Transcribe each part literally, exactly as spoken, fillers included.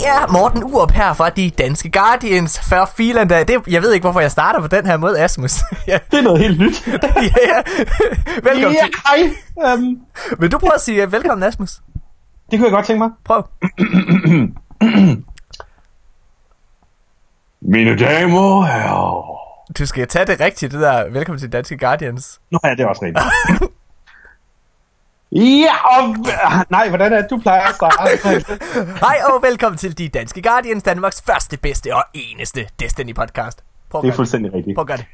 er Morten Urup her fra de danske Guardians for Filan. Det, jeg ved ikke, hvorfor jeg starter på den her måde, Asmus. Ja. Det er noget helt nyt. ja, ja. Velkommen ja, til. Hej. Um... Vil du prøve at sige velkommen, Asmus? Det kunne jeg godt tænke mig. Prøv. Mine damer og herrer. Du skal tage det rigtigt, det der velkommen til danske Guardians. Nå ja, det er også rigtigt. Ja, og... Nej, hvordan er det, du plejer at starte? Hej og velkommen til de danske Guardians, Danmarks første, bedste og eneste Destiny-podcast. Det er fuldstændig rigtigt. Prøv at gøre det.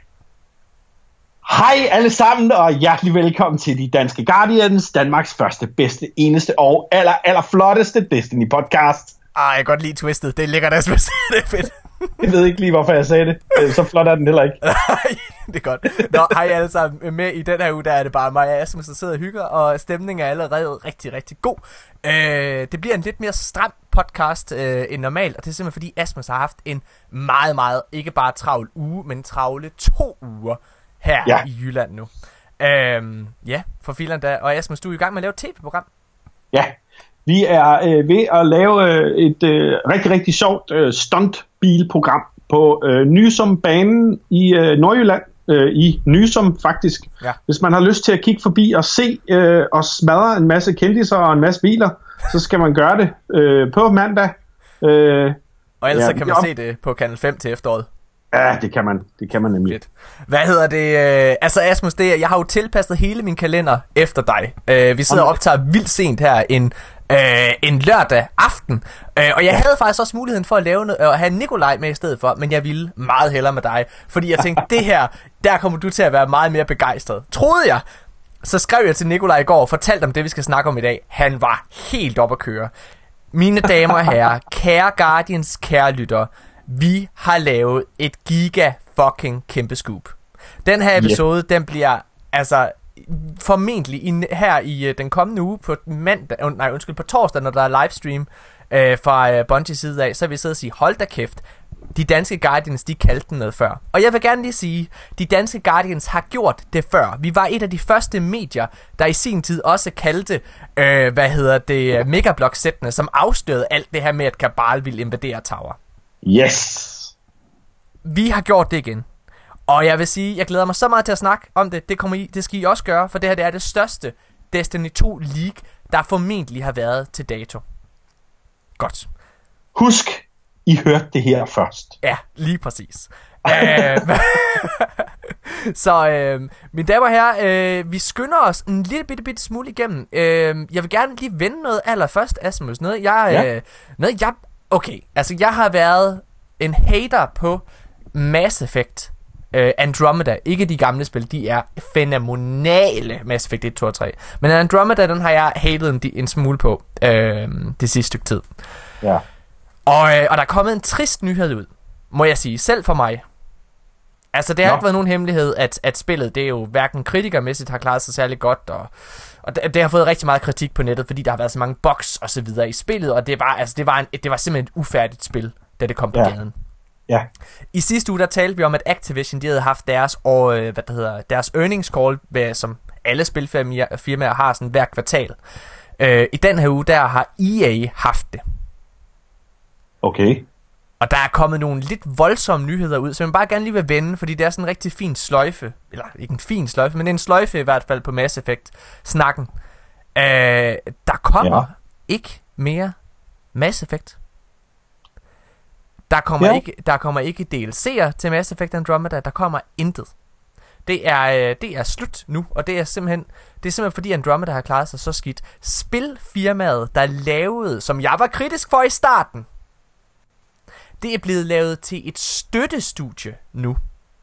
Hej alle sammen, og hjertelig velkommen til de danske Guardians, Danmarks første, bedste, eneste og aller, aller flotteste Destiny-podcast. Ej, jeg kan godt lide twistet. Det er lækkert, Asmus. Det er fedt. Jeg ved ikke lige, hvorfor jeg sagde det. Så flot er den heller ikke. Nej, det er godt. Nå, hej alle sammen. Med i den her uge, der er det bare mig og Asmus, der sidder og hygger, og stemningen er allerede rigtig, rigtig god. Øh, det bliver en lidt mere stram podcast øh, end normalt, og det er simpelthen fordi Asmus har haft en meget, meget, ikke bare travl uge, men travle to uger her ja. i Jylland nu. Øh, ja, for filan da. Og Asmus, du er i gang med at lave et tv-program. Ja, vi er øh, ved at lave øh, et øh, rigtig, rigtig sjovt øh, stuntbilprogram på øh, Nysum-banen i øh, Nordjylland. Øh, I Nysum faktisk. Ja. Hvis man har lyst til at kigge forbi og se øh, og smadre en masse kendiser og en masse biler, så skal man gøre det øh, på mandag. Øh, og ellers ja, så kan man ja. se det på Kanal fem til efteråret. Ja, det kan man. Det kan man nemlig. Fedt. Hvad hedder det? Øh, altså Asmus, det, jeg har jo tilpasset hele min kalender efter dig. Øh, vi sidder og optager vildt sent her en, øh, en lørdag aften. Øh, og jeg ja. havde faktisk også muligheden for at lave noget, at have Nikolaj med i stedet for, men jeg ville meget hellere med dig. Fordi jeg tænkte, det her, der kommer du til at være meget mere begejstret. Troede jeg. Så skrev jeg til Nikolaj i går og fortalte om det, vi skal snakke om i dag. Han var helt op at køre. Mine damer og herrer, kære Guardians, kære lyttere. Vi har lavet et giga fucking kæmpe scoop. Den her episode, yeah. den bliver altså formentlig i, her i uh, den kommende uge på mandag, uh, nej undskyld, på torsdag, når der er livestream uh, fra uh, Bungies side af, så vil vi sidde og sige, hold da kæft, de danske Guardians, de kaldte den noget før. Og jeg vil gerne lige sige, de danske Guardians har gjort det før. Vi var et af de første medier, der i sin tid også kaldte, uh, hvad hedder det, Megablock-sættene, som afstødede alt det her med, at Kabal ville invadere Tower. Yes. Vi har gjort det igen. Og jeg vil sige, jeg glæder mig så meget til at snakke om det. Det, kommer I, det skal I også gøre, for det her det er det største Destiny to League, der formentlig har været til dato. Godt. Husk, I hørte det her først. Ja, lige præcis. Æh, så øh, mine damer og herrer, øh, vi skynder os en lille bitte, bitte smule igennem. Øh, jeg vil gerne lige vende noget allerførst, Asmus. Noget jeg... Ja. Øh, noget jeg Okay, altså jeg har været en hater på Mass Effect uh, Andromeda. Ikke de gamle spil, de er fænomenale, Mass Effect et, to og tre. Men Andromeda, den har jeg hatet en, en smule på uh, det sidste stykke tid. Ja. Og, uh, og der er kommet en trist nyhed ud, må jeg sige, selv for mig. Altså det har Nå. ikke været nogen hemmelighed, at, at spillet, det er jo hverken kritikermæssigt har klaret sig særlig godt, og, og det, det har fået rigtig meget kritik på nettet, fordi der har været så mange bugs og så videre i spillet, og det var, altså, det var, en, det var simpelthen et ufærdigt spil, da det kom på ja. gaden. Ja. I sidste uge, der talte vi om, at Activision, de havde haft deres, og, hvad der hedder, deres earnings call, hvad, som alle spilfirmaer har sådan hver kvartal. Øh, I den her uge, der har E A haft det. Okay. Og der er kommet nogle lidt voldsomme nyheder ud, som jeg bare gerne lige vil vende, fordi det er sådan en rigtig fin sløjfe. Eller ikke en fin sløjfe, men en sløjfe i hvert fald på Mass Effect-snakken. Øh, der kommer ja. ikke mere Mass Effect. Der kommer, ja. ikke, der kommer ikke D L C'er til Mass Effect Andromeda. Der kommer intet. Det er, det er slut nu, og det er simpelthen det er simpelthen fordi Andromeda har klaret sig så skidt. Spilfirmaet, der lavede, som jeg var kritisk for i starten, det er blevet lavet til et støttestudie nu.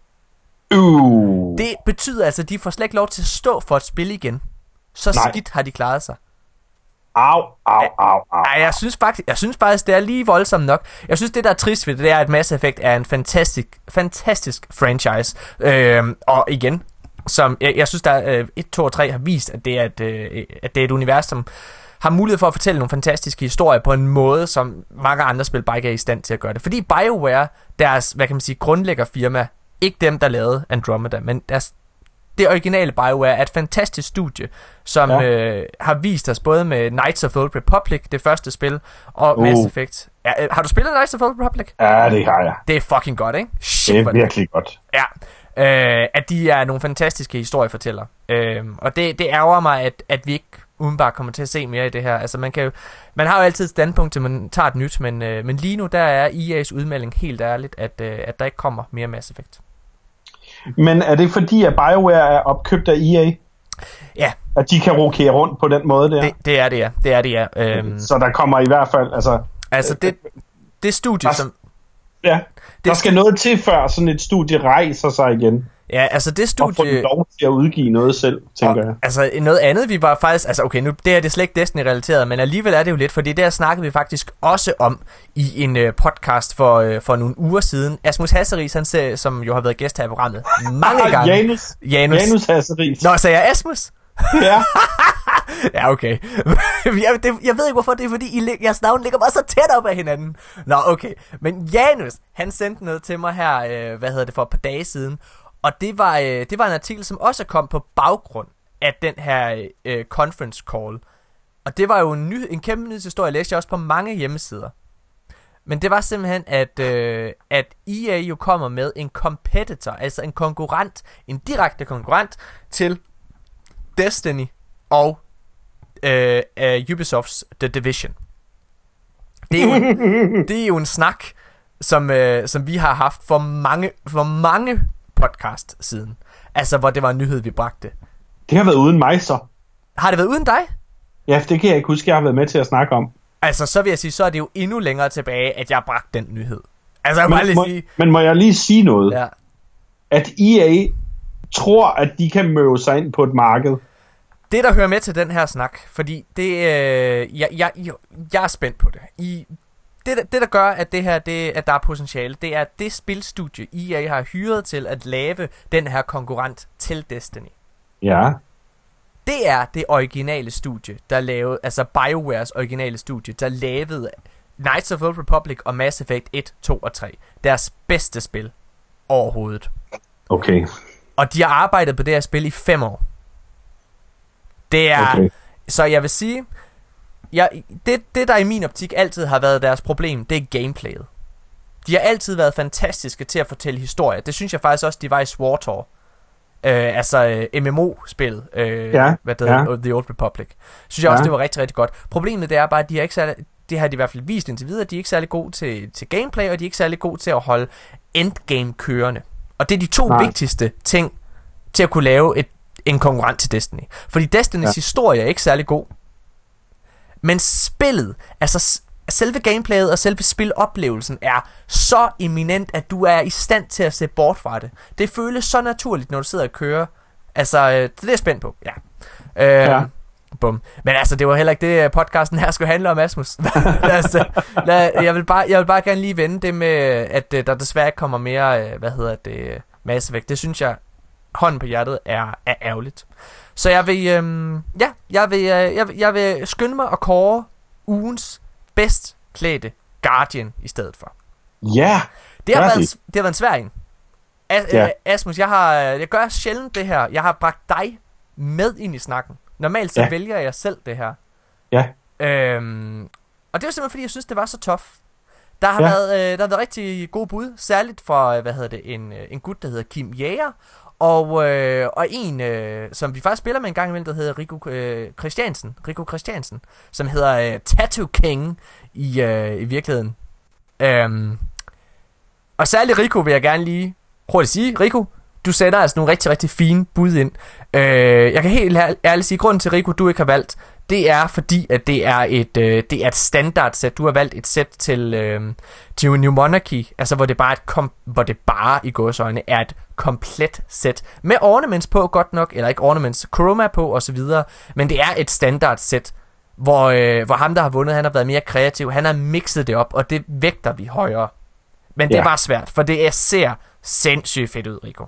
Uh. Det betyder altså, at de får slet ikke lov til at stå for et spil igen. Så Nej. skidt har de klaret sig. Au, au, au, au. Ej, jeg synes faktisk, jeg synes faktisk, det er lige voldsomt nok. Jeg synes, det der er trist ved det, det er, at Mass Effect er en fantastisk, fantastisk franchise. Øhm, og igen, som jeg, jeg synes, der er et, to og tre har vist, at det er et, øh, at det er et univers, som har mulighed for at fortælle nogle fantastiske historier på en måde, som mange andre spil bare ikke er i stand til at gøre det. Fordi BioWare, deres, hvad kan man sige, grundlæggerfirma, ikke dem, der lavede Andromeda, men deres det originale BioWare er et fantastisk studie, som ja. øh, har vist os både med Knights of the Old Republic, det første spil, og uh. Mass Effect. Ja, øh, har du spillet Knights of the Old Republic? Ja, det har jeg. Det er fucking godt, ikke? Shit, det er virkelig det. Godt. Ja, øh, at de er nogle fantastiske historiefortællere. Øh, og det, det ærger mig, at, at vi ikke udenbart kommer til at se mere i det her. Altså man kan jo, man har jo altid et standpunkt til man tager et nyt, men, øh, men lige nu der er E A's udmelding helt ærligt, at, øh, at der ikke kommer mere Mass Effect. Men er det fordi, at BioWare er opkøbt af E A? Ja. At de kan rokere rundt på den måde der? Det, det er det, ja. Det er det, ja. Øhm, Så der kommer i hvert fald, altså... Altså, det, det studie, der, som... Ja, der skal noget til, før sådan et studie rejser sig igen. Ja, altså det studie... Og få lov til at udgive noget selv, tænker og, jeg. Altså noget andet, vi var faktisk... Altså okay, nu det her det er slet ikke Destiny-relateret, men alligevel er det jo lidt, fordi der snakkede vi faktisk også om i en uh, podcast for, uh, for nogle uger siden. Asmus Hasseris, han ser, som jo har været gæst her i programmet mange gange. Janus. Janus. Janus Hasseris. Nå, sagde jeg Asmus? Ja. Ja, okay. jeg, det, jeg ved ikke, hvorfor det er, fordi I, jeres navn ligger bare så tæt op af hinanden. Nå, okay. Men Janus, han sendte noget til mig her, øh, hvad hedder det, for et par dage siden. Og det var, øh, det var en artikel, som også kom på baggrund af den her øh, conference call. Og det var jo en, ny, en kæmpe nyhedshistorie, jeg læste jeg også på mange hjemmesider. Men det var simpelthen, at, øh, at E A jo kommer med en competitor, altså en konkurrent, en direkte konkurrent til Destiny og øh, øh, Ubisofts The Division. Det er jo en, det er jo en snak, som, øh, som vi har haft for mange, for mange podcast siden. Altså, hvor det var en nyhed, vi bragte. Det har været uden mig, så. Har det været uden dig? Ja, det kan jeg ikke huske, jeg har været med til at snakke om. Altså, så vil jeg sige, så er det jo endnu længere tilbage, at jeg bragte den nyhed. Altså, jeg men, må lige må, sige... men må jeg lige sige noget? Ja. At E A tror, at de kan møve sig ind på et marked. Det, der hører med til den her snak, fordi det, øh, jeg, jeg, jeg er spændt på det. I, det, det, der gør, at, det her, det, at der er potentiale, det er, at det spilstudie, E A har hyret til at lave den her konkurrent til Destiny. Ja. Det er det originale studie, der lavede, altså BioWares originale studie, der lavede Knights of the Old Republic og Mass Effect et, to og tre. Deres bedste spil overhovedet. Okay. Og de har arbejdet på det her spil i fem år. Det er, okay. Så jeg vil sige, jeg, det, det der i min optik altid har været deres problem, det er gameplayet. De har altid været fantastiske til at fortælle historier. Det synes jeg faktisk også, de var i SWTOR. Øh, altså uh, M M O-spillet, øh, ja, hvad det hedder, ja. The Old Republic. Synes jeg også, ja. det var rigtig, rigtig godt. Problemet det er bare, at de har ikke særlig, det har de i hvert fald vist indtil videre, at de er ikke særlig gode til, til gameplay, og de er ikke særlig gode til at holde endgame kørende. Og det er de to Nej. vigtigste ting til at kunne lave et, en konkurrent til Destiny. Fordi Destinys ja. historie er ikke særlig god. Men spillet, altså selve gameplayet og selve spiloplevelsen er så eminent, at du er i stand til at se bort fra det. Det føles så naturligt, når du sidder og kører. Altså, det er jeg spændt på. Ja. Øh, ja. Bum. Men altså, det var heller ikke det, podcasten her skulle handle om, Asmus. altså, lad, jeg, vil bare, jeg vil bare gerne lige vende det med, at der desværre ikke kommer mere, hvad hedder det, Mass Effect. Det synes jeg, hånden på hjertet, er, er ærgerligt. Så jeg vil, øhm, ja, jeg vil, jeg, vil, jeg vil skynde mig at kåre ugens bedst klædte Guardian i stedet for. Ja, det har, været en, det har været en svær en. As, ja. øh, Asmus, jeg, har, jeg gør sjældent det her. Jeg har bragt dig med ind i snakken. Normalt så ja. vælger jeg selv det her. Ja. Øhm, og det var simpelthen fordi, jeg synes, det var så tough. Der har, ja. været, øh, der har været rigtig gode bud, særligt fra, hvad hedder det, en, en gut, der hedder Kim Jæger, og, øh, og en, øh, som vi faktisk spiller med en gang imellem, der hedder Rico øh, Christiansen, Rico Christiansen, som hedder øh, Tattoo King i, øh, i virkeligheden. Øhm, og særligt Rico vil jeg gerne lige hurtigt sige, Rico, du sætter altså nogle rigtig, rigtig fine bud ind. Øh, jeg kan helt ærligt sige, grunden til, Rico, du ikke har valgt, det er fordi, at det er et, øh, det er et standard sæt. Du har valgt et sæt til, øh, til New Monarchy, altså hvor det bare, et kom- hvor det bare i gåseøjne er et komplet sæt. Med ornaments på, godt nok, eller ikke ornaments, chroma på osv., men det er et standard sæt, hvor, øh, hvor ham, der har vundet, han har været mere kreativ. Han har mixet det op, og det vægter vi højere. Men det ja. er bare svært, for det er, ser sindssygt fedt ud, Rico.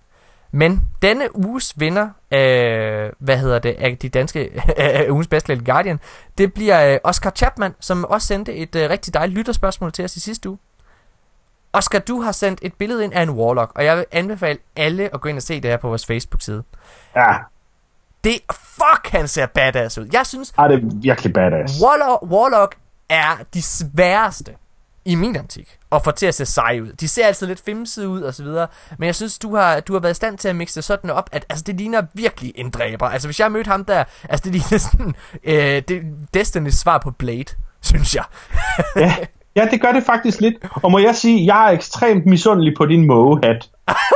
Men denne uges vinder, øh, hvad hedder det, af de danske øh, ugens bedste Guardian, det bliver øh, Oscar Chapman, som også sendte et øh, rigtig dejligt lytterspørgsmål til os i sidste uge. Oscar, du har sendt et billede ind af en Warlock, og jeg vil anbefale alle at gå ind og se det her på vores Facebook-side. Ja. Det, fuck, han ser badass ud. Jeg synes, ah, det er virkelig badass. Warlock, Warlock er de sværeste i min optik at få til at se seje ud. De ser altid lidt femsede ud og så videre, men jeg synes, du har, du har været i stand til at mixe det sådan op, at altså, det ligner virkelig en dræber. Altså, hvis jeg mødte ham der, altså, det ligner sådan, øh, det, Destiny's svar på Blade, synes jeg. ja, ja, det gør det faktisk lidt. Og må jeg sige, jeg er ekstremt misundelig på din mågehat.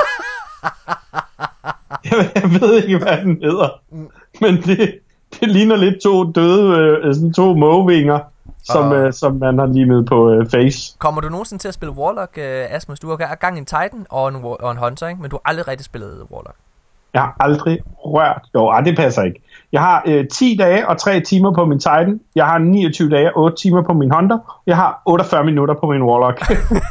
jeg, jeg ved ikke, hvad den hedder, men det, det ligner lidt to døde, øh, sådan to mågevinger, som, uh, øh, som man har limet på øh, face. Kommer du nogensinde til at spille Warlock, øh, Asmus? Du har gang i en Titan og en, og en Hunter, ikke? Men du har aldrig rigtig spillet Warlock. Jeg har aldrig rørt. Jo, ej, det passer ikke. Jeg har øh, ti dage og tre timer på min Titan. Jeg har niogtyve dage og otte timer på min Hunter. Jeg har otteogfyrre minutter på min Warlock.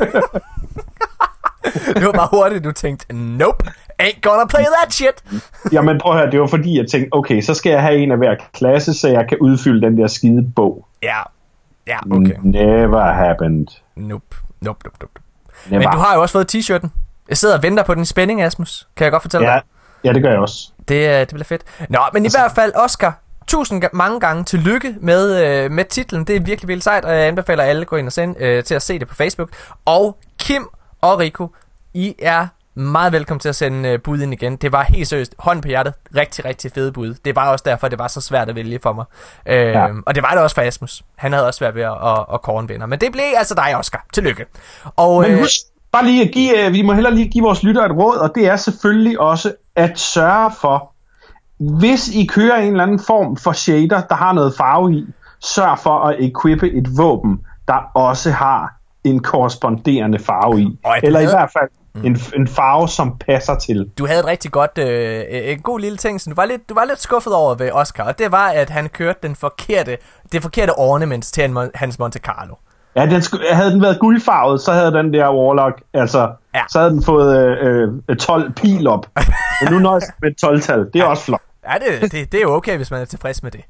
Det var bare hurtigt, du tænkte, nope, ain't gonna play that shit. Jamen prøv at høre, det var fordi, jeg tænkte, okay, så skal jeg have en af hver klasse, så jeg kan udfylde den der skide bog. Ja, ja, okay. Never happened. Nope, nope, nope, nope. Never. Men du har jo også fået t-shirten. Jeg sidder og venter på den spænding, Asmus. Kan jeg godt fortælle ja. dig? Ja, det gør jeg også. Det, det bliver fedt. Nå, men i hvert fald, Oscar, tusind mange gange tillykke med, øh, med titlen. Det er virkelig vildt sejt, og jeg anbefaler alle at gå ind og sende, øh, til at se det på Facebook. Og Kim og Rico, I er meget velkommen til at sende øh, bud ind igen. Det var helt seriøst, hånd på hjertet, rigtig, rigtig fede bud. Det var også derfor, det var så svært at vælge for mig. Øh, ja. Og det var det også for Asmus. Han havde også svært ved at, at, at kåre en vinder. Men det blev altså dig, Oscar. Tillykke. Og, Men husk bare lige at give, vi må heller lige give vores lyttere et råd, og det er selvfølgelig også at sørge for, hvis I kører en eller anden form for shader, der har noget farve i, sørg for at equippe et våben, der også har en korresponderende farve i. Eller havde... i hvert fald mm. en, en farve, som passer til. Du havde et rigtig godt, øh, en god lille ting, som du var lidt, du var lidt skuffet over ved Oscar, og det var, at han kørte den forkerte, det forkerte ornaments til en, hans Monte Carlo. Ja, den skulle, havde den været guldfarvet, så havde den der Warlock, altså, ja. så havde den fået øh, øh, tolv pil op. Men nu nøjes med tolv-tal, det er ja. også flot. Ja, det, det, det er jo okay, hvis man er tilfreds med det.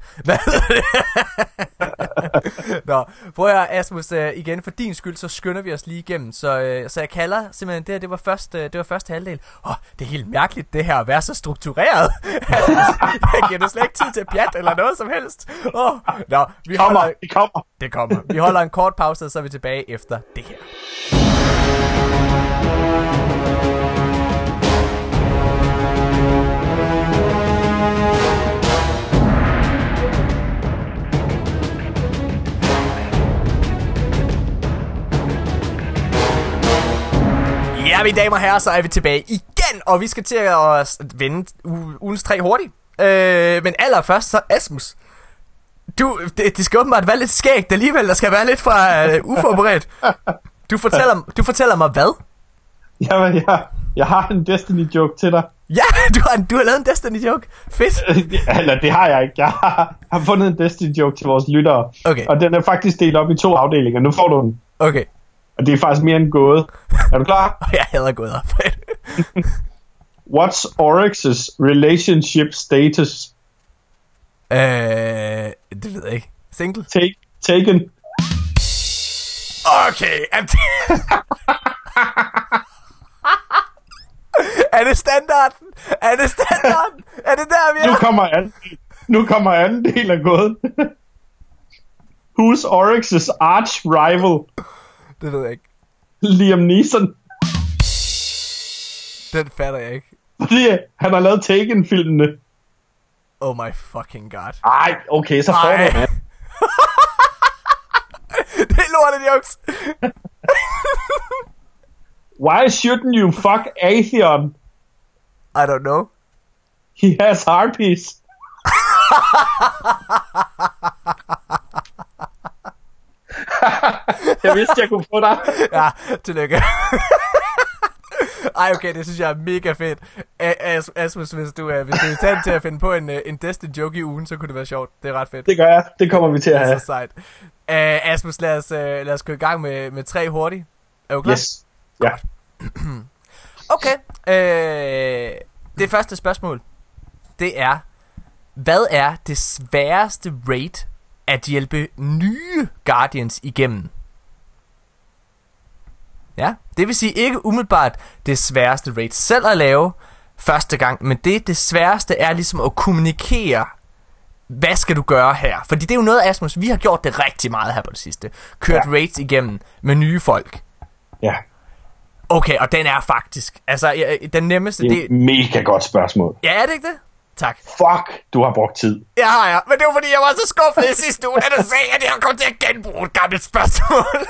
Nå, prøv at høre, Asmus, uh, igen, for din skyld, så skynder vi os lige igennem. Så, uh, så jeg kalder simpelthen, det her, det var, først, uh, det var første halvdel. Åh, oh, det er helt mærkeligt, det her at være så struktureret. Jeg giver det slet ikke tid til pjat eller noget som helst. Oh, nå, vi kommer, holder, det kommer. Det kommer. Vi holder en kort pause, og så er vi tilbage efter det her. Ja, mine damer og herrer, så er vi tilbage igen, og vi skal til at vende ugens tre hurtigt. Øh, men allerførst så Asmus. Du, det, det skal åbenbart være lidt skægt alligevel, der skal være lidt fra uh, uforberedt. Du fortæller, du fortæller mig hvad? Jamen, jeg, jeg har en Destiny-joke til dig. Ja, du har, du har lavet en Destiny-joke. Fedt. Eller det har jeg ikke. Jeg har, har fundet en Destiny-joke til vores lyttere. Okay. Og den er faktisk delt op i to afdelinger. Nu får du den. Okay. Og det er faktisk mere end gåde. Er du klar? Jeg hader gåder. What's Oryx's relationship status? Øh, det ved jeg ikke. Single? Take, taken. Okay. Er det standarden? Er det standarden? Er det der, vi er? Nu kommer anden, nu kommer anden del af gåden. Who's Oryx's arch rival? Det ved jeg ikke. Liam Neeson. Den fatter jeg ikke. Fordi han har lavet Taken-filmene. Oh my fucking god. Ej, okay, så får du det. Det er lortet, jokes. Why shouldn't you fuck Atheon? I don't know. He has harpies. Jeg vidste, jeg kunne få dig. Ja, tillykke. Ej, okay, det synes jeg er mega fedt. As, Asmus, hvis du, uh, hvis du er i stand til at finde på en, uh, en Destiny-joke i ugen, så kunne det være sjovt. Det er ret fedt. Det gør jeg. Det kommer vi til at have. Det er så sejt. Uh, Asmus, lad os, uh, lad os gå i gang med, med tre hurtigt. Er du klar? Yes. Ja. Okay. Uh, det første spørgsmål, det er, hvad er det sværeste raid at hjælpe nye Guardians igennem? Ja, det vil sige ikke umiddelbart det sværeste raid selv at lave første gang, men det, det sværeste er ligesom at kommunikere, hvad skal du gøre her? Fordi det er jo noget, Asmus, vi har gjort det rigtig meget her på det sidste. Kørt ja. raids igennem med nye folk. Ja. Okay, og den er faktisk, altså den nemmeste... Det er et det... mega godt spørgsmål. Ja, er det ikke det? Tak. Fuck, du har brugt tid. Ja, ja, men det var fordi, jeg var så skuffet i sidste uge, at du sagde, at jeg kom til at genbruge et gammelt spørgsmål.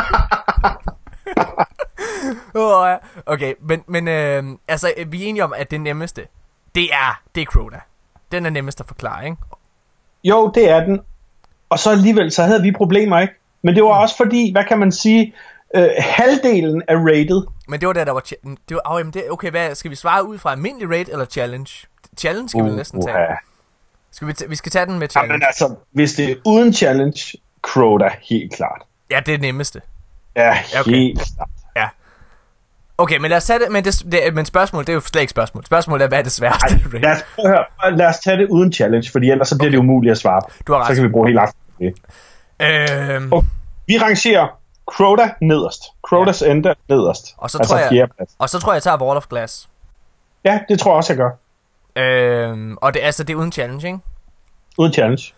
oh, ja. Okay, men, men øh, altså, vi er enige om, at det nemmeste, det er, det er Crota. Den er nemmest at forklare, ikke? Jo, det er den. Og så alligevel, så havde vi problemer, ikke? Men det var også fordi, hvad kan man sige, øh, halvdelen af rated. Men det var der, der var... Ch- det var oh, jamen det, okay, hvad, skal vi svare ud fra almindelig raid eller challenge? Challenge skal uh, vi næsten tage. Uh, skal vi, t- vi skal tage den med challenge. Jamen altså, hvis det er uden challenge, Crota, helt klart. Ja, det er det nemmeste. Ja, okay. Helt klart. Ja. Okay, men lad os tage det, men, det, det, men spørgsmålet, det er jo slet ikke spørgsmål. Spørgsmålet er, hvad er det sværeste? Ej, lad, os, hør, lad os tage det uden challenge, fordi ellers så bliver okay. det umuligt at svare på. Du har ret. Så kan vi bruge hele aftenen. Øhm... Okay. Vi rangerer Crota nederst. Crotas ja. Ender nederst. Og så, altså tror jeg, og så tror jeg, jeg tager Wall of Glass. Ja, det tror jeg også, jeg gør. Øhm, og det, altså, det er uden challenge, ikke? Uden challenge.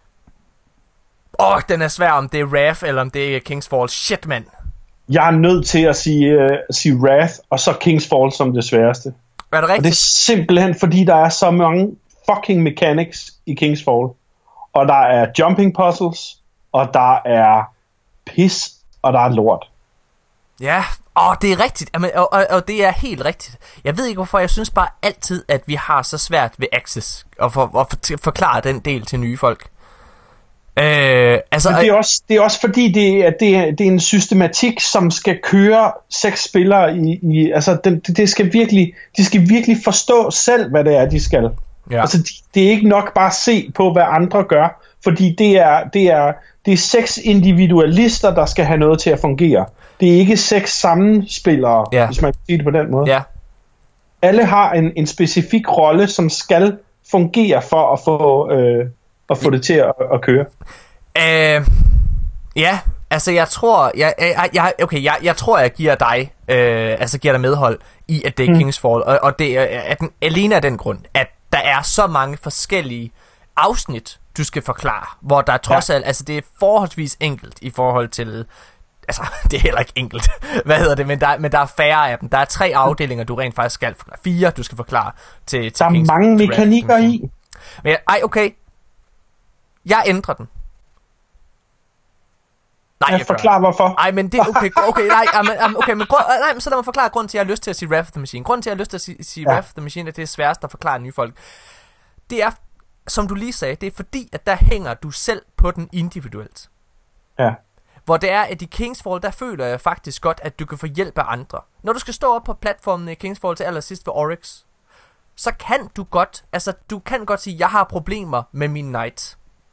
Åh, oh, den er svær, om det er Wrath, eller om det er King's Fall. Shit, mand. Jeg er nødt til at sige, uh, sige Wrath, og så King's Fall som det sværeste. Er det rigtigt? Og det er simpelthen, fordi der er så mange fucking mechanics i King's Fall. Og der er jumping puzzles, og der er pis, og der er lort. Ja, åh, det er rigtigt. Jamen, og, og, og det er helt rigtigt. Jeg ved ikke, hvorfor. Jeg synes bare altid, at vi har så svært ved Access at, for, at for, forklare den del til nye folk. Øh, altså, det, er også, det er også fordi, det er, det, er, det er en systematik, som skal køre seks spillere i... i altså, det, det skal virkelig, de skal virkelig forstå selv, hvad det er, de skal. Ja. Altså, det, det er ikke nok bare at se på, hvad andre gør, fordi det er, det er, det er seks individualister, der skal have noget til at fungere. Det er ikke seks sammenspillere, ja. Hvis man kan sige det på den måde. Ja. Alle har en, en specifik rolle, som skal fungere for at få, øh, at få det til at, at køre. Øh, ja, altså jeg tror, jeg, jeg, jeg, okay, jeg, jeg tror, jeg giver dig, øh, altså giver dig medhold i, at det er mm. King's Fall, og, og det er at den, alene af den grund, at der er så mange forskellige afsnit, du skal forklare, hvor der trods alt, ja. Altså det er forholdsvis enkelt i forhold til, altså det er heller ikke enkelt, hvad hedder det, men der, men der er færre af dem. Der er tre afdelinger, du rent faktisk skal forklare. Fire, du skal forklare til, til der er King's mange Fall, mekanikker i. Men ej, okay. Jeg ændrer den. Nej, jeg, jeg forklarer hvorfor. Nej, men det okay, okay, nej, men okay, men grund, nej, men så lad mig forklare grunden til at jeg har lyst til at sige Wrath of the Machine. Grunden til at jeg har lyst til at sige, sige ja. Wrath of the Machine, at det er sværest at forklare nye folk. Det er, som du lige sagde, det er fordi at der hænger du selv på den individuelt. Ja. Hvor det er, at i King's Fall, der føler jeg faktisk godt, at du kan få hjælp af andre. Når du skal stå op på platformen i King's Fall til allersidst ved Oryx, så kan du godt, altså du kan godt sige, jeg har problemer med min knight.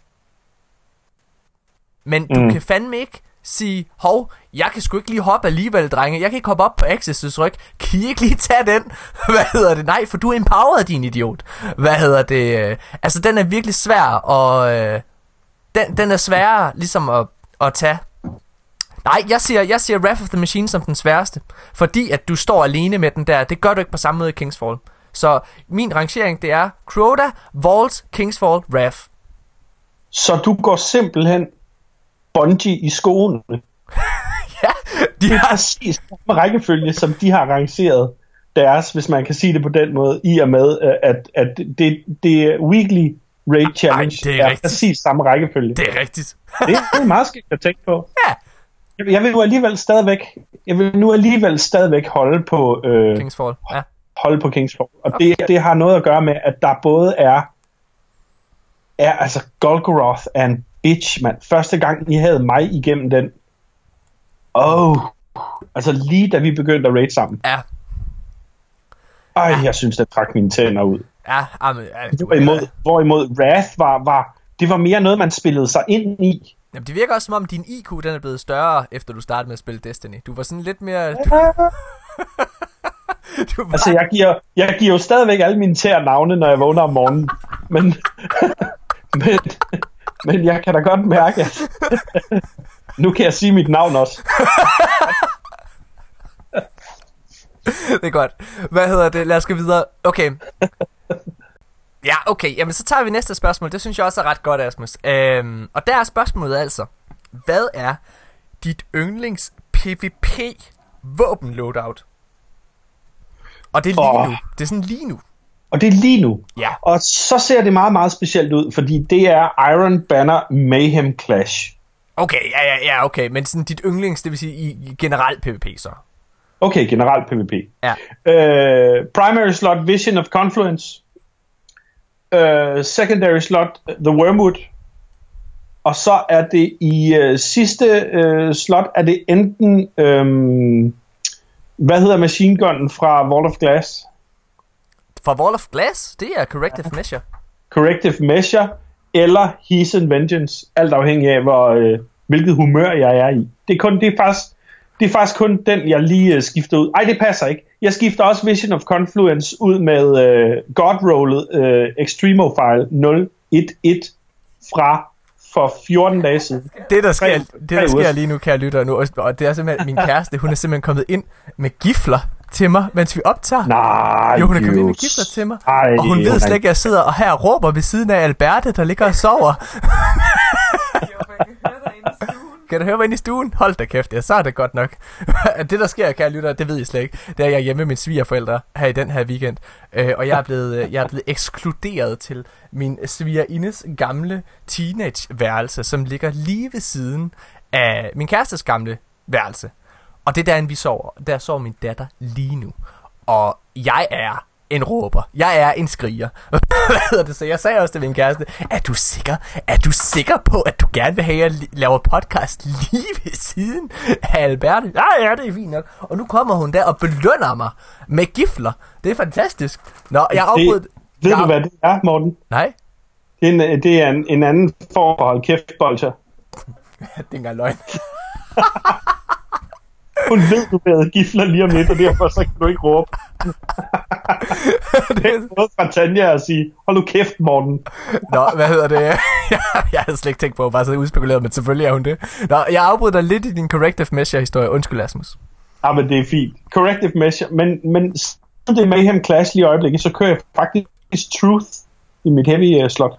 Men du mm. kan fandme ikke sige, hov, jeg kan sgu ikke lige hoppe alligevel, drenge. Jeg kan ikke hoppe op på Access' ryg. Kan I ikke lige tage den? Hvad hedder det? Nej, for du er empowered, din idiot. Hvad hedder det? Altså, den er virkelig svær, og øh, den, den er sværere ligesom at, at tage. Nej, jeg siger, jeg siger Wrath of the Machine som den sværeste. Fordi at du står alene med den der. Det gør du ikke på samme måde i King's Fall. Så min rangering, det er Crota, Vault, King's Fall, Wrath. Så du går simpelthen Bungie i skoene. Ja, de har præcis samme rækkefølge, som de har rangeret deres, hvis man kan sige det på den måde, i og med, at, at det, det weekly raid challenge Ej, det er, er præcis samme rækkefølge. Det er rigtigt. Det er meget skægt at tænke på. Ja. Jeg vil nu alligevel stadigvæk, jeg vil nu alligevel stadigvæk holde på øh, King's Fall. Ja. Holde på King's Fall. Og det, det har noget at gøre med, at der både er, er altså Golgoroth er en bitch, mand. Første gang I havde mig igennem den. Oh, altså lige da vi begyndte at raid sammen. Ja. Ej, ja. Jeg synes, det trak mine tænder ud. Ja, amen, ja, hvorimod, hvorimod Wrath var, var, det var mere noget, man spillede sig ind i. Jamen, det virker også som om din I Q, den er blevet større, efter du startede med at spille Destiny. Du var sådan lidt mere... Du... du var... Altså, jeg giver, jeg giver jo stadigvæk alle mine tæer navne, når jeg vågner om morgenen. Men... men... Men jeg kan da godt mærke, at nu kan jeg sige mit navn også. Det er godt. Hvad hedder det? Lad os gå videre. Okay. Ja, okay. Jamen, så tager vi næste spørgsmål. Det synes jeg også er ret godt, Asmus. Øhm, og der er spørgsmålet altså. Hvad er dit yndlings PvP våben loadout? Og det er lige oh. nu. Det er sådan lige nu. Og det er lige nu. Ja. Og så ser det meget, meget specielt ud, fordi det er Iron Banner Mayhem Clash. Okay, ja, ja, ja, okay. Men sådan dit yndlings, det vil sige i, i generelt PvP så. Okay, generelt PvP. Ja. Uh, primary slot Vision of Confluence. Uh, secondary slot The Wormwood. Og så er det i uh, sidste uh, slot, er det enten, um, hvad hedder machine gunnen fra Wall of Glass? Fra Wall of Glass? Det er Corrective Measure. Corrective Measure, eller He's and Vengeance, alt afhængig af, hvor, uh, hvilket humør jeg er i. Det er, kun, det, er faktisk, det er faktisk kun den, jeg lige uh, skifter ud. Ej, det passer ikke. Jeg skifter også Vision of Confluence ud med uh, God-rollet uh, Extremo File nul et et fra for fjorten dage siden. Det der sker, det, der sker lige nu, kære lytter, nu, og det er simpelthen min kæreste, hun er simpelthen kommet ind med gifler til mig, mens vi optager. Nej, jo, hun er kommet ind med gifler til mig, Ej, og hun ved slet ikke, at jeg sidder og her råber ved siden af Alberte, der ligger og sover. Kan du høre mig ind i stuen? Hold da kæft, ja, så er det godt nok. Det der sker, kære lytter, det ved I slet ikke. Det er, jeg er hjemme med mine svigerforældre her i den her weekend. Øh, og jeg er, blevet, jeg er blevet ekskluderet til min svigerindes gamle teenageværelse, som ligger lige ved siden af min kærestes gamle værelse. Og det er derinde, vi sover. Der sover min datter lige nu. Og jeg er en råber. Jeg er en skriger. Hvad hedder det så? Jeg sagde også til min kæreste, er du sikker? Er du sikker på, at du gerne vil have, at jeg laver podcast lige ved siden af Alberte? Ja, ja, det er fint nok. Og nu kommer hun der og belønner mig med gifler. Det er fantastisk. Nå, jeg afbrød... Det, ved jeg... du, hvad det er, Morten? Nej. Det er en, det er en, en anden form for hold kæft bolcher. Det er ikke engang løgn. Hun ved, du bliver gifler lige om lidt, og derfor så kan du ikke råbe. Det er noget fra Tanja at sige, hold nu kæft, Morten. Nå, hvad hedder det? Jeg havde slet ikke tænkt på, at bare så udspekuleret, men selvfølgelig er hun det. Nå, jeg afbryder dig lidt i din Corrective Measure-historie. Undskyld, Asmus. Ja, men det er fint. Corrective Measure, men, men så det er Mayhem Clash lige i øjeblikket, så kører jeg faktisk Truth i mit heavy uh, slot.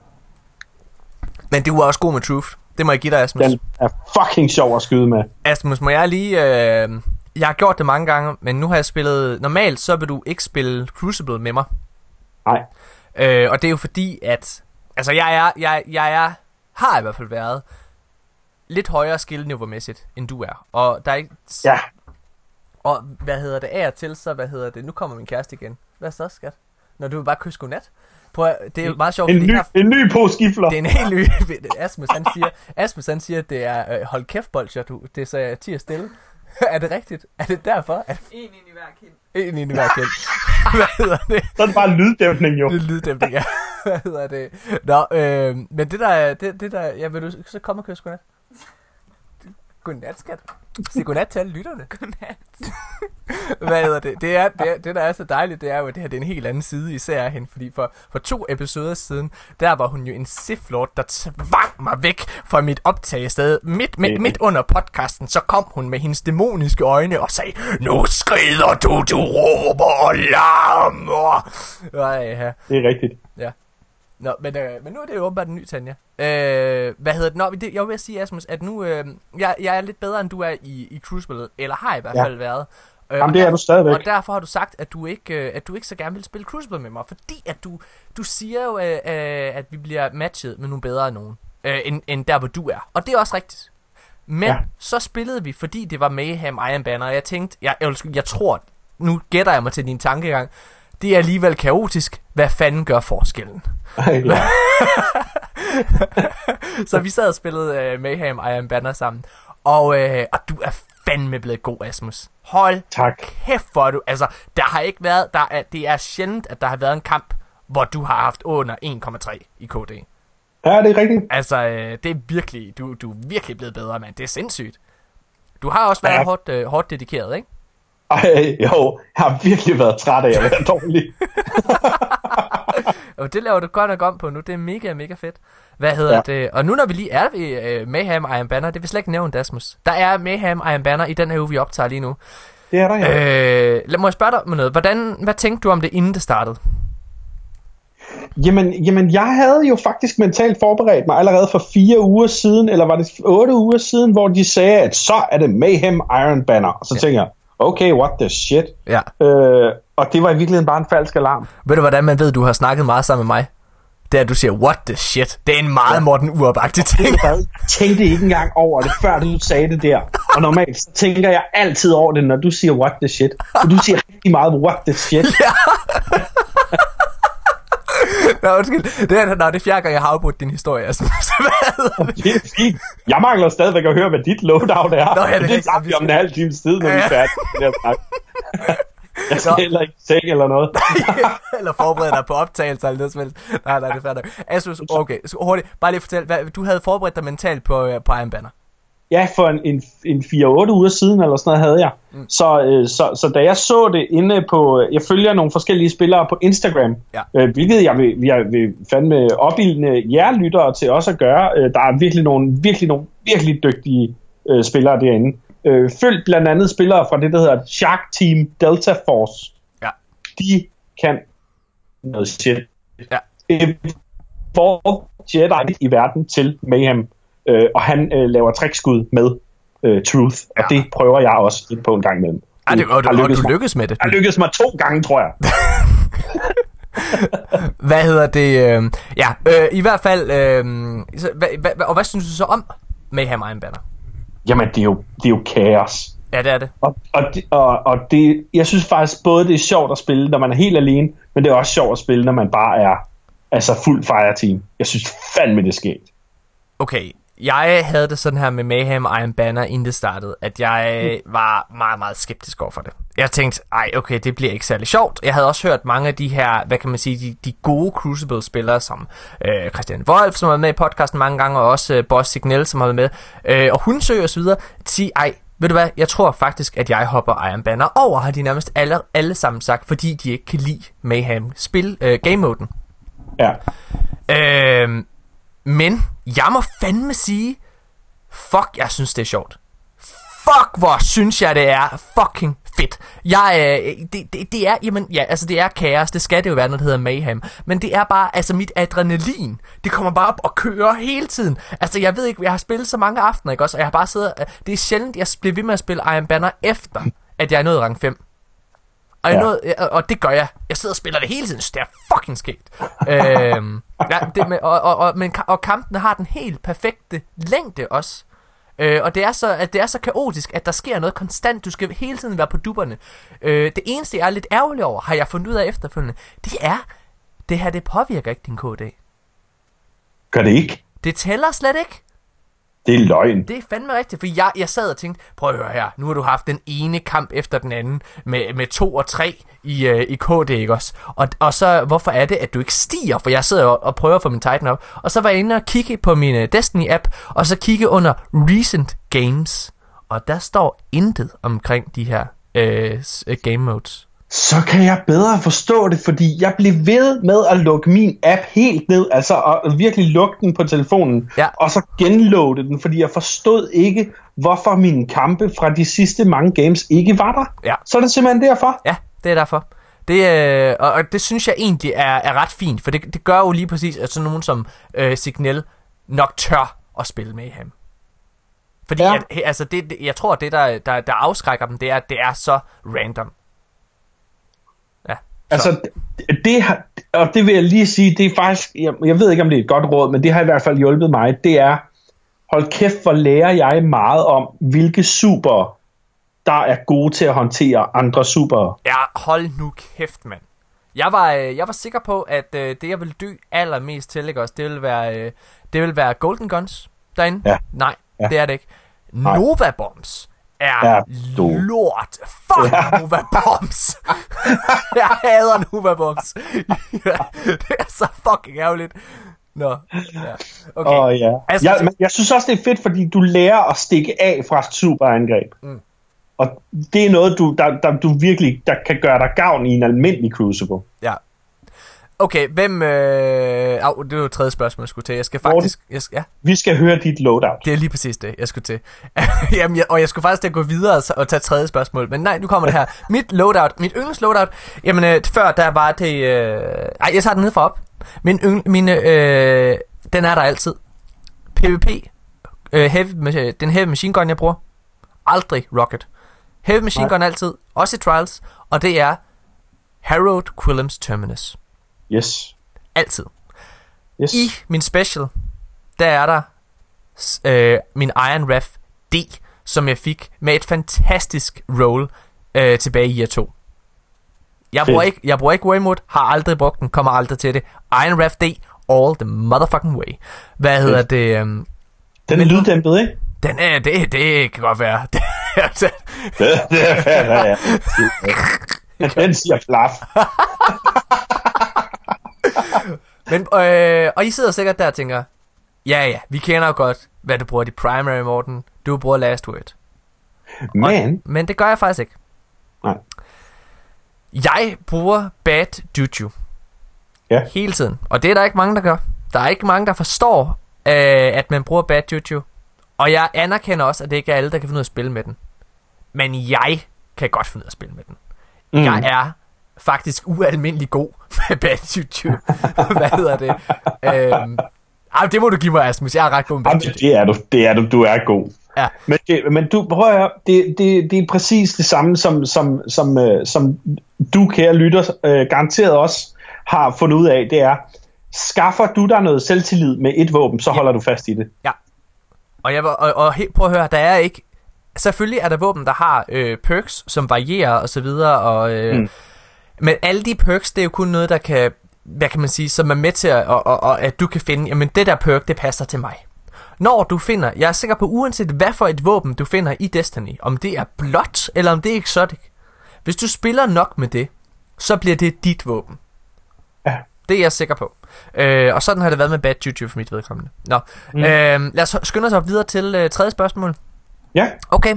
Men du er også god med Truth. Det må jeg give dig, Asmus. Den er fucking sjov at skyde med. Asmus, må jeg lige... Øh... Jeg har gjort det mange gange, men nu har jeg spillet... Normalt, så vil du ikke spille Crucible med mig. Nej. Øh, og det er jo fordi, at... Altså, jeg er... Jeg, jeg er... Har i hvert fald været... Lidt højere skill-niveau-mæssigt, end du er. Og der er ikke... Ja. Og hvad hedder det? Af og til, så hvad hedder det? Nu kommer min kæreste igen. Hvad så, skat? Når du vil bare kysse godnat. Prøv, det er jo meget sjovt, en, ny, her, en ny påskifler. Det er en helt ny. Asmus han siger, Asmus han siger, at det er øh, hold kæft bolcher, du. Det er så jeg tiger stille. Er det rigtigt? Er det derfor? Er det... En ind i hver kind. En ind i hver kind. Hvad hedder det? Så er det bare lyddæmpning, jo. Det er lyddæmpning, ja. Hvad hedder det? Nå, øh, men det der, det, det der, ja, vil du så komme og kysse godnat? Godnat, skat. Sig godnat til alle lytterne. Godnat. Hvad hedder det? Det, er, det, er, det der er så dejligt, det er jo, at det her det er en helt anden side især af hende. Fordi for, for to episoder siden, der var hun jo en Sith Lord, der tvang mig væk fra mit optagested. Midt, midt, midt under podcasten, så kom hun med hendes dæmoniske øjne og sagde, nu skrider du, du råber og larmer. Ej, ja. Det er rigtigt. Ja. Nå, men, øh, men nu er det jo åbenbart en ny Tanja. Øh, hvad hedder det? Nå, det, jeg vil sige, Asmus, at nu, øh, jeg, jeg er lidt bedre, end du er i, i Crucible, eller har i hvert fald ja. været. Øh, Jamen, det er du stadigvæk. Og derfor har du sagt, at du ikke, øh, at du ikke så gerne vil spille Crucible med mig, fordi at du, du siger jo, øh, øh, at vi bliver matchet med nogle bedre nogen, øh, end, end der, hvor du er. Og det er også rigtigt. Men ja. så spillede vi, fordi det var Mayhem Iron Banner, og jeg tænkte, jeg, jeg, jeg tror, nu gætter jeg mig til din tankegang, det er alligevel kaotisk. Hvad fanden gør forskellen? Ej, ja. Så vi sad og spillede uh, Mayhem Iron Banner sammen. Og, uh, og du er fandme blevet god, Asmus. Hold tak. Kæft for du. Altså, der har ikke været... Der er, det er sjældent, at der har været en kamp, hvor du har haft under en komma tre i K D. Ja, det er rigtigt. Altså, uh, det er virkelig... Du, du er virkelig blevet bedre, mand. Det er sindssygt. Du har også været ja. hårdt, uh, hårdt dedikeret, ikke? Ej, jo, jeg har virkelig været træt af at være dårlig. Og det laver du godt nok om på nu. Det er mega, mega fedt. Hvad hedder ja. det? Og nu når vi lige er ved uh, Mayhem Iron Banner, det vil slet ikke nævne, Asmus. Der er Mayhem Iron Banner i den her uge, vi optager lige nu. Det er der, ja. Øh, lad mig spørge dig med noget. Hvordan, hvad tænkte du om det, inden det startede? Jamen, jamen, jeg havde jo faktisk mentalt forberedt mig allerede for fire uger siden, eller var det otte uger siden, hvor de sagde, at så er det Mayhem Iron Banner. Og så ja. tænkte jeg, okay, what the shit. Ja. Øh, og det var i virkeligheden bare en falsk alarm. Ved du, hvordan man ved, du har snakket meget sammen med mig? Det er, at du siger, what the shit. Det er en meget ja. Morten Urup-agtig ting. Jeg tænkte ikke engang over det, før du sagde det der. Og normalt så tænker jeg altid over det, når du siger, what the shit. For du siger rigtig meget, what the shit. Ja. Nå, undskyld. Det er, nå, det er fjerde gang, jeg har afbrudt din historie. Altså, det er fint. Jeg mangler stadigvæk at høre, hvad dit loadout er. Nå, ja, det, det tager vi om en halv times tid, når ja. vi er færdige. Jeg skal Nå. heller ikke seng eller noget. Eller forberede dig på optagelser eller noget som helst. Nej, nej, det er fair nok. Asus, okay, så hurtigt. Bare lige fortæl, hvad, du havde forberedt dig mentalt på, på Iron Banner. Ja, for en, en, en fire otte uger siden eller sådan noget havde jeg. Mm. Så, øh, så, så da jeg så det inde på... Jeg følger nogle forskellige spillere på Instagram, ja. øh, hvilket jeg vil, jeg vil fandme opildne jer lyttere til også at gøre. Øh, der er virkelig nogle virkelig, nogle virkelig dygtige øh, spillere derinde. Øh, følg blandt andet spillere fra det, der hedder Shark Team Delta Force. Ja. De kan noget shit. Ja. Øh, for Jedi i verden til Mayhem. Øh, og han øh, laver trickskud med øh, Truth, og ja. det prøver jeg også lidt på en gang imellem. Ja, det, og, du, og du lykkes med det. Jeg lykkes mig to gange, tror jeg. Hvad hedder det? Øh, ja, øh, i hvert fald, øh, så, hva, hva, og hvad synes du så om Mayhem Iron Banner? Jamen, det er jo, det er jo kaos. Ja, det er det. Og, og, det, og, og det, jeg synes faktisk både, det er sjovt at spille, når man er helt alene, men det er også sjovt at spille, når man bare er altså fuld fireteam. Jeg synes fandme, det er skægt. Okay. Jeg havde det sådan her med Mayhem Iron Banner, inden det startede, at jeg var meget, meget skeptisk over for det. Jeg tænkte, ej, okay, det bliver ikke særlig sjovt. Jeg havde også hørt mange af de her, hvad kan man sige, de, de gode Crucible-spillere, som øh, Christian Wolf, som har været med i podcasten mange gange, og også øh, Boss Signal, som har været med, øh, og Hunsø og så videre, sige, ej, ved du hvad, jeg tror faktisk, at jeg hopper Iron Banner over, har de nærmest alle, alle sammen sagt, fordi de ikke kan lide Mayhem spil, øh, game-moden. Ja. Øh... Men jeg må fandme sige, fuck, jeg synes det er sjovt. Fuck, hvor synes jeg det er fucking fedt. Jeg, øh, det, det, det er, jamen, ja, altså det er kaos, det skal det jo være, når det hedder Mayhem. Men det er bare, altså mit adrenalin, det kommer bare op og kører hele tiden. Altså jeg ved ikke, jeg har spillet så mange aftener, ikke også? Og jeg har bare siddet, det er sjældent, jeg bliver ved med at spille Iron Banner efter, at jeg er nået rang fem. Og, ja. nåede, og det gør jeg. Jeg sidder og spiller det hele tiden, så det er fucking skægt. øhm, ja, det med, og, og, og, men, og kampene har den helt perfekte længde også. Øh, og det er, så, at det er så kaotisk, at der sker noget konstant. Du skal hele tiden være på dupperne. Øh, det eneste, jeg er lidt ærgerlig over, har jeg fundet ud af efterfølgende, det er, det her, det påvirker ikke din K D. Gør det ikke? Det tæller slet ikke. Det er løgn. Det er fandme rigtigt, for jeg, jeg sad og tænkte, prøv at høre her, nu har du haft den ene kamp efter den anden, med, med to og tre i, uh, i K D, ikke også? Og, og så, hvorfor er det, at du ikke stiger? For jeg sidder og, og prøver at få min Titan op, og så var jeg inde og kigge på min uh, Destiny-app, og så kigge under Recent Games, og der står intet omkring de her uh, game modes. Så kan jeg bedre forstå det, fordi jeg blev ved med at lukke min app helt ned, altså og virkelig lukke den på telefonen, ja. og så genloade den, fordi jeg forstod ikke, hvorfor mine kampe fra de sidste mange games ikke var der. Ja. Så er det simpelthen derfor. Ja, det er derfor. Det, øh, og, og det synes jeg egentlig er, er ret fint, for det, det gør jo lige præcis, at sådan nogen som øh, Signal nok tør at spille Mayhem. Fordi ja. at, altså det, det, jeg tror, at det, der, der, der afskrækker dem, det er, at det er så random. Altså, det, det har, og det vil jeg lige sige, det er faktisk, jeg, jeg ved ikke, om det er et godt råd, men det har i hvert fald hjulpet mig, det er, hold kæft, hvor lærer jeg meget om, hvilke super, der er gode til at håndtere andre super. Ja, hold nu kæft, mand. Jeg var, jeg var sikker på, at øh, det, jeg ville dø allermest til, ikke også, det ville være, øh, det ville være Golden Guns derinde. Ja. Nej, ja. det er det ikke. Nej. Nova Bombs er ja, lort. Fuck ja. Nova Bombs. Jeg hader Nova Bombs. Det er så fucking ærgerligt. Nå, ja. Okay. Oh, ja. Altså, jeg, jeg synes også, det er fedt, fordi du lærer at stikke af fra superangreb. Mm. Og det er noget, du, der, der, du virkelig der kan gøre dig gavn i en almindelig Crucible. Ja. Okay, hvem... Øh... Au, det er jo et tredje spørgsmål, jeg skulle til. Jeg skal faktisk... Jeg skal, ja. Vi skal høre dit loadout. Det er lige præcis det, jeg skulle til. Jamen, jeg, og jeg skulle faktisk til at gå videre og, og tage tredje spørgsmål. Men nej, nu kommer det her. Mit loadout, mit yndlings loadout... Jamen, øh, før der var det... Øh... Ej, jeg tager den ned fra op. Min yng... Mine... Øh... Den er der altid. PvP. Øh, heavy, den heavy machine gun, jeg bruger. Aldrig rocket. Heavy machine gun altid. Også i trials. Og det er... Harrowed Quillem's Terminus. Yes. Altid. Yes. I min special, der er der øh, min Iron Ref D, som jeg fik med et fantastisk roll øh, tilbage i year to. Jeg bruger ikke, jeg bruger ikke Waymode, har aldrig brugt den, kommer aldrig til det. Iron Ref D, all the motherfucking way. Hvad hedder det? Um, den er lyddæmpet, ikke? Den er, det, det kan godt være. det, det, det er fair, ja, ja. Den siger flaf. Men, øh, og I sidder sikkert der og tænker, ja ja, vi kender jo godt, hvad du bruger i primary, Morten. Du bruger last word. Men? Og, men det gør jeg faktisk ikke. Nej. Jeg bruger bad juju. Ja. Hele tiden. Og det er der ikke mange, der gør. Der er ikke mange, der forstår, øh, at man bruger bad juju. Og jeg anerkender også, at det ikke er alle, der kan finde ud af at spille med den. Men jeg kan godt finde ud af at spille med den. Mm. Jeg er faktisk ualmindelig god med bad juju. Hvad hedder det? Øhm, ej, det må du give mig, Asmus. Jeg er ret god med bad juju. Det er du. Det er du. Du er god. Ja. Men, det, men du prøv at høre, det, det, det er præcis det samme, som, som, som, uh, som du, kære lytter, uh, garanteret også har fundet ud af. Det er, skaffer du dig noget selvtillid med et våben, så ja. holder du fast i det. Ja. Og, jeg, og, og helt prøv at høre, der er ikke... Selvfølgelig er der våben, der har øh, perks, som varierer og så videre, og... Øh, mm. Men alle de perks, det er jo kun noget, der kan... Hvad kan man sige, som er med til, at, og, og, og, at du kan finde... Jamen, det der perk, det passer til mig. Når du finder... Jeg er sikker på, uanset hvad for et våben, du finder i Destiny, om det er blåt, eller om det er exotic. Hvis du spiller nok med det, så bliver det dit våben. Ja. Det er jeg sikker på. Øh, og sådan har det været med bad juju for mit vedkommende. Nå, mm. øh, lad os skynde os op videre til øh, tredje spørgsmål. Ja. Okay.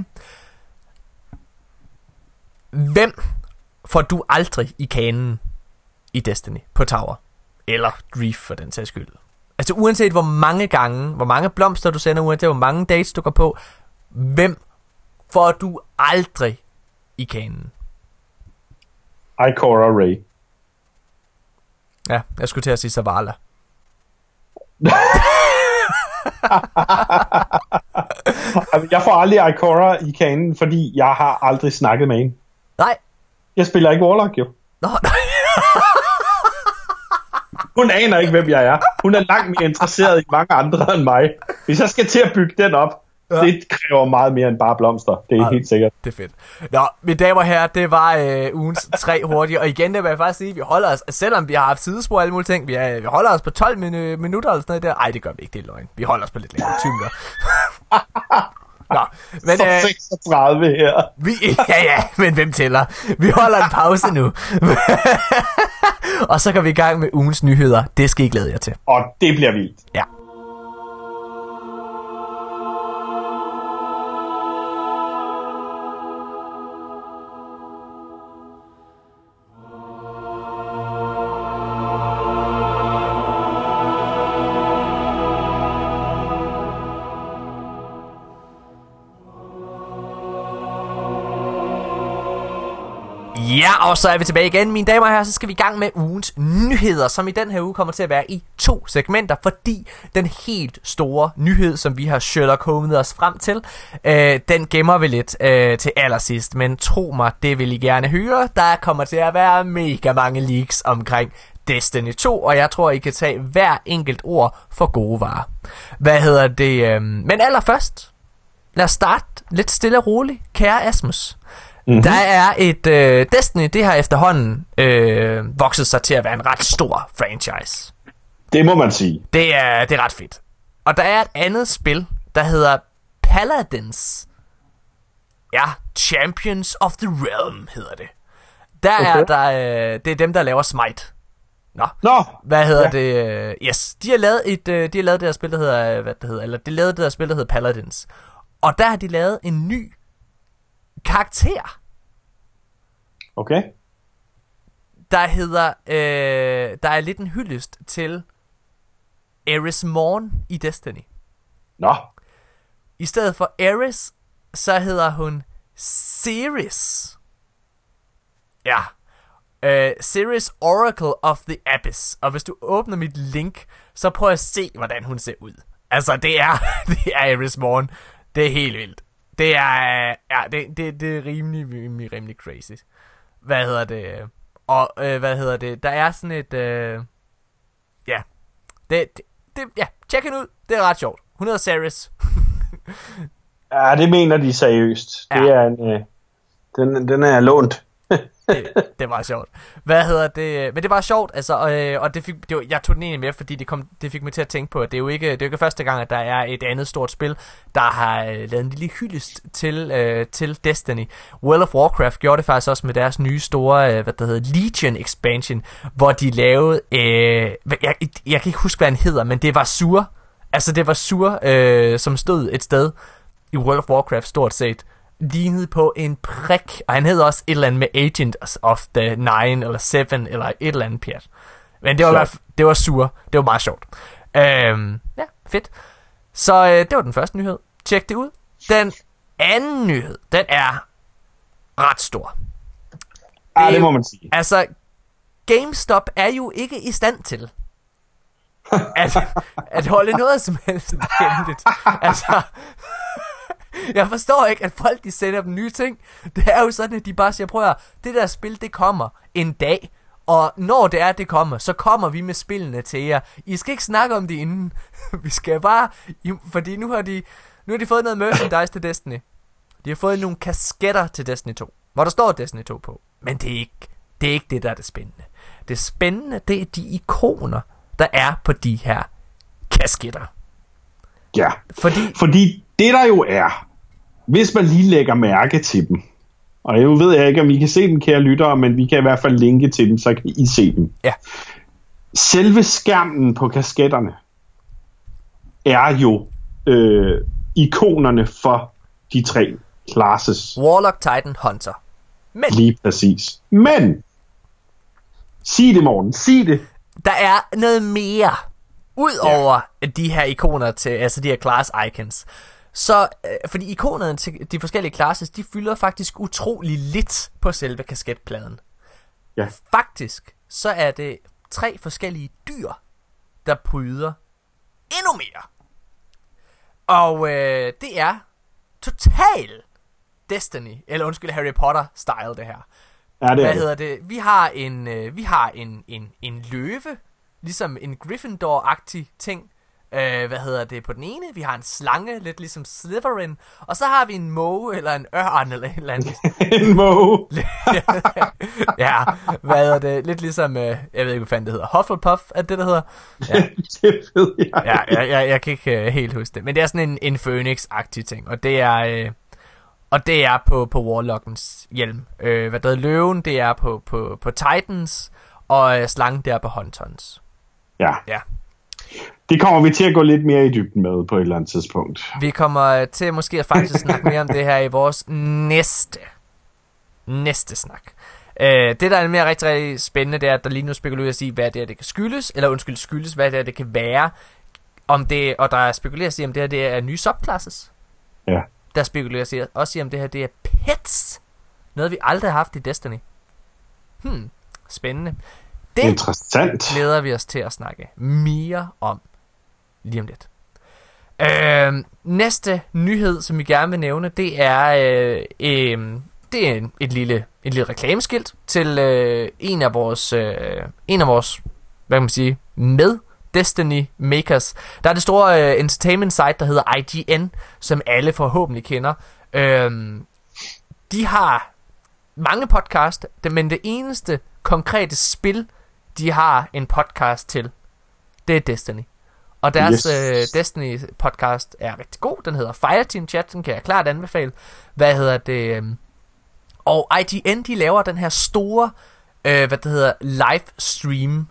Hvem får du aldrig i kanen i Destiny på Tower? Eller Reef for den sags skyld. Altså uanset hvor mange gange, hvor mange blomster du sender, uanset hvor mange dates du går på, hvem får du aldrig i kanen? Ikora Ray. Ja, jeg skulle til at sige Zavala. Jeg får aldrig Ikora i kanen, fordi jeg har aldrig snakket med hende. Nej. Jeg spiller ikke Warlock, jo. Nå, nej. Hun aner ikke, hvem jeg er. Hun er langt mere interesseret i mange andre end mig. Hvis jeg skal til at bygge den op, ja. Det kræver meget mere end bare blomster. Det er ja, helt sikkert. Det er fedt. Nå, mine damer og herrer, det var øh, ugens tre hurtige. Og igen, det vil jeg faktisk sige, vi holder os, selvom vi har haft sidespor og alle mulige ting, vi, er, vi holder os på tolv min, minutter eller sådan noget der. Ej, det gør vi ikke, det er løgn. Vi holder os på lidt længere, tyve minutter. Nå, men så øh, seksogtredive her. Vi, ja, ja, men hvem tæller? Vi holder en pause nu. Og så går vi i gang med ugens nyheder. Det skal I glæde jer til. Og det bliver vildt. Ja. Ja, og så er vi tilbage igen, mine damer og herrer. Så skal vi i gang med ugens nyheder, som i den her uge kommer til at være i to segmenter, fordi den helt store nyhed, som vi har Sherlock Holmes os frem til, øh, den gemmer vi lidt øh, til allersidst. Men tro mig, det vil I gerne høre. Der kommer til at være mega mange leaks omkring Destiny to, og jeg tror, I kan tage hver enkelt ord for gode varer. Hvad hedder det? Øh... Men allerførst, lad os starte lidt stille og roligt, kære Asmus. Mm-hmm. Der er et øh, Destiny, det har efterhånden øh, vokset sig til at være en ret stor franchise. Det må man sige. Det er, det er ret fedt. Og der er et andet spil, der hedder Paladins. Ja, Champions of the Realm hedder det. Der okay. er der, øh, det er dem, der laver Smite. Nå, Nå. Hvad hedder Ja. det? Yes, de har lavet et, øh, de har lavet det her spil, der hedder, hvad det hedder, eller de lavede det her spil, der hedder Paladins. Og der har de lavet en ny karakter. Okay. der hedder, øh, der er lidt en hyldest til Eris Morn i Destiny. Nå. I stedet for Eris, så hedder hun Ceres. Ja. Uh, Ceres Oracle of the Abyss. Og hvis du åbner mit link, så prøv at se, hvordan hun ser ud. Altså, det er, det er Eris Morn. Det er helt vildt. Det er, ja, det, det, det er rimelig, rimelig, rimelig crazy. Hvad hedder det? Og, øh, hvad hedder det? Der er sådan et, øh, ja, det, det, det, ja, check hende ud. Det er ret sjovt. Hun hedder Ceres. Ja, det mener de seriøst. Ja. Det er en, øh, den, den er lånt. det, det var sjovt. Hvad hedder det? Men det var sjovt, altså, øh, og det fik, det var, jeg tog den egentlig med, fordi det, kom, det fik mig til at tænke på, at det er jo ikke, det er jo ikke første gang, at der er et andet stort spil, der har øh, lavet en lille hyldest til, øh, til Destiny. World of Warcraft gjorde det faktisk også med deres nye store, øh, hvad der hedder, Legion expansion, hvor de lavede, øh, jeg, jeg kan ikke huske, hvad han hedder, men det var Sur. Altså, det var Sur, øh, som stod et sted i World of Warcraft stort set, lignede på en prik, og han hed også et eller andet med Agent of the Nine, eller Seven, eller et eller andet pjat. Men det var, det var Sur. Det var meget sjovt. Øhm, ja, fedt. Så øh, det var den første nyhed. Tjek det ud. Den anden nyhed, den er ret stor. Ja, det, det må man sige. Altså, GameStop er jo ikke i stand til at, at holde noget som helst hemmeligt. Altså, jeg forstår ikke, at folk de sender dem nye ting. Det er jo sådan, at de bare siger, prøv at det der spil, det kommer en dag. Og når det er, det kommer, så kommer vi med spillene til jer. I skal ikke snakke om det inden. Vi skal bare, fordi nu har de, nu har de fået noget merchandise til Destiny. De har fået nogle kasketter til Destiny to, hvor der står Destiny to på. Men det er ikke, det er ikke det, der er det spændende. Det spændende, det er de ikoner, der er på de her kasketter. Ja, fordi, fordi det der jo er, hvis man lige lægger mærke til dem, og jeg ved jeg ikke, om I kan se dem, kære lyttere, men vi kan i hvert fald linke til dem, så kan I se dem. Ja. Selve skærmen på kasketterne er jo øh, ikonerne for de tre classes. Warlock, Titan, Hunter. Men lige præcis. Men sig det, Morten, sig det. Der er noget mere udover ja. de her ikoner til, altså de her class icons. Så, øh, fordi ikonerne til de forskellige classes, de fylder faktisk utrolig lidt på selve kasketpladen. Ja. Faktisk, så er det tre forskellige dyr, der bryder endnu mere. Og øh, det er total Destiny, eller undskyld, Harry Potter-style det her. Ja, det Hvad er hedder det? Vi har en, øh, vi har en, en, en løve, ligesom en Gryffindor-agtig ting. Øh, hvad hedder det på den ene? Vi har en slange, lidt ligesom Slytherin. Og så har vi en måge, eller en ørn, eller et eller andet. En måge. Ja, hvad hedder det? Lidt ligesom, øh, jeg ved ikke, hvad fanden det hedder. Hufflepuff, er det, der hedder? Ja. Det ved jeg. Ja, jeg, jeg, jeg kan ikke uh, helt huske det. Men det er sådan en, en Phoenix-agtig ting. Og det er... Øh, Og det er på, på Warlockens hjelm. Øh, hvad der hedder løven, det er på, på, på Titans. Og øh, slangen, det er på Huntons. Ja. Ja. Det kommer vi til at gå lidt mere i dybden med på et eller andet tidspunkt. Vi kommer til måske at faktisk snakke mere om det her i vores næste, næste snak. Øh, det, der er mere rigtig, rigtig spændende, det er, at der lige nu spekuleres i, hvad det er, det kan skyldes. Eller undskyld, skyldes, hvad det er, det kan være. Om det, og der spekuleres i, om det her det er nye subclasses. Ja. Der spekuleres også i, om det her det er pets. Noget, vi aldrig har haft i Destiny. Hmm, spændende. Det interessant. Glæder vi os til at snakke mere om lige om lidt. Øh, næste nyhed, som vi gerne vil nævne, det er, øh, øh, det er en, et, lille, et lille reklameskilt til øh, en af vores, øh, en af vores, hvad kan man sige, med Destiny Makers. Der er det store uh, entertainment site, der hedder I G N, som alle forhåbentlig kender. Øhm, de har mange podcast, men det eneste konkrete spil, de har en podcast til, det er Destiny. Og deres yes. uh, Destiny podcast er rigtig god. Den hedder Fireteam Chat, den kan jeg klart anbefale. Hvad hedder det? Um, og I G N, de laver den her store, uh, hvad det hedder, livestream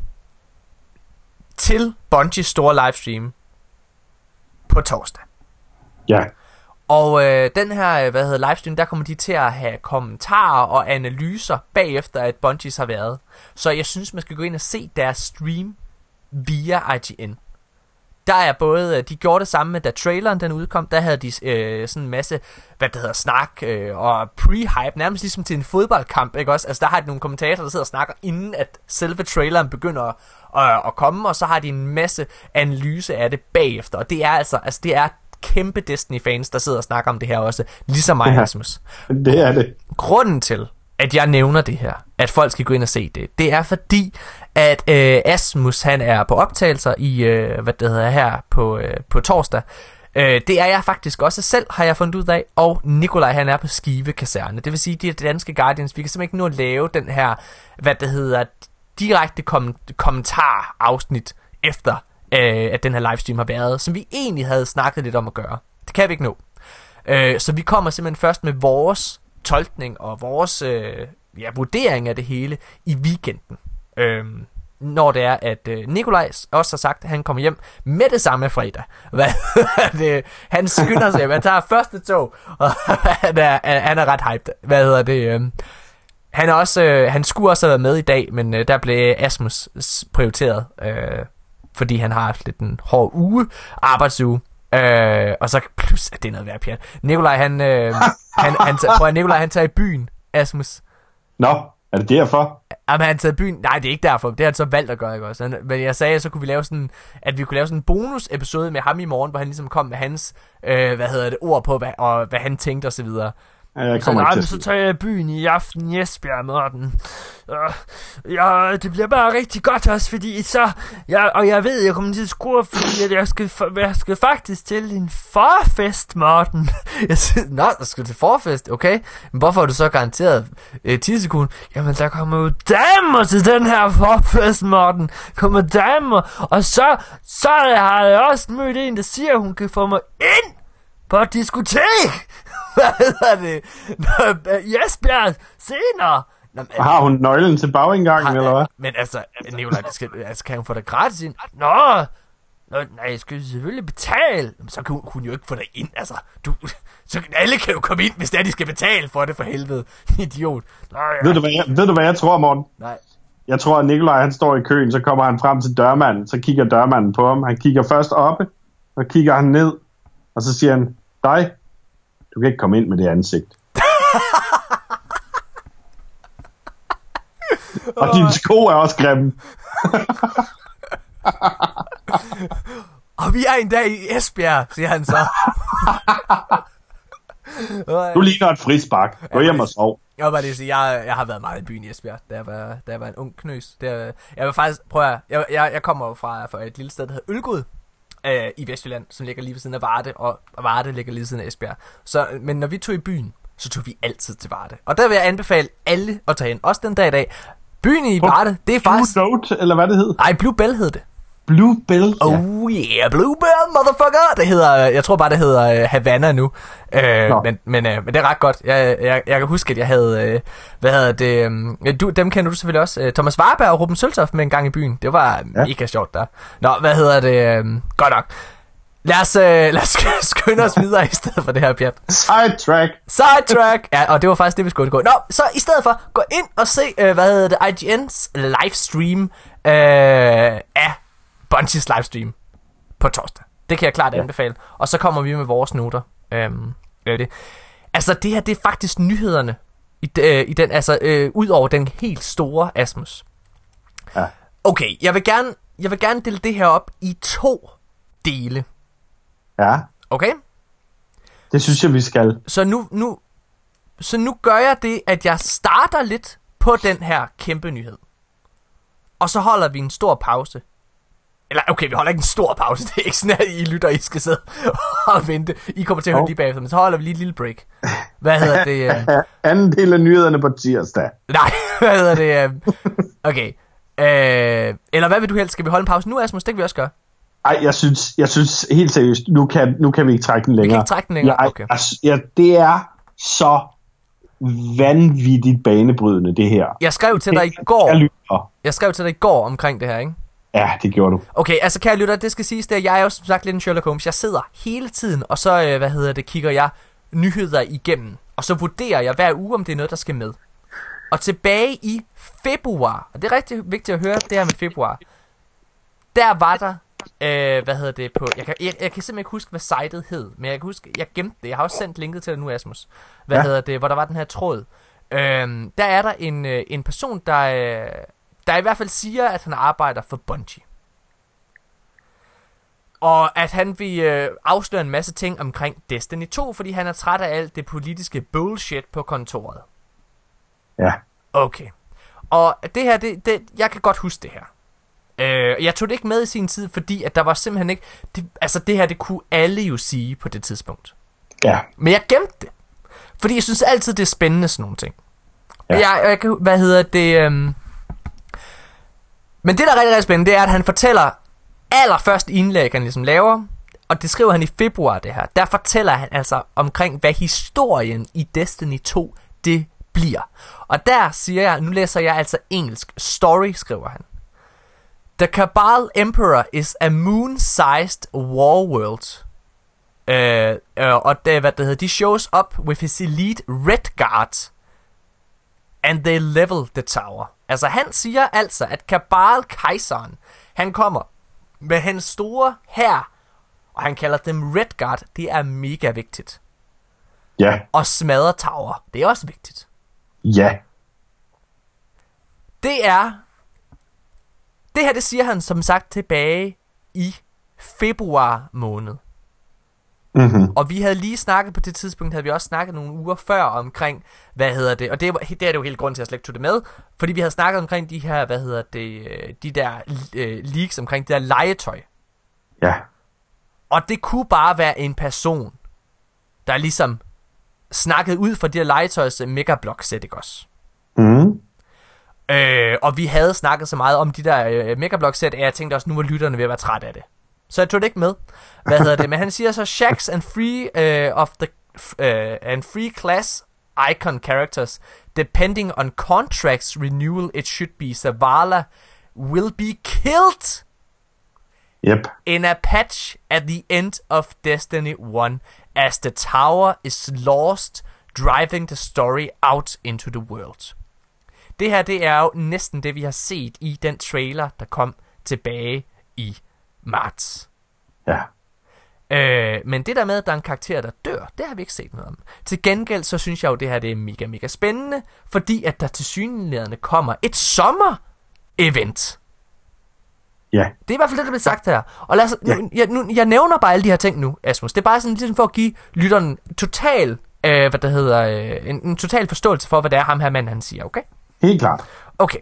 til Bungies store livestream på torsdag. Ja. Og øh, den her, hvad hedder livestream, der kommer de til at have kommentarer og analyser bagefter, at Bungies har været. Så jeg synes, man skal gå ind og se deres stream via I G N. Der er både, de gjorde det samme med, da traileren den udkom, der havde de øh, sådan en masse, hvad det hedder, snak øh, og pre-hype, nærmest ligesom til en fodboldkamp, ikke også? Altså der har de nogle kommentatorer, der sidder og snakker, inden at selve traileren begynder at, at, at komme, og så har de en masse analyse af det bagefter, og det er altså, altså det er kæmpe Destiny-fans, der sidder og snakker om det her også, ligesom mig, Rasmus. Ja, det er det. Grunden til, at jeg nævner det her, at folk skal gå ind og se det, det er fordi, at øh, Asmus, han er på optagelser i, øh, hvad det hedder her, på, øh, på torsdag. Øh, det er jeg faktisk også selv, har jeg fundet ud af, og Nikolaj, han er på Skive Kaserne. Det vil sige, de danske Guardians, vi kan simpelthen ikke nu at lave den her, hvad det hedder, direkte kom- kommentar-afsnit efter, øh, at den her livestream har været, som vi egentlig havde snakket lidt om at gøre. Det kan vi ikke nå. Øh, så vi kommer simpelthen først med vores tolkning og vores øh, ja, vurdering af det hele i weekenden. Øh, når det er, at øh, Nikolaj også har sagt, at han kommer hjem med det samme fredag. Hvad det? Han skynder sig, han tager første tog, og han er, han er ret hyped. Hvad hedder det? Øh, han er også, øh, han skulle også have været med i dag, men øh, der blev Asmus prioriteret, øh, fordi han har haft lidt en hård uge, arbejdsuge. Øh, og så plus, det er noget værd, Pjat. Nikolaj, han, øh, han, han, prøv at Nikolaj, han tager i byen, Asmus. Nå, er det derfor? Jamen, han tager i byen. Nej, det er ikke derfor. Det har han så valgt at gøre, ikke også? Men jeg sagde, så kunne vi lave sådan, at vi kunne lave sådan en bonus-episode med ham i morgen, hvor han ligesom kom med hans, øh, hvad hedder det, ord på, hvad, og hvad han tænkte og så videre. Jeg så, nej, så tager jeg i byen i aften i Esbjerg med den. Uh, ja, det bliver bare rigtig godt også, fordi så... Ja, og jeg ved, jeg kommer til at skrue, fordi at jeg skal, jeg skal faktisk til en forfest, Morten. Jeg siger, nå, der skal til forfest, okay. Men hvorfor er du så garanteret øh, ti sekunder? Jamen, der kommer jo damer til den her forfest, Morten. Kommer damer. Og så, så har jeg også mødt en, der siger, at hun kan få mig ind på et diskotek. Hvad hedder det? Jesbjerg, senere. Nå, men, har hun nøglen til bagindgangen, har, eller hvad? Men altså, Nicolaj, det skal, altså, kan hun få dig gratis ind? Nå, nå nej, jeg skal selvfølgelig betale. Men så kan hun, hun jo ikke få dig ind, altså. Du, så alle kan jo komme ind, hvis det er, de skal betale for det, for helvede. Idiot. Nå, ja. ved, du, hvad jeg, ved du, hvad jeg tror, Morten? Nej. Jeg tror, at Nikolaj, han står i køen, så kommer han frem til dørmanden, så kigger dørmanden på ham. Han kigger først oppe, så kigger han ned, og så siger han, dig, du kan ikke komme ind med det ansigt. Og dine sko er også grimme. Og vi er en dag i Esbjerg, siger han så. Du ligner et frispark. Gå hjem og sov. Jeg, bare lige sige, jeg, jeg har været meget i byen i Esbjerg, da jeg var, da jeg var en ung knøs. Det, jeg vil faktisk, prøv at, jeg, jeg, jeg kommer fra, fra et lille sted, der hedder Ølgod. Øh, i Vestjylland, som ligger lige ved siden af Varde, og Varde ligger lige ved siden af Esbjerg. Så, men når vi tog i byen, så tog vi altid til Varde. Og der vil jeg anbefale alle at tage ind, også den dag i dag. Byen i Varde, det er faktisk... Blue Note, eller hvad det hed? Nej, Blue Bell hed det. Blue Bell? Oh yeah, Blue Bell, motherfucker! Det hedder, jeg tror bare, det hedder uh, Havana nu. Uh, men, men, uh, men det er ret godt. Jeg, jeg, jeg kan huske, at jeg havde, uh, hvad hedder det, um, du, dem kender du selvfølgelig også, uh, Thomas Warberg og Ruben Søltoft med en gang i byen. Det var ja. mega sjovt der. Nå, hvad hedder det, um, godt nok. Lad os, uh, lad os skynde os videre i stedet for det her, Pjat. Sidetrack. Sidetrack. Ja, og det var faktisk det, vi skulle gå. Nå, så i stedet for, gå ind og se, uh, hvad hedder det, I G N's livestream uh, af Bungies livestream på torsdag. Det kan jeg klart ja. anbefale. Og så kommer vi med vores noter. Øhm, det. Altså, det her, det er faktisk nyhederne i, øh, i den, altså, øh, ud over den helt store Asmus. Ja. Okay, jeg vil gerne, jeg vil gerne dele det her op i to dele. Ja. Okay? Det synes jeg, vi skal. Så nu, nu, så nu gør jeg det, at jeg starter lidt på den her kæmpe nyhed. Og så holder vi en stor pause. Eller okay, vi holder ikke en stor pause. Det er ikke sådan, at I lytter, I skal sidde og vente. I kommer til at høre oh. lige bagefter, men så holder vi lige et lille break. Hvad hedder det? Uh... Anden del af nyhederne på tirsdag. Nej, hvad hedder det? Uh... Okay. Uh... Eller hvad vil du helst? Skal vi holde en pause nu, Asmus? Det kan vi også gøre. Ej, jeg synes, jeg synes helt seriøst, nu kan, nu kan vi ikke trække den længere. Vi kan ikke trække den længere? Jeg, okay. Jeg, jeg, det er så vanvittigt banebrydende, det her. Jeg skrev til dig i går. Jeg, jeg skrev til dig i går omkring det her, ikke? Ja, det gjorde du. Okay, altså kære lytter, det skal siges, at jeg er jo som sagt lidt en Sherlock Holmes. Jeg sidder hele tiden, og så, øh, hvad hedder det, kigger jeg nyheder igennem. Og så vurderer jeg hver uge, om det er noget, der skal med. Og tilbage i februar, og det er rigtig vigtigt at høre det her med februar, der var der, øh, hvad hedder det på, jeg kan, jeg, jeg kan simpelthen ikke huske, hvad sitet hed, men jeg kan huske, jeg gemte det, jeg har også sendt linket til det nu, Asmus, hvad ja. hedder det, hvor der var den her tråd. Øh, der er der en, øh, en person, der, øh, der i hvert fald siger, at han arbejder for Bungie. Og at han vil øh, afsløre en masse ting omkring Destiny to, fordi han er træt af alt det politiske bullshit på kontoret. Ja. Okay. Og det her, det, det, jeg kan godt huske det her. Øh, jeg tog det ikke med i sin tid, fordi at der var simpelthen ikke... Det, altså det her, det kunne alle jo sige på det tidspunkt. Ja. Men jeg gemte det. Fordi jeg synes altid, det er spændende sådan nogle ting. Ja. Jeg, jeg kan, hvad hedder det... Øhm... Men det, der er rigtig, rigtig spændende, det er, at han fortæller allerførst indlæg, han ligesom laver, og det skriver han i februar, det her. Der fortæller han altså omkring, hvad historien i Destiny to, det bliver. Og der siger jeg, nu læser jeg altså engelsk, story, skriver han. The Cabal Emperor is a moon-sized warworld. Uh, uh, og det, hvad det hedder, de shows up with his elite red guard, and they level the tower. Altså han siger altså, at Cabal-kejseren, han kommer med hans store hær, og han kalder dem red guard. Det er mega vigtigt. Ja. Og smadrer tower, det er også vigtigt. Ja. Det er... Det her, det siger han som sagt tilbage i februar måned. Mm-hmm. Og vi havde lige snakket på det tidspunkt, havde vi også snakket nogle uger før omkring, hvad hedder det, og det, var, det er det jo hele grunden til, at jeg slet ikke tog det med, fordi vi havde snakket omkring de her, hvad hedder det, de der øh, leaks omkring det der legetøj. Ja. Og det kunne bare være en person, der ligesom snakkede ud fra de her legetøjs megablock-sæt, ikke også? Mm. Øh, og vi havde snakket så meget om de der øh, megablock-sæt, at jeg tænkte også, nu var lytterne ved at være træt af det. Så jeg tog det ikke med. Hvad hedder det? Men han siger så, Shax and free uh, of the uh, and free class icon characters, depending on contracts renewal, it should be Zavala, will be killed Yep. in a patch at the end of Destiny one, as the tower is lost, driving the story out into the world. Det her, det er jo næsten det, vi har set i den trailer, der kom tilbage i marts. Ja. Øh, men det der med, at der er en karakter, der dør, det har vi ikke set noget om. Til gengæld, så synes jeg jo, det her det er mega, mega spændende, fordi at der tilsyneladende kommer et sommer-event. Ja. Det er i hvert fald det, der bliver sagt her. Og lad os, Ja. nu, jeg, nu, jeg nævner bare alle de her ting nu, Asmus. Det er bare sådan ligesom for at give lytteren total, øh, hvad der hedder, øh, en, en total forståelse for, hvad det er, ham her mand, han siger, okay? Helt klart. Okay.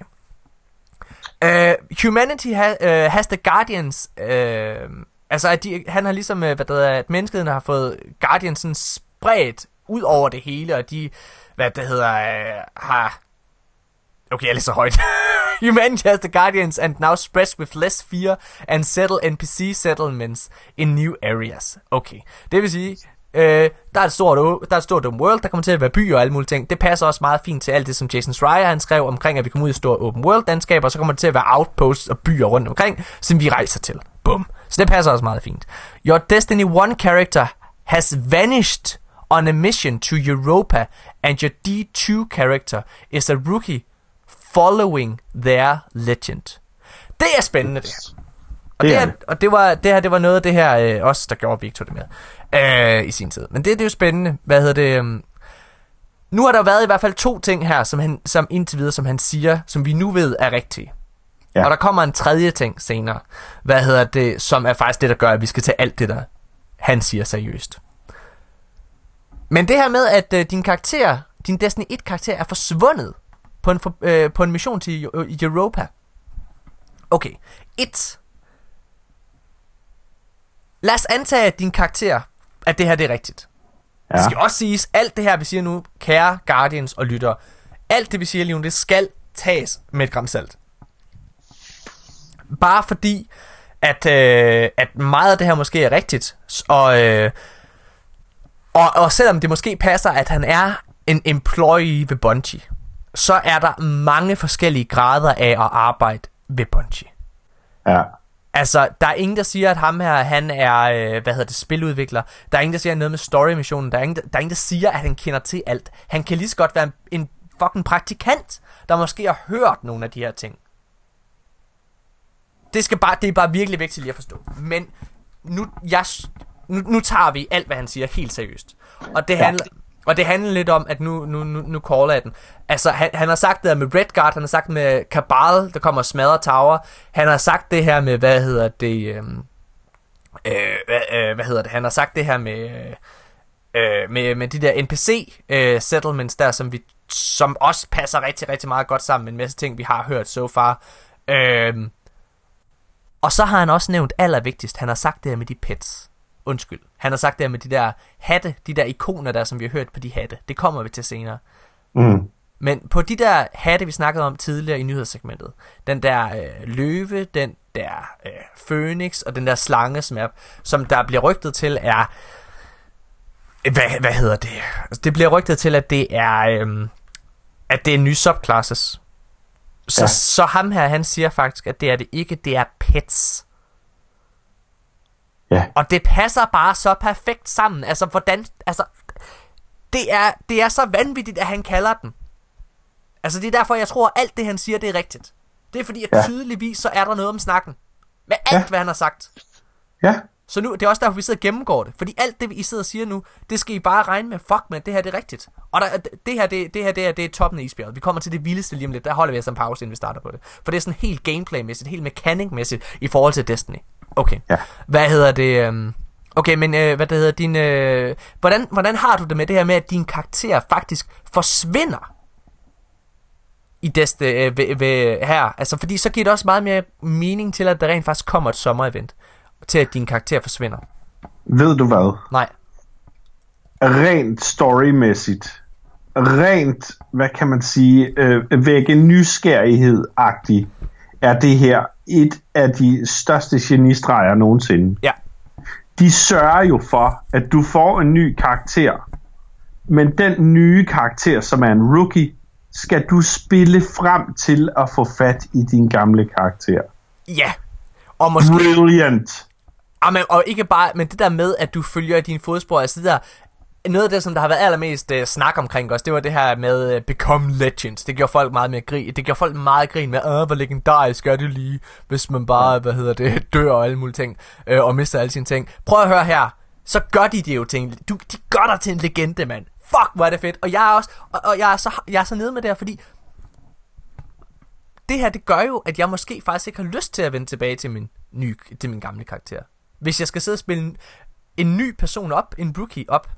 Uh, humanity ha, uh, has the Guardians. Uh, altså, at de, han har ligesom, uh, hvad der hedder, at menneskeheden har fået Guardians sådan spredt ud over det hele, og de, hvad det hedder, uh, har... Okay, jeg læser højt. Humanity has the Guardians and now spreads with less fear and settle N P C settlements in new areas. Okay, det vil sige... Øh, der er et stort, der er et stort open world, der kommer til at være byer og alle mulige ting. Det passer også meget fint til alt det, som Jason Schreier han skrev omkring, at vi kommer ud i store open world landskaber, og så kommer det til at være outposts og byer rundt omkring, som vi rejser til. Bum. Så det passer også meget fint. Your Destiny one character has vanished on a mission to Europa, and your D two character is a rookie following their legend. Det er spændende, det her. Og det, det, her, og det var det her, det var noget af det her øh, også, der gjorde, at vi ikke tog det med øh, i sin tid. Men det, det er jo spændende. Hvad hedder det? Øh, nu har der været i hvert fald to ting her, som han, som indtil videre, som han siger, som vi nu ved er rigtige. Ja. Og der kommer en tredje ting senere. Hvad hedder det? Som er faktisk det, der gør, at vi skal tage alt det der, han siger seriøst. Men det her med, at øh, din karakter, din Destiny one karakter er forsvundet på en, for, øh, på en mission til Europa. Okay. et. Lad os antage, at din karakter, at det her det er rigtigt. Ja. Det skal også siges, alt det her, vi siger nu, kære Guardians og lyttere, alt det, vi siger lige nu, det skal tages med et gram salt. Bare fordi, at, øh, at meget af det her måske er rigtigt, og, øh, og, og selvom det måske passer, at han er en employee ved Bungie, så er der mange forskellige grader af at arbejde ved Bungie. Ja. Altså, der er ingen, der siger, at ham her, han er, øh, hvad hedder det, spiludvikler. Der er ingen, der siger noget med story-missionen. Der er ingen, der, der er ingen, der siger, at han kender til alt. Han kan lige så godt være en, en fucking praktikant, der måske har hørt nogle af de her ting. Det, skal bare, det er bare virkelig vigtigt lige at forstå. Men nu, jeg, nu, nu tager vi alt, hvad han siger, helt seriøst. Og det handler... Og det handler lidt om, at nu, nu, nu, nu caller jeg den. Altså, han, han har sagt det her med Redguard, han har sagt med Cabal, der kommer og smadrer tower. Han har sagt det her med, hvad hedder det, øh, øh, øh, hvad hedder det, han har sagt det her med, øh, med, med de der N P C øh, settlements der, som vi, som også passer rigtig, rigtig meget godt sammen med en masse ting, vi har hørt so far. Øh, og så har han også nævnt allervigtigst, han har sagt det her med de pets. Undskyld. Han har sagt det her med de der hatte, de der ikoner der, som vi har hørt på de hatte. Det kommer vi til senere. Mm. Men på de der hatte, vi snakkede om tidligere i nyhedssegmentet, den der øh, løve, den der øh, Phoenix og den der slangesmap, som der bliver rygtet til er... Hvad, hvad hedder det? Altså, det bliver rygtet til, at det er... Øh, at det er nye subclasses. Så, ja. så ham her, han siger faktisk, at det er det ikke, det er pets. Ja. Og det passer bare så perfekt sammen. Altså, hvordan... Altså, det er, det er så vanvittigt, at han kalder den. Altså, det er derfor, jeg tror, at alt det, han siger, det er rigtigt. Det er fordi, at ja. tydeligvis, så er der noget om snakken. Med alt, ja. hvad han har sagt. Ja. Så nu, det er også derfor, vi sidder og gennemgår det. Fordi alt det, I sidder og siger nu, det skal I bare regne med. Fuck, man, det her det er rigtigt. Og der, det her, det, det her, det er, det er toppen af isbjerget. Vi kommer til det vildeste lige om lidt. Der holder vi os en pause, inden vi starter på det. For det er sådan helt gameplay-mæssigt, helt mechanic-mæssigt i forhold til Destiny. Okay. Ja. Hvad hedder det? Um... Okay, men øh, hvad det hedder din? Øh... Hvordan hvordan har du det med det her med, at din karakter faktisk forsvinder i Destiny øh, ved, ved, her? Altså, fordi så giver det også meget mere mening til, at der rent faktisk kommer et sommerevent til, at din karakter forsvinder. Ved du hvad? Nej. Rent storymæssigt, rent, hvad kan man sige, øh, vække nysgerrighed-agtigt, er det her et af de største genistreger nogensinde. Ja. De sørger jo for, at du får en ny karakter, men den nye karakter, som er en rookie, skal du spille frem til at få fat i din gamle karakter. Ja. Og måske... Brilliant. Amen, og ikke bare, men det der med, at du følger dine fodspor, altså det der, noget af det, som der har været allermest uh, snak omkring os, det var det her med uh, Become Legends. Det gjorde folk meget mere grin. Det gjorde folk meget grin med, åh, hvor legendarisk er det lige, hvis man bare, ja. hvad hedder det, dør og alle mulige ting, uh, og mister alle sine ting. Prøv at høre her, så gør de det jo ting. Du, de gør dig til en legende, mand. Fuck, hvor er det fedt. Og jeg er også, og, og jeg, er så, jeg er så nede med det her, fordi det her, det gør jo, at jeg måske faktisk ikke har lyst til at vende tilbage til min, nye, til min gamle karakter. Hvis jeg skal sidde og spille en, en ny person op, en rookie op.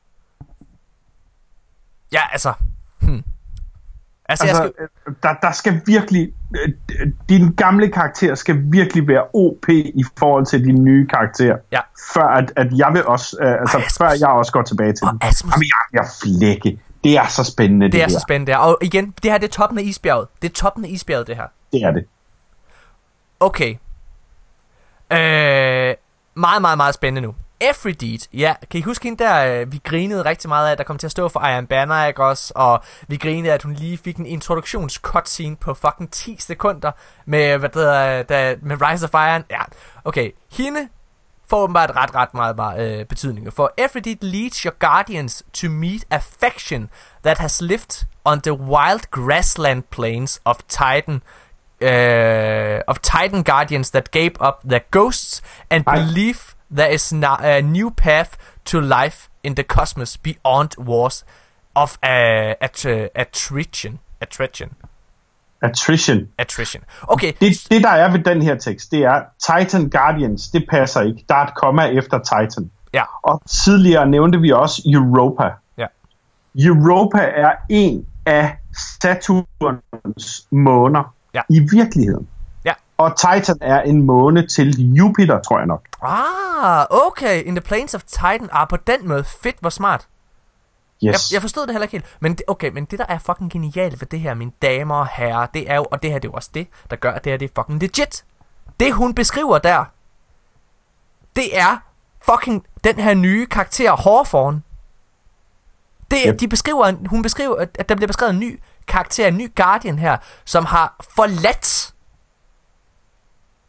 Ja, altså. Hmm. Altså, altså jeg skal... der, der skal virkelig... Din gamle karakter skal virkelig være O P i forhold til din nye karakter. Ja. Før at, at jeg vil også... Uh, altså, Ej, før jeg også går tilbage til den. Asmus... Jamen, jeg, jeg flække. Det er så spændende, det, det er her. så spændende, det her. Og igen, det her, det er toppen af isbjerget. Det er toppen af isbjerget, det her. Det er det. Okay. Øh... Meget, meget, meget spændende nu. Efredeed, ja, kan I huske hende der, øh, vi grinede rigtig meget af, der kom til at stå for Iron Banner, ikke også? Og vi grinede af, at hun lige fik en introduktions-cutscene på fucking ti sekunder med, hvad det hedder, der, med Rise of Iron. Ja, okay. Hende får åbenbart ret, ret meget, meget øh, betydning. For Efredeed leads your guardians to meet a faction that has lived on the wild grassland plains of Titan. Uh, of Titan Guardians that gave up their ghosts and Ej. believe there is na- a new path to life in the cosmos beyond wars of uh, at- uh, attrition. Attrition. Attrition. Attrition. Okay. Det, det der er ved den her tekst, det er Titan Guardians, det passer ikke. Der er et komma efter Titan. Ja. Og tidligere nævnte vi også Europa. Ja. Europa er en af Saturns måner. Ja. I virkeligheden. Ja. Og Titan er en måne til Jupiter, tror jeg nok. Ah, okay. In the plains of Titan. Ah, på den måde. Fedt, hvor smart. Yes. Jeg, jeg forstod det heller ikke helt. Men det, okay, men det der er fucking genialt ved det her, mine damer og herrer, det er jo, og det her det er jo også det, der gør, at det her det er fucking legit. Det hun beskriver der, det er fucking den her nye karakter Hawthorne. Det, yep. de beskriver, hun beskriver, at der bliver beskrevet en ny karakter, en ny Guardian her, som har forladt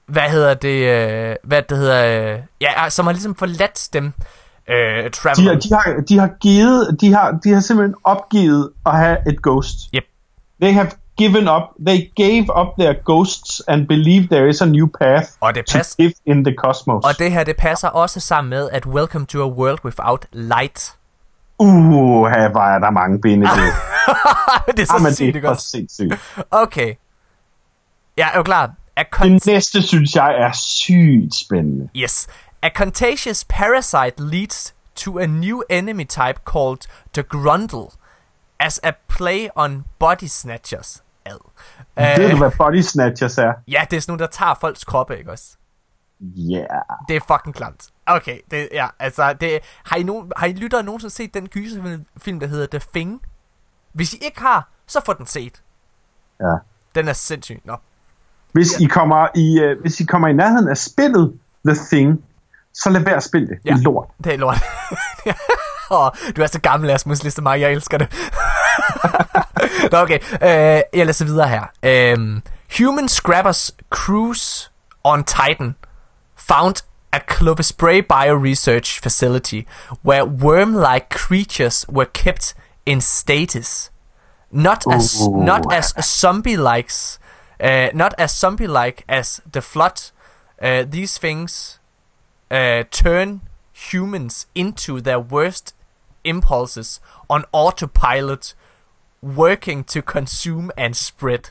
hvad hedder det, øh, hvad det hedder, øh, ja, som har ligesom forladt dem, øh, Traveler. De, har, de, har, de har givet, de har, de har simpelthen opgivet at have et ghost. Yep. They have given up, they gave up their ghosts and believe there is a new path og det to live in the cosmos. Og det her, det passer også sammen med, at Welcome to a World Without Light. Uh, her var der mange ben i det. Det er så Jamen, sygt, det er også sindssygt. Okay. Ja, er jo klar. Det næste, synes jeg, er sygt spændende. Yes. A contagious parasite leads to a new enemy type called the Grundle, as a play on body snatchers. Ad. Ved uh, du, hvad body snatchers er? Ja, det er sådan nogle, der tager folks kroppe, ikke også? Ja. Yeah. Det er fucking klamt. Okay, det, ja, altså, det, har I, nogen, har I lyttere nogensinde set den gyserfilm, der hedder The Thing? Hvis I ikke har, så få den set. Ja. Den er sindssyg. Nå. Hvis, ja. I kommer i, uh, hvis I kommer i nærheden af spillet The Thing, så lad være at spille det. Ja. Det er lort. Det er lort. Oh, du er så gammel, Asmus, ligesom mig. Jeg elsker det. Nå, okay. Uh, jeg læser videre her. Um, Human Scrappers Cruise on Titan found a Clovis Bray bioresearch facility where worm-like creatures were kept in stasis. Not as Ooh. not as zombie-likes, uh, not as zombie-like as the Flood. Uh, these things uh, turn humans into their worst impulses on autopilot, working to consume and spread.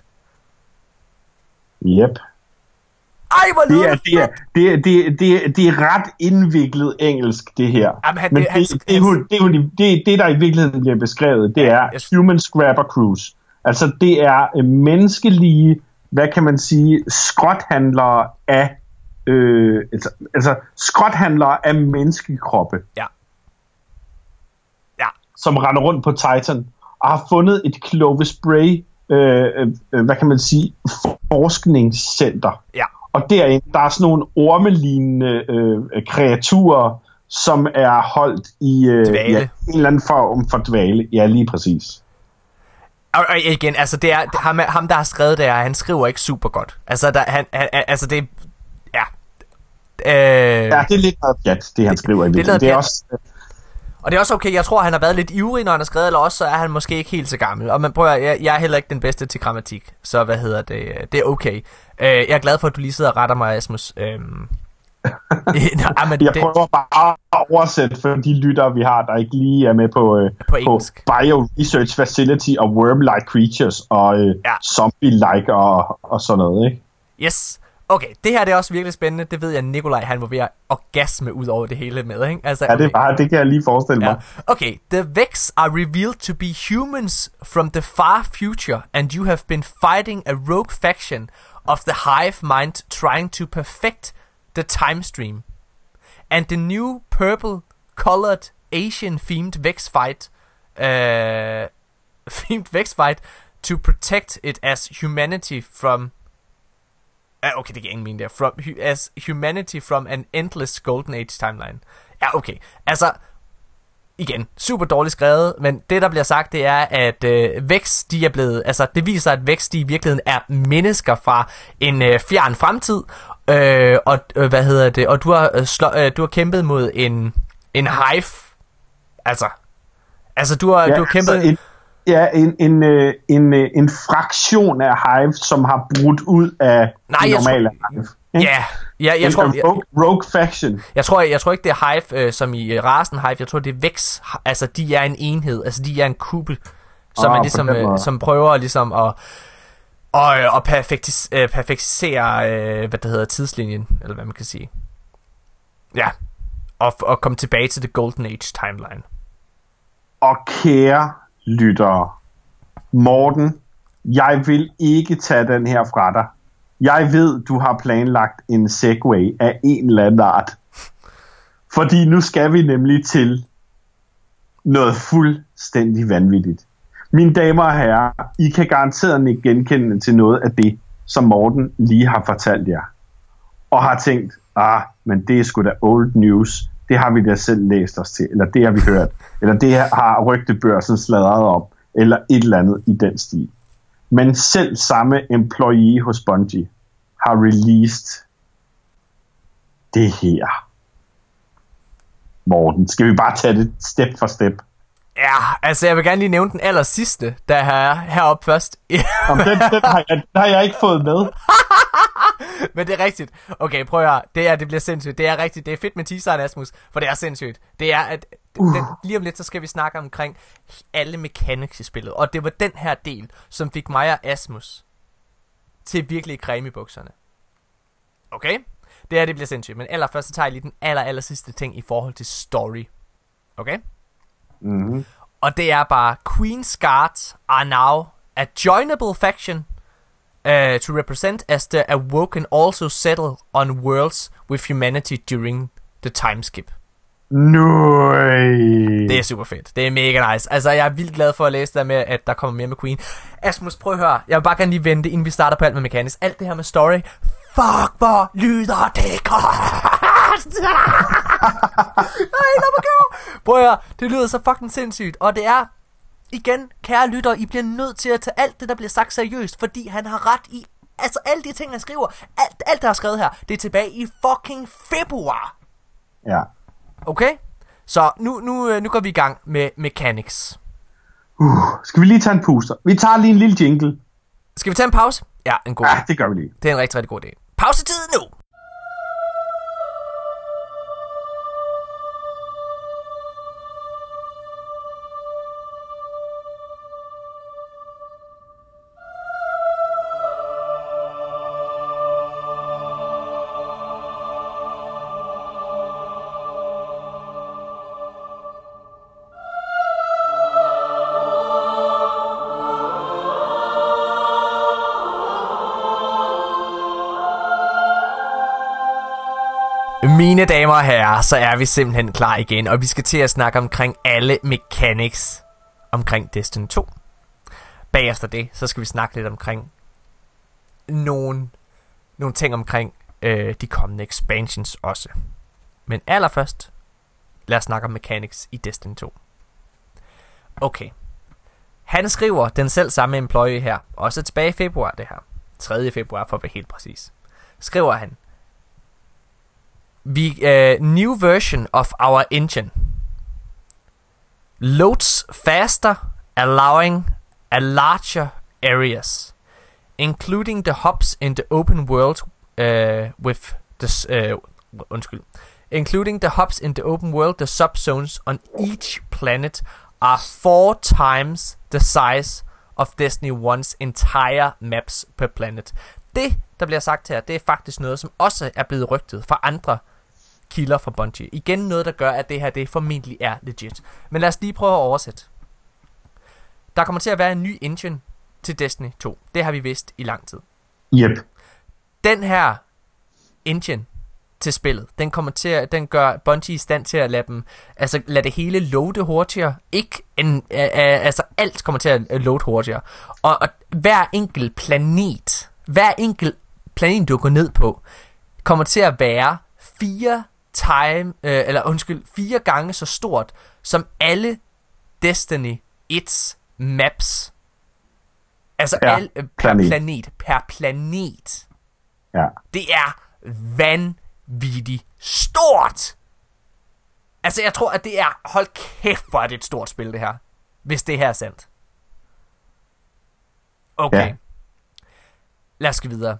Yep. Ej, hvor det, er, det, er, det, er, det, er, det, er, det er ret indviklet engelsk, det her. Jamen, han, Men det, det, det, det, det, det, det, det, der i virkeligheden bliver beskrevet, det er yes. Human Scrapper Cruise. Altså, det er menneskelige, hvad kan man sige, skrothandlere af, øh, altså, altså skrothandlere af menneskekroppe. Ja. Ja. Som render rundt på Titan og har fundet et Clovis Bray, øh, øh, hvad kan man sige, forskningscenter. Ja. Og derinde, der er sådan nogle ormelignende øh, kreaturer, som er holdt i øh, ja, en eller anden form for dvale. Ja, lige præcis. Og, og igen, altså det er det, ham, ham, der har skrevet det her, han skriver ikke super godt. Altså, der, han, han, altså det ja. Øh, ja, det er lidt noget pjat, det han skriver i det. Det, det er også... Og det er også okay, jeg tror, han har været lidt ivrig, når han har skrevet, eller også så er han måske ikke helt så gammel. Og man prøver, jeg, jeg er heller ikke den bedste til grammatik, så hvad hedder det, det er okay. Øh, jeg er glad for, at du lige sidder og retter mig, Asmus. Øhm, nej, men jeg det, prøver bare at oversætte for de lyttere, vi har, der ikke lige er med på, øh, på, på Bio Research Facility og Worm-like Creatures og øh, ja. Zombie-like og, og sådan noget, ikke? Yes. Okay, det her det er også virkelig spændende. Det ved jeg, Nikolaj, han var ved at orgasme ud over det hele med, ikke? Altså, ja, det er bare, det kan jeg lige forestille mig. Ja. Okay, the Vex are revealed to be humans from the far future, and you have been fighting a rogue faction of the hive mind trying to perfect the time stream. And the new purple-colored Asian-themed Vex fight, uh, themed Vex fight to protect it as humanity from... Okay, det giver ingen mening der. From, as humanity from an endless golden age timeline. Ja, okay. Altså, igen, super dårligt skrevet, men det, der bliver sagt, det er, at øh, Vex, de er blevet... Altså, det viser, at Vex, de i virkeligheden er mennesker fra en øh, fjern fremtid. Øh, og, øh, hvad hedder det? Og du har, øh, slå, øh, du har kæmpet mod en, en hive. Altså, altså du har, ja, du har kæmpet... Altså en Ja, en, en, en, en fraktion af Hive, som har brudt ud af Nej, normale tror, Hive. Ja, ja, jeg en tror... Rogue, rogue faction. Jeg tror, jeg, jeg tror ikke, det er Hive, øh, som i uh, rasen Hive. Jeg tror, det er Vex. Altså, de er en enhed. Altså, de er en kuppel, som, oh, er ligesom, øh, som prøver ligesom at... Og, og perfektis, øh, perfektisere, øh, hvad det hedder, tidslinjen, eller hvad man kan sige. Ja, og, og komme tilbage til the Golden Age timeline. Og kære lyttere, Morten, jeg vil ikke tage den her fra dig. Jeg ved, du har planlagt en segway af en eller anden art. Fordi nu skal vi nemlig til noget fuldstændig vanvittigt. Mine damer og herrer, I kan garanteret ikke genkende til noget af det, som Morten lige har fortalt jer. Og har tænkt, ah, men det er sgu da old news. Det har vi da selv læst os til, eller det har vi hørt, eller det har rygtebørsen sladret op, eller et eller andet i den stil. Men selv samme employee hos Bungie har released det her? Morten, skal vi bare tage det step for step? Ja, altså jeg vil gerne lige nævne den aller sidste, der er heroppe først. Om den, den, har jeg, den har jeg ikke fået med. Men det er rigtigt. Okay, prøv at høre. Det er, det bliver sindssygt. Det er rigtigt. Det er fedt med teaseren, Asmus, for det er sindssygt. Det er, at uh. den, lige om lidt, så skal vi snakke omkring alle mechanics i spillet. Og det var den her del, som fik mig og Asmus til virkelig creme i bukserne. Okay? Det er, det bliver sindssygt. Men allerførst, så tager jeg lige den aller, aller sidste ting i forhold til story. Okay? Mm-hmm. Og det er bare, Queen's Guards are now a joinable faction uh, to represent as the Awoken also settle on worlds with humanity during the timeskip. Nøj. Det er super fedt. Det er mega nice. Altså, jeg er vildt glad for at læse der med, at der kommer mere med Queen. Asmus, prøv at høre. Jeg vil bare gerne lige vente, inden vi starter på alt med mechanics. Alt det her med story. Fuck, hvor lyder det godt! Ej, lad mig gå! Prøv at høre. Det lyder så fucking sindssygt. Og det er, igen, kære lytter, I bliver nødt til at tage alt det, der bliver sagt seriøst. Fordi han har ret i, altså alle de ting, han skriver. Alt, alt der er skrevet her, det er tilbage i fucking februar. Ja. Okay? Så nu, nu, nu går vi i gang med mechanics. Uh, skal vi lige tage en puster? Vi tager lige en lille jingle. Skal vi tage en pause? Ja, en god Ja, idé. det gør vi lige. Det er en rigtig, rigtig god idé. Pausetid nu! Mine damer og herrer, så er vi simpelthen klar igen, og vi skal til at snakke omkring alle mechanics omkring Destiny to. Bagefter det, så skal vi snakke lidt omkring nogle, nogle ting omkring øh, de kommende expansions også. Men allerførst, lad os snakke om mechanics i Destiny to. Okay. Han skriver den selv samme employee her, også tilbage i februar det her. tredje februar for at være helt præcis. Skriver han: We, uh, new version of our engine loads faster, allowing a larger areas, including the hubs in the open world uh, with the uh, undskyld, including the hubs in the open world. The subzones on each planet are four times the size of Destiny one's entire maps per planet. Det, der bliver sagt her, det er faktisk noget, som også er blevet rygtet fra andre kilder fra Bungie. Igen noget, der gør, at det her det formentlig er legit. Men lad os lige prøve at oversætte. Der kommer til at være en ny engine til Destiny to. Det har vi vidst i lang tid. Yep. Den her engine til spillet, den kommer til at, den gør Bungie i stand til at lade dem, altså lade det hele loade hurtigere. Ikke en, uh, uh, altså alt kommer til at loade hurtigere. Og, og hver enkelt planet, hver enkelt planet du går ned på, kommer til at være fire time, øh, eller undskyld, fire gange så stort som alle Destiny et's maps. Altså per, al, øh, per planet. planet. Per planet. Ja. Det er vanvittigt stort. Altså jeg tror, at det er, hold kæft, hvor er det et stort spil det her. Hvis det her er sandt. Okay. Ja. Lad os gå videre.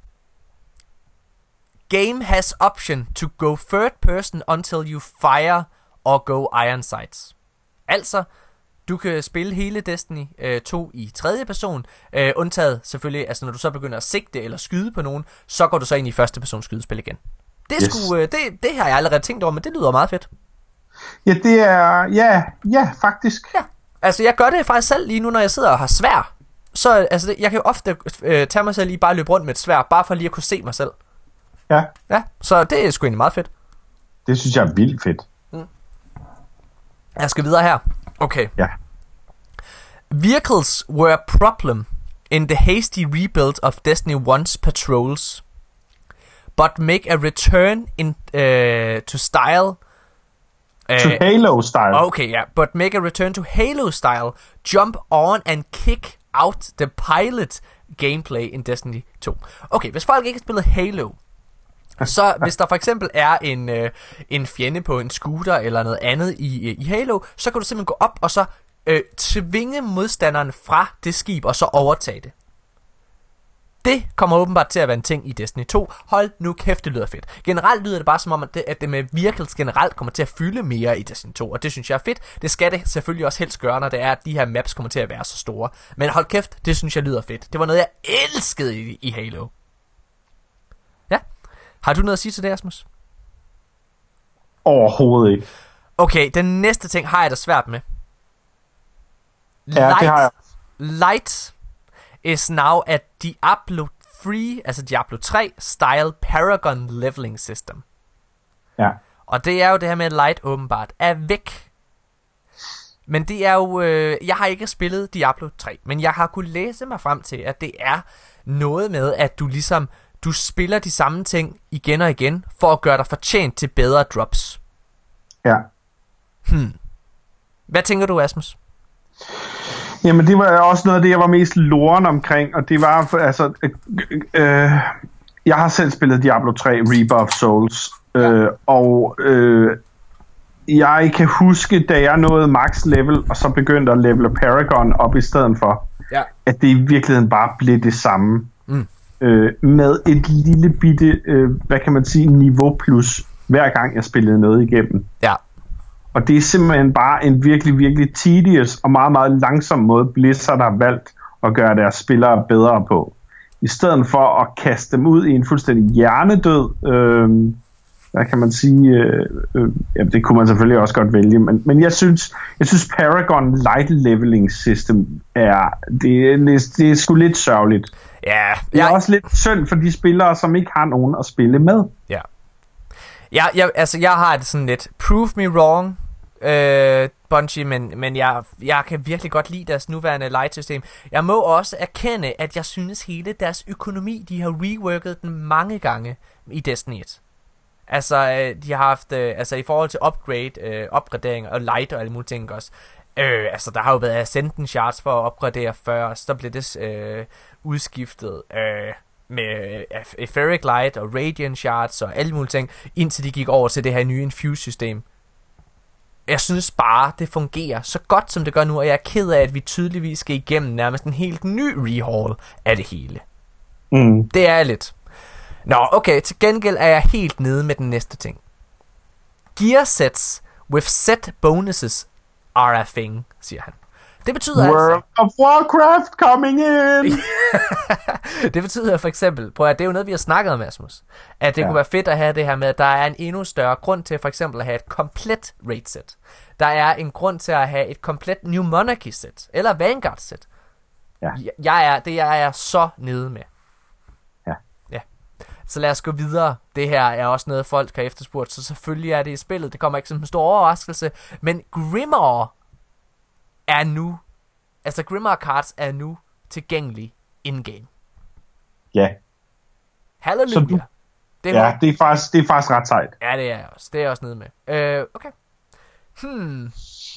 Game has option to go third person until you fire or go iron sights. Altså, du kan spille hele Destiny øh, to i tredje person, øh, undtaget selvfølgelig, altså når du så begynder at sigte eller skyde på nogen, så går du så ind i første person skydespil igen. Det, er yes. sgu, øh, det, det har jeg allerede tænkt over, men det lyder meget fedt. Ja, det er, ja, ja, faktisk. Ja, altså jeg gør det faktisk selv lige nu, når jeg sidder og har svær. Så altså, det, jeg kan jo ofte øh, tage mig selv lige bare løbe rundt med et svær, bare for lige at kunne se mig selv. Ja. Ja, så det er sgu egentlig meget fedt. Det synes jeg er vildt fedt. Mm. Jeg skal videre her. Okay. Ja. Vehicles were a problem in the hasty rebuild of Destiny one's patrols, but make a return in uh, to style. Uh, to Halo style. Okay, yeah, but make a return to Halo style. Jump on and kick out the pilot gameplay in Destiny to. Okay, hvis folk ikke har spillet Halo, Så hvis der for eksempel er en, øh, en fjende på en scooter eller noget andet i, i Halo, så kan du simpelthen gå op og så øh, tvinge modstanderen fra det skib og så overtage det. Det kommer åbenbart til at være en ting i Destiny to. Hold nu kæft, det lyder fedt. Generelt lyder det bare som om, at det, at det med vehicles generelt kommer til at fylde mere i Destiny to, og det synes jeg er fedt. Det skal det selvfølgelig også helst gøre, når det er, at de her maps kommer til at være så store. Men hold kæft, det synes jeg lyder fedt. Det var noget, jeg elskede i, i Halo. Ja. Har du noget at sige til det, Asmus? Overhovedet ikke. Okay, den næste ting har jeg da svært med. Ja, Light, det har jeg. Light is now a Diablo tre, altså Diablo tre style Paragon leveling system. Ja. Og det er jo det her med, at Light åbenbart er væk. Men det er jo, øh, jeg har ikke spillet Diablo tre, men jeg har kunnet læse mig frem til, at det er noget med, at du ligesom, du spiller de samme ting igen og igen, for at gøre dig fortjent til bedre drops. Ja. Hmm. Hvad tænker du, Asmus? Jamen, det var også noget af det, jeg var mest loren omkring, og det var, altså, øh, øh, jeg har selv spillet Diablo tre Reaper of Souls, øh, ja. og øh, jeg kan huske, da jeg nåede max level, og så begyndte at levele Paragon op i stedet for, ja. at det i virkeligheden bare blev det samme, mm. øh, med et lille bitte, øh, hvad kan man sige, niveau plus, hver gang jeg spillede noget igennem. Ja. Og det er simpelthen bare en virkelig, virkelig tedious og meget, meget langsom måde, Blizzard har valgt at gøre deres spillere bedre på. I stedet for at kaste dem ud i en fuldstændig hjernedød, øh, hvad kan man sige, øh, øh, ja, det kunne man selvfølgelig også godt vælge, men, men jeg synes, jeg synes Paragon Light Leveling System er, det, det, det er sgu lidt sørgeligt. Ja. Det er jeg... også lidt synd for de spillere, som ikke har nogen at spille med. Ja. Ja, jeg, altså jeg har det sådan lidt, prove me wrong, øh, Bungie, men, men jeg, jeg kan virkelig godt lide deres nuværende light-system. Jeg må også erkende, at jeg synes hele deres økonomi, de har reworket den mange gange i Destiny et. Altså, øh, de har haft, øh, altså i forhold til upgrade, øh, opgradering og light og alle mulige ting også. Øh, altså, der har jo været Ascendant Shards for at opgradere før, så blev det øh, udskiftet øh, med øh, Etheric Light og Radiant Shards og alle mulige ting, indtil de gik over til det her nye Infuse-system. Jeg synes bare, det fungerer så godt, som det gør nu, og jeg er ked af, at vi tydeligvis skal igennem nærmest en helt ny rehaul af det hele. Mm. Det er jeg lidt. Nå, okay, til gengæld er jeg helt nede med den næste ting. Gear sets with set bonuses are a thing, siger han. Det betyder World altså... of Warcraft coming in! Det betyder for eksempel, prøv at det er jo noget, vi har snakket om, Asmus, at det ja. kunne være fedt at have det her med, at der er en endnu større grund til for eksempel at have et komplet raid set. Der er en grund til at have et komplet New Monarchy set, eller Vanguard set. Ja. Jeg er, det jeg er så nede med. Ja. Ja. Så lad os gå videre. Det her er også noget, folk har efterspurgt, så selvfølgelig er det i spillet. Det kommer ikke som en stor overraskelse. Men Grimoire er nu, altså Grimoire cards er nu tilgængelig in-game. Ja. Halleluja. Du, det er ja, det er, faktisk, det er faktisk ret sejt. Ja, det er jeg også. Det er jeg også nede med. Øh, okay. Hmm.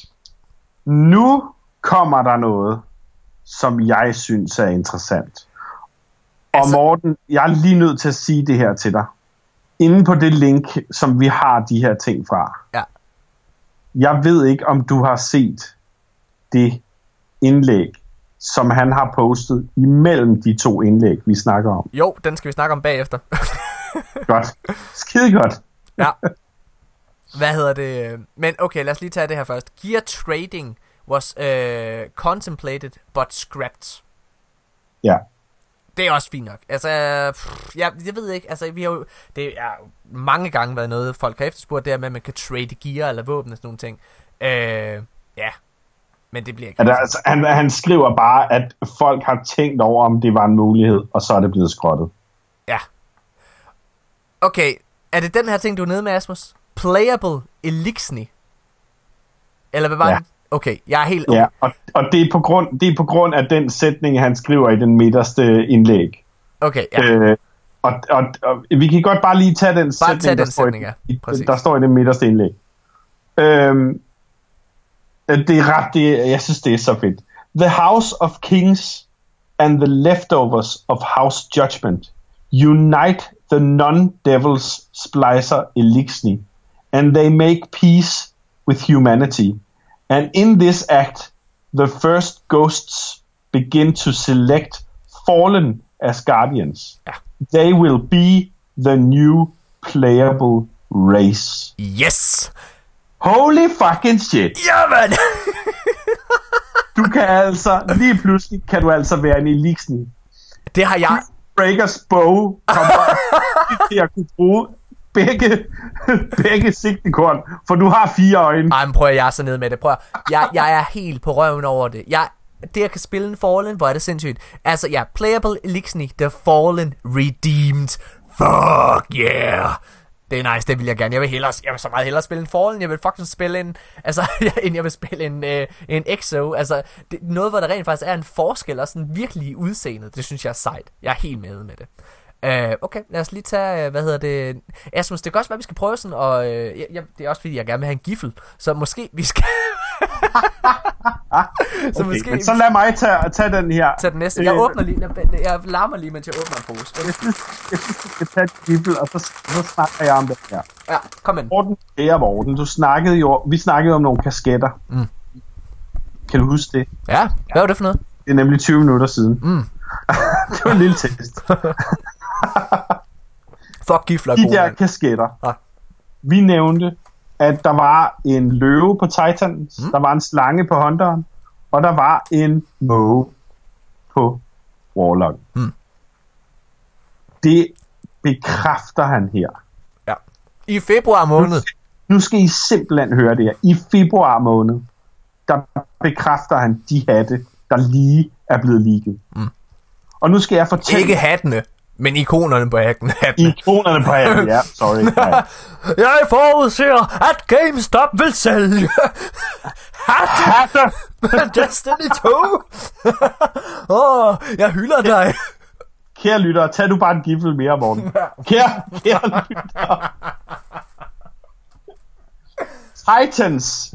Nu kommer der noget, som jeg synes er interessant. Og altså, Morten, jeg er lige nødt til at sige det her til dig. Inde på det link, som vi har de her ting fra. Ja. Jeg ved ikke, om du har set det indlæg, som han har postet imellem de to indlæg, vi snakker om. Jo, den skal vi snakke om bagefter. Godt. Skide godt. Ja. Hvad hedder det? Men okay, lad os lige tage det her først. Gear trading was uh, contemplated but scrapped. Ja. Det er også fint nok. Altså, pff, jeg, jeg ved ikke, altså vi har jo, det er jo mange gange været noget, folk har efterspurgt, det her med, at man kan trade gear eller våben og sådan nogle ting. Øh, ja, men det bliver ikke. Ja, altså, han, han skriver bare, at folk har tænkt over, om det var en mulighed, og så er det blevet skrottet. Ja. Okay, er det den her ting, du er nede med, Asmus? Playable Elixir? Eller hvad var ja. det? Okay, jeg er helt okay. Ja, og, og det, er på grund, det er på grund af den sætning, han skriver i den midterste indlæg. Okay, ja. Øh, og, og, og vi kan godt bare lige tage den bare sætning, tage den der, sætning står i, i, der står i den midterste indlæg. Øhm, det er ret, det, jeg synes, det er så fedt. The House of Kings and the leftovers of House Judgment unite the non-devils Splicer Elixni, and they make peace with humanity. And in this act, the first ghosts begin to select fallen as guardians. Ja. They will be the new playable race. Yes! Holy fucking shit! Jamen! Du kan altså, lige pludselig kan du altså være en Elixni. Det har jeg... Breakers bow kommer til at kunne bruge begge, begge sigtekorn, for du har fire øjne. Ej, men prøv at jeg er så nede med det. Prøv at, jeg, jeg er helt på røven over det. Jeg, det jeg kan spille en Fallen, hvor er det sindssygt. Altså, ja, Playable Elixni, The Fallen Redeemed. Fuck yeah! Det er nice, det vil jeg gerne. Jeg vil, hellere, jeg vil så meget hellere spille en Fallen. Jeg vil faktisk spille en... Altså, end jeg vil spille en, øh, en Exo. Altså, det, noget, hvor der rent faktisk er en forskel, og sådan virkelig i udseendet. Det synes jeg er sejt. Jeg er helt med med det. Uh, okay, lad os lige tage, hvad hedder det... Asmus, det kan også være, vi skal prøve sådan, og uh, jeg, det er også fordi, jeg gerne vil have en giffel. Så måske vi skal... så, okay, måske, men så lad mig tage, tage den her. Tage den næste. Jeg åbner lige, jeg, jeg larmer lige, mens jeg åbner en pose. Jeg synes, jeg synes, du skal tage en giffel, og så, så snakker jeg om det her. Ja, kom ind. Morten, det er Morten. Du snakkede jo, vi snakkede om nogle kasketter. Mm. Kan du huske det? Ja, hvad var det for noget? Det er nemlig tyve minutter siden. Mm. Det var en lille test. Fuck gifler. De der kasketter. Ah. Vi nævnte, at der var en løve på Titans, mm. der var en slange på Hunteren, og der var en måge på Warlock. Mm. Det bekræfter han her. Ja. I februar måned. Nu, nu skal I simpelthen høre det her. I februar måned, der bekræfter han de hatte, der lige er blevet leaget. Mm. Og nu skal jeg fortælle... Ikke hattene, men ikonerne på hatten. Ikonerne på hatten, ja. Sorry. Nej. Jeg forudser, at GameStop vil sælge hatte. Hatte. Destiny to. Åh, oh, jeg hylder dig. Kære lytter, tag du bare en giffel mere, Morten. Kære, kære lytter. Titans.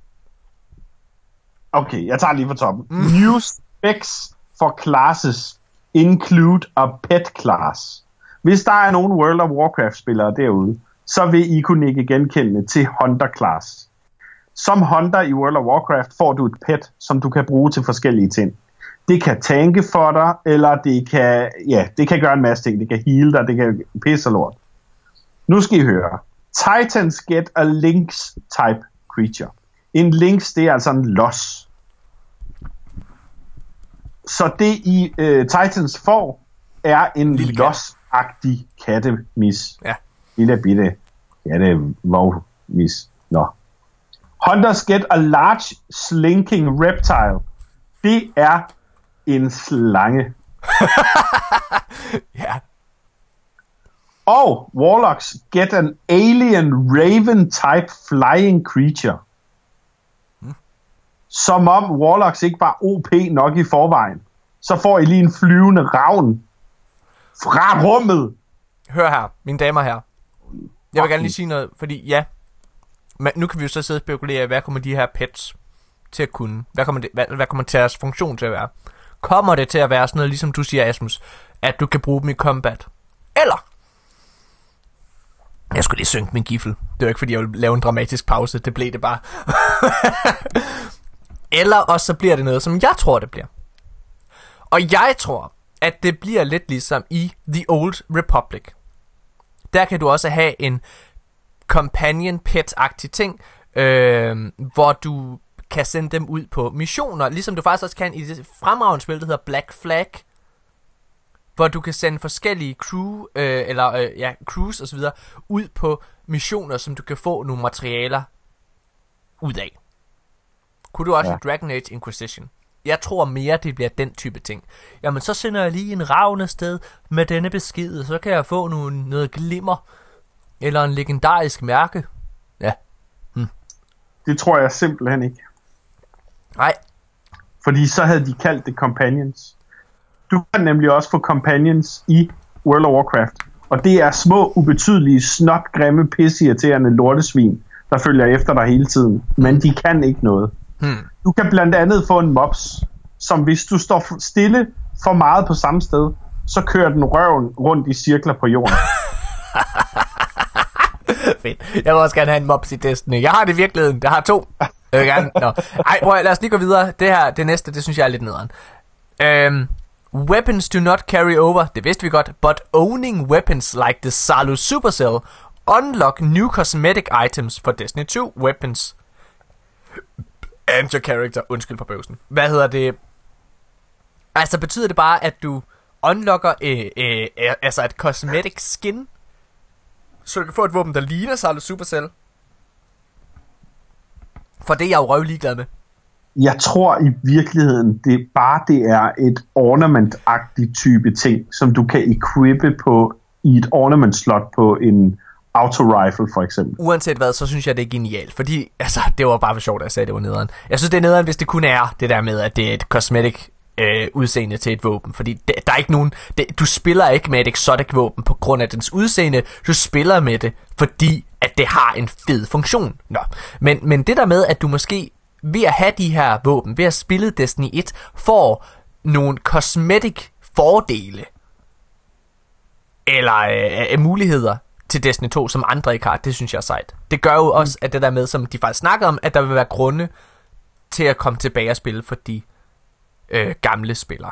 Okay, jeg tager lige fra toppen. Mm. New specs for classes include a pet class. Hvis der er nogen World of Warcraft-spillere derude, så vil I kunne ikke genkende til Hunter class. Som Hunter i World of Warcraft får du et pet, som du kan bruge til forskellige ting. Det kan tanke for dig, eller det kan, ja, det kan gøre en masse ting. Det kan heal dig, det kan pisse lort. Nu skal I høre. Titans get a lynx type creature. En lynx, det er altså en los. Så det I uh, Titans får, er en los-agtig kattemis. Ja. Lille bitte katte-vovmis. Nå. Hunters get a large slinking reptile. Det er en slange. Ja. Og Warlocks get an alien raven type flying creature. Hmm. Som om Warlocks ikke var O P nok i forvejen, så får I lige en flyvende ravn fra rummet. Hør her, mine damer her. Jeg vil gerne lige sige noget, fordi ja, men nu kan vi jo så sidde og spekulere, hvad kommer de her pets til at kunne? Hvad kommer, det, hvad, hvad kommer deres funktion til at være? Kommer det til at være sådan noget, ligesom du siger, Asmus, at du kan bruge dem i combat? Eller? Jeg skulle lige synke min giffel. Det var ikke, fordi jeg ville lave en dramatisk pause. Det blev det bare. Eller også så bliver det noget, som jeg tror, det bliver. Og jeg tror, at det bliver lidt ligesom i The Old Republic. Der kan du også have en companion pet-agtig ting, øh, hvor du kan sende dem ud på missioner, ligesom du faktisk også kan i det fremragende spil, der hedder Black Flag, hvor du kan sende forskellige crew, øh, eller øh, ja, crews og så videre, ud på missioner, som du kan få nogle materialer ud af. Kunne du også ja. Dragon Age Inquisition? Jeg tror mere, det bliver den type ting. Jamen, så sender jeg lige en ravn afsted med denne besked, så kan jeg få nogle, noget glimmer, eller en legendarisk mærke. Ja. Hm. Det tror jeg simpelthen ikke. Nej. Fordi så havde de kaldt det Companions. Du kan nemlig også få Companions i World of Warcraft. Og det er små, ubetydelige, snot, grimme, pisseirriterende lortesvin, der følger efter dig hele tiden. Men de kan ikke noget. Hmm. Du kan blandt andet få en mobs, som hvis du står stille for meget på samme sted, så kører den røven rundt i cirkler på jorden. Fedt. Jeg vil også gerne have en mops i Destiny. Jeg har det i virkeligheden. Jeg har to. Jeg vil gerne. Nå. Ej, prøv, lad os lige gå videre. Det her, det næste, det synes jeg er lidt nederen. Øhm, weapons do not carry over. Det vidste vi godt. But owning weapons like the Salu Supercell unlock new cosmetic items for Destiny to weapons and your character. Undskyld på bøvsen. Hvad hedder det? Altså betyder det bare, at du unlocker øh, øh, øh, altså et cosmetic skin, så du kan få et våben, der ligner Salu Supercell? For det er jeg jo røv ligeglad med. Jeg tror i virkeligheden, det bare det er et ornament-agtig type ting, som du kan equippe på i et ornament-slot på en auto-rifle for eksempel. Uanset hvad, så synes jeg, det er genialt. Fordi, altså, det var bare for sjovt, at jeg sagde, det var nederen. Jeg synes, det er nederen, hvis det kun er det der med, at det er et cosmetic øh, udseende til et våben. Fordi det, der er ikke nogen... Det, du spiller ikke med et exotic våben på grund af dens udseende. Du spiller med det, fordi at det har en fed funktion. Nå. Men, men det der med, at du måske ved at have de her våben, ved at spille Destiny et, får nogle cosmetic fordele eller øh, muligheder til Destiny to, som andre ikke har, det synes jeg er sejt. Det gør jo også, at det der med, som de faktisk snakker om, at der vil være grunde til at komme tilbage og spille for de øh, gamle spillere.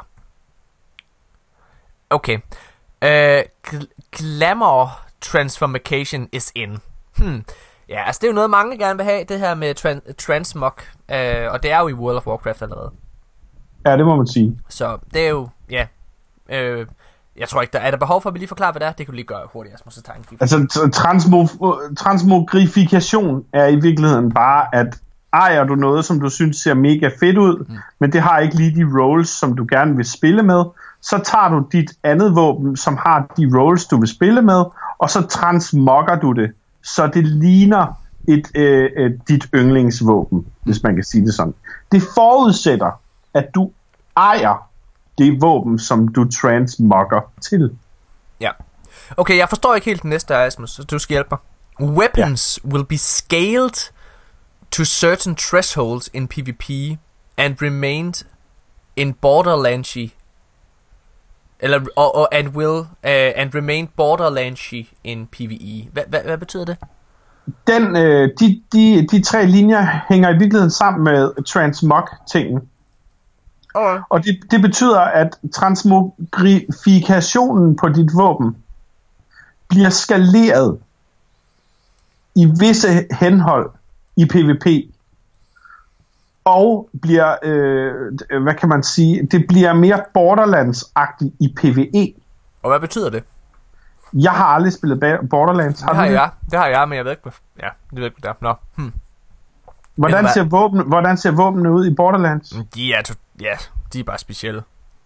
Okay. Øh, gl- glamour transformation is in. Hmm. Ja, altså det er jo noget, mange gerne vil have, det her med tran- transmog, øh, og det er jo i World of Warcraft allerede. Ja, det må man sige. Så det er jo, ja, øh, jeg tror ikke, der er der behov for, at vi lige forklarer, hvad det er. Det kan du lige gøre hurtigt, jeg må tegne. Altså, transmo- transmogrifikation er i virkeligheden bare, at ejer du noget, som du synes ser mega fedt ud, mm. men det har ikke lige de roles, som du gerne vil spille med, så tager du dit andet våben, som har de roles, du vil spille med, og så transmogger du det, så det ligner et, øh, øh, dit yndlingsvåben, hvis man kan sige det sådan. Det forudsætter, at du ejer det våben, som du transmogger til. Ja. Okay, jeg forstår ikke helt den næste, Asmus, så du skal hjælpe mig. Weapons ja. will be scaled to certain thresholds in PvP and remained in borderlandsy eller og, og and will uh, and remain borderlandsy in PvE. Hvad hva, hva betyder det? Den øh, de de de tre linjer hænger i virkeligheden sammen med transmog-tingen. Okay. Og det, det betyder, at transmogrifikationen på dit våben bliver skaleret i visse henhold i PvP, og bliver, øh, hvad kan man sige, det bliver mere Borderlands-agtigt i PvE. Og hvad betyder det? Jeg har aldrig spillet Borderlands. Har det har du det? jeg, det har jeg, men jeg ved ikke, hvad, ja, det ved ikke, hvad der er. Nå. Hmm. Hvordan, ser våben, hvordan ser våbnene ud i Borderlands? De er, ja, de er bare specielle.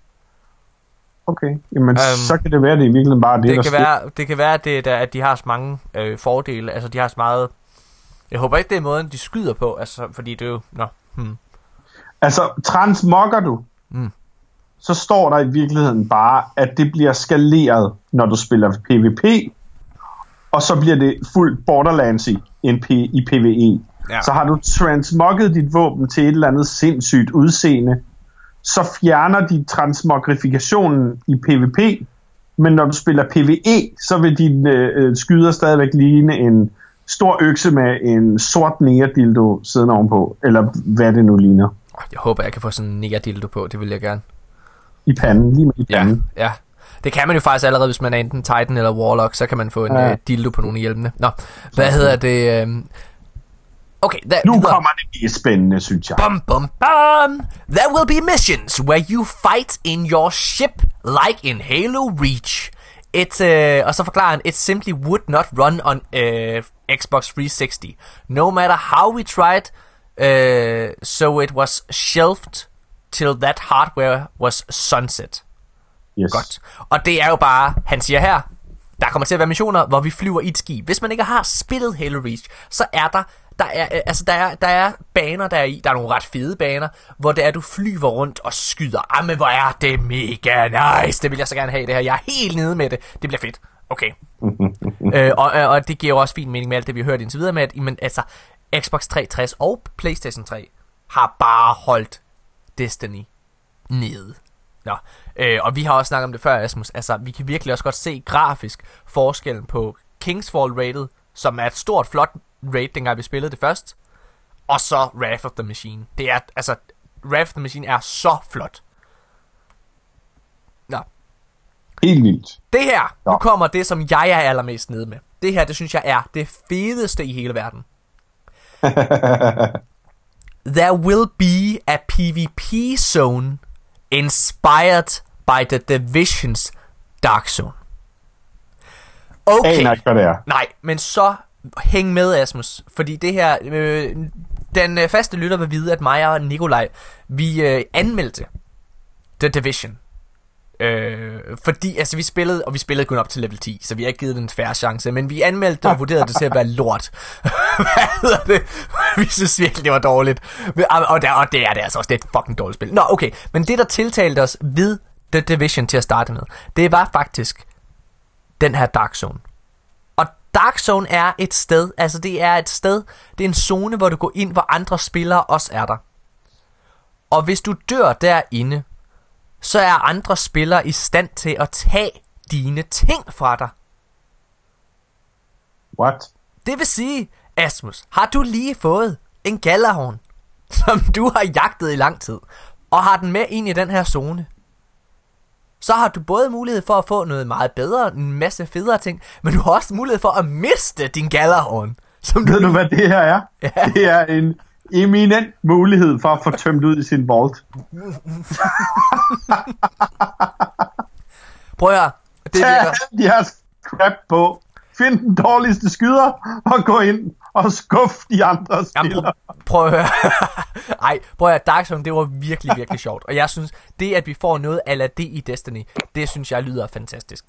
Okay, jamen um, så kan det være, det i virkeligheden bare det, det der kan være, det kan være, det der, at de har så mange øh, fordele. Altså, de har så meget... Jeg håber ikke, det er måden, de skyder på, altså, fordi det er jo... Nå. Hmm. Altså, transmogger du, mm. så står der i virkeligheden bare, at det bliver skaleret, når du spiller PvP, og så bliver det fuldt Borderlands i, i PvE. Ja. Så har du transmogget dit våben til et eller andet sindssygt udseende, så fjerner de transmogrifikationen i PvP, men når du spiller PvE, så vil dine øh, skyder stadigvæk ligne en stor økse med en sort negerdildo siddende ovenpå, eller hvad det nu ligner. Jeg håber, jeg kan få sådan en negerdildo på, det vil jeg gerne. I panden, lige med i panden. Ja, ja. Det kan man jo faktisk allerede, hvis man er enten Titan eller Warlock, så kan man få en ja. uh, dildo på nogle af hjælpene. Nå, hvad hedder det? Um... Okay, der, nu kommer det mest spændende, synes jeg. Bum, bum, bum. There will be missions where you fight in your ship, like in Halo Reach. It, uh, og så forklarer han, it simply would not run on uh, Xbox three sixty. No matter how we tried, uh, so it was shelved till that hardware was sunset. Yes. Godt. Og det er jo bare, han siger her, der kommer til at være missioner, hvor vi flyver i et skib. Hvis man ikke har spillet Halo Reach, så er der, der er, altså der er, der er baner der i, der er nogle ret fede baner, hvor det er, du flyver rundt og skyder. Ah, men hvor er det mega nice, det vil jeg så gerne have det her. Jeg er helt nede med det, det bliver fedt. Okay. øh, og, og det giver jo også fin mening med alt det, vi har hørt indtil videre med, at men, altså, Xbox tre tres og PlayStation tre har bare holdt Destiny nede. Nå, øh, og vi har også snakket om det før, Asmus. Altså, vi kan virkelig også godt se grafisk forskellen på Kingsfall rated, som er et stort, flot raid, dengang vi spillede det først, og så Wrath of the Machine. Det er, altså, Wrath of the Machine er så flot. Nå. Helt vildt. Det her, Nå. nu kommer det, som jeg er allermest nede med. Det her, det synes jeg er det fedeste i hele verden. There will be a PvP zone inspired by the Division's Dark Zone. Okay. Aner ikke, hvad det er. Nej, men så hæng med, Asmus. Fordi det her, øh, den øh, faste lytter vil vide, at mig og Nikolaj, vi øh, anmeldte The Division. Øh, fordi, altså vi spillede, og vi spillede kun op til level ti, så vi har ikke givet den en færre chance, men vi anmeldte og vurderede det til at være lort. Hvad hedder det? Vi synes virkelig, det var dårligt. Og, og, der, og det er det altså også, det er et fucking dårligt spil. Nå, okay, men det der tiltalte os ved The Division til at starte med, det var faktisk den her Dark Zone. Og Dark Zone er et sted, altså det er et sted, det er en zone, hvor du går ind, hvor andre spillere også er der. Og hvis du dør derinde, så er andre spillere i stand til at tage dine ting fra dig. What? Det vil sige, Asmus, har du lige fået en Galahorn, som du har jagtet i lang tid, og har den med ind i den her zone, så har du både mulighed for at få noget meget bedre, en masse federe ting, men du har også mulighed for at miste din Galahorn. Som du... Ved du, hvad det her er? Ja. Det er en eminent mulighed for at få tømt ud i sin vault. Prøv at høre. Det Tag virker. de her scrap på. Find den dårligste skyder og gå ind og skuff de andre spillere. Jamen, prøv, prøv at høre. Ej, prøv at høre. Dark Zone, det var virkelig, virkelig sjovt. Og jeg synes, det at vi får noget a la det i Destiny, det synes jeg lyder fantastisk.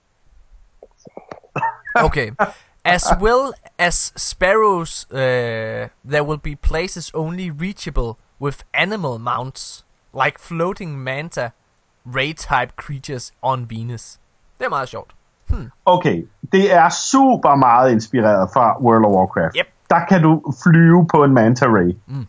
Okay. As well as sparrows, uh, there will be places only reachable with animal mounts, like floating manta, ray-type creatures on Venus. Det er meget sjovt. Hmm. Okay, det er super meget inspireret fra World of Warcraft. Yep. Der kan du flyve på en manta ray, mm.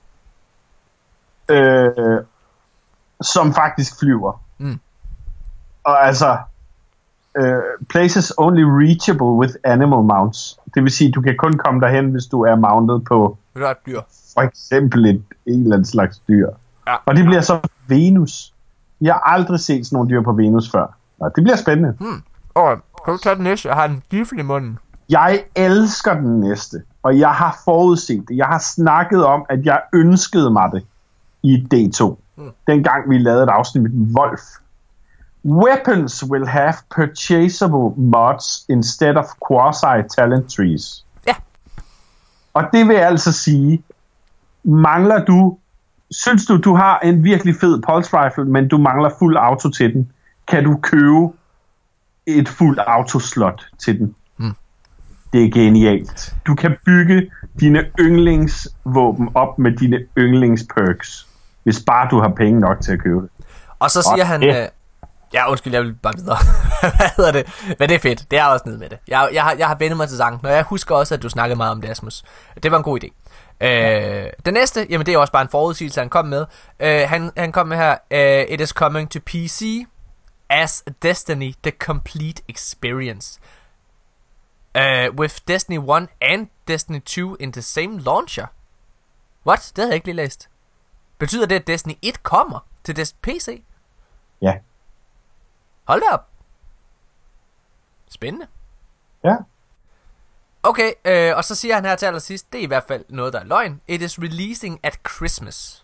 øh, som faktisk flyver. Mm. Og altså, øh, places only reachable with animal mounts. Det vil sige, du kan kun komme derhen, hvis du er mounted på et dyr. For eksempel et en eller anden slags dyr. Ja. Og det bliver så Venus. Jeg har aldrig set sådan nogle dyr på Venus før. Og det bliver spændende. Hmm. Og kan du tage den næste? Jeg har en gifle i munden. Jeg elsker den næste, og jeg har forudset det. Jeg har snakket om, at jeg ønskede mig det i D to. Hmm. Dengang vi lavede et afsnit med Wolf. Weapons will have purchasable mods instead of quasi-talent trees. Ja. Og det vil altså sige, mangler du, synes du, du har en virkelig fed pulse rifle, men du mangler fuld auto til den, kan du købe et fuldt autoslot til den. Hmm. Det er genialt. Du kan bygge dine yndlingsvåben op med dine yndlingsperks, hvis bare du har penge nok til at købe det. Og så siger og han... Øh, ja, undskyld, jeg vil bare videre. Hvad hedder det? Men det er fedt. Det er også nede med det. Jeg, jeg, har, jeg har vendt mig til sangen, og jeg husker også, at du snakkede meget om det, Asmus. Det var en god idé. Øh, den næste, jamen det er også bare en forudsigelse, han kom med. Øh, han, han kom med her, uh, it is coming to P C as Destiny The Complete Experience. Uh, with Destiny one and Destiny two in the same launcher. What? Det havde jeg ikke lige læst. Betyder det, at Destiny one kommer til P C? Ja. Hold da op. Spændende. Ja. Okay, øh, og så siger han her til allersidst, det er i hvert fald noget, der er løgn. It is releasing at Christmas.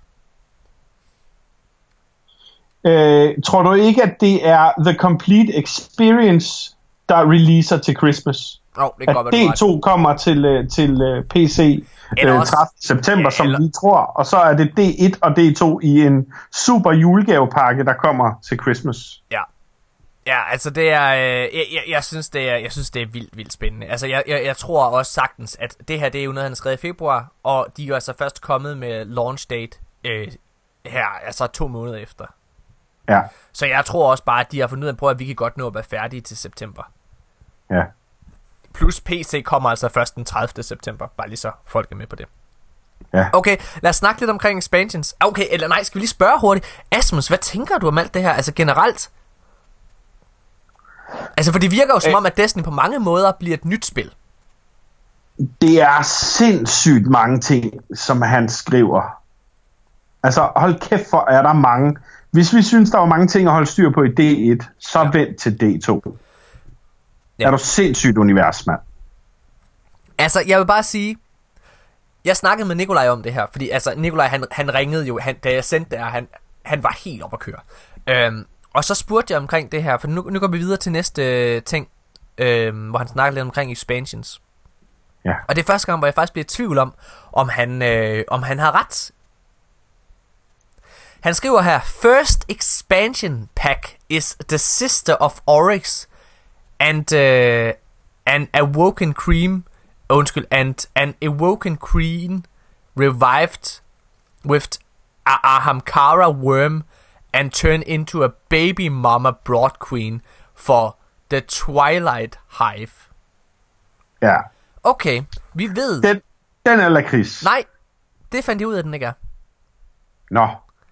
Øh, tror du ikke, at det er The Complete Experience, der releaser til Christmas? Oh, det kan at godt være, D to kommer til, til P C øh, tredivte september, ja, som eller... vi tror, og så er det D one og D to i en super julegavepakke, der kommer til Christmas. Ja. Ja, altså det er, øh, jeg, jeg, jeg synes det er, jeg synes det er vildt, vildt spændende. Altså jeg, jeg, jeg tror også sagtens, at det her det er jo noget han har skrevet i februar, og de er jo altså først kommet med launch date øh, her, altså to måneder efter. Ja. Så jeg tror også bare, at de har fundet ud af, at vi kan godt nå at være færdige til september. Ja. Plus P C kommer altså først den tredivte september, bare lige så folk er med på det. Ja. Okay, lad os snakke lidt omkring expansions. Okay, eller nej, skal vi lige spørge hurtigt. Asmus, hvad tænker du om alt det her? Altså generelt? Altså, for det virker jo som om, at Destiny på mange måder bliver et nyt spil. Det er sindssygt mange ting, som han skriver. Altså, hold kæft, for er der mange. Hvis vi synes, der var mange ting at holde styr på i D et, så ja. Vent til D to. Ja. Er du sindssygt univers, mand? Altså, jeg vil bare sige, jeg snakkede med Nikolaj om det her, fordi altså, Nikolaj, han, han ringede jo, han, da jeg sendte det her, han, han var helt op at køre. Øhm, og så spurgte jeg omkring det her, for nu, nu går vi videre til næste øh, ting, øh, hvor han snakker lidt omkring expansions. Ja. Og det er første gang, hvor jeg faktisk bliver i tvivl om, om han, øh, om han har ret. Han skriver her, First expansion pack is the sister of Oryx and uh, an awoken cream, oh, undskyld, and an awoken queen revived with a Ahamkara worm and turned into a baby mama broad queen for the Twilight Hive. Ja. Okay, vi ved... Den, den er lakrids. Nej, det fandt jeg ud af, den ikke er. Nå.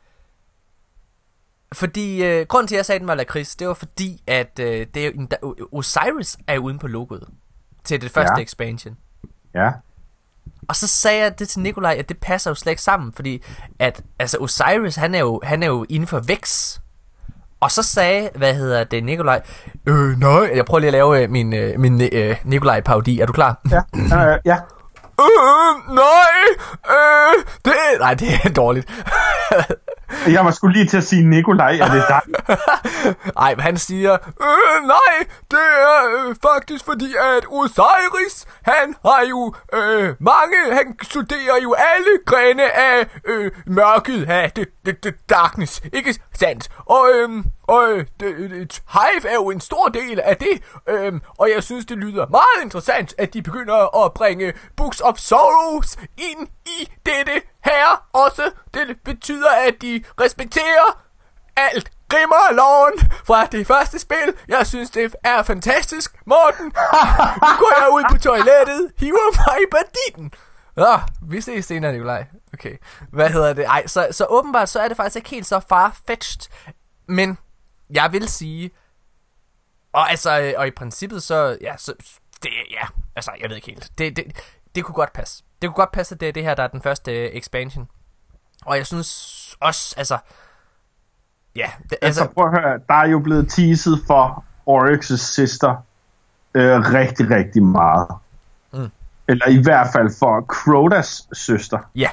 Fordi, øh, grunden til, at jeg sagde, at den var lakrids, det var fordi, at øh, det er, der, Osiris er uden på logoet til det første ja. expansion. Ja. Og så sagde jeg det til Nikolaj, at det passer jo slet ikke sammen, fordi at, altså Osiris, han er jo, han er jo inden for Vex. Og så sagde, hvad hedder det, Nikolaj, øh, nej, jeg prøver lige at lave øh, min, øh, min øh, Nikolaj-parodi, er du klar? Ja, øh, ja. Øh, nej, øh, det, nej, det er dårligt. Jeg var sgu lige til at sige Nikolaj, er det dig? Ej, men han siger, øh, nej, det er øh, faktisk fordi, at Osiris, han har jo øh, mange, han studerer jo alle grene af øh, mørket, af det, det, det darkness, ikke sandt? Og, øh, og øh, det, det, Hive er jo en stor del af det, øh, og jeg synes, det lyder meget interessant, at de begynder at bringe Books of Sorrows ind i dette her også. Det betyder, at de respekterer alt Grimmerloven fra det første spil. Jeg synes, det er fantastisk. Morten, nu går jeg ud på toilettet, hiver mig i banditten. Nå, vi ses senere, Nikolaj. Okay, hvad hedder det? Ej, så, så åbenbart, så er det faktisk ikke helt så far-fetched. Men jeg vil sige, og altså, og i princippet, så, ja, så, det, ja, altså, jeg ved ikke helt. Det, det, det kunne godt passe. Det kunne godt passe, at det er det her, der er den første uh, expansion. Og jeg synes også, altså... Ja, det, altså... altså... prøv at høre, der er jo blevet teaset for Oryx's sister øh, rigtig, rigtig meget. Mm. Eller i hvert fald for Crotas søster. Ja.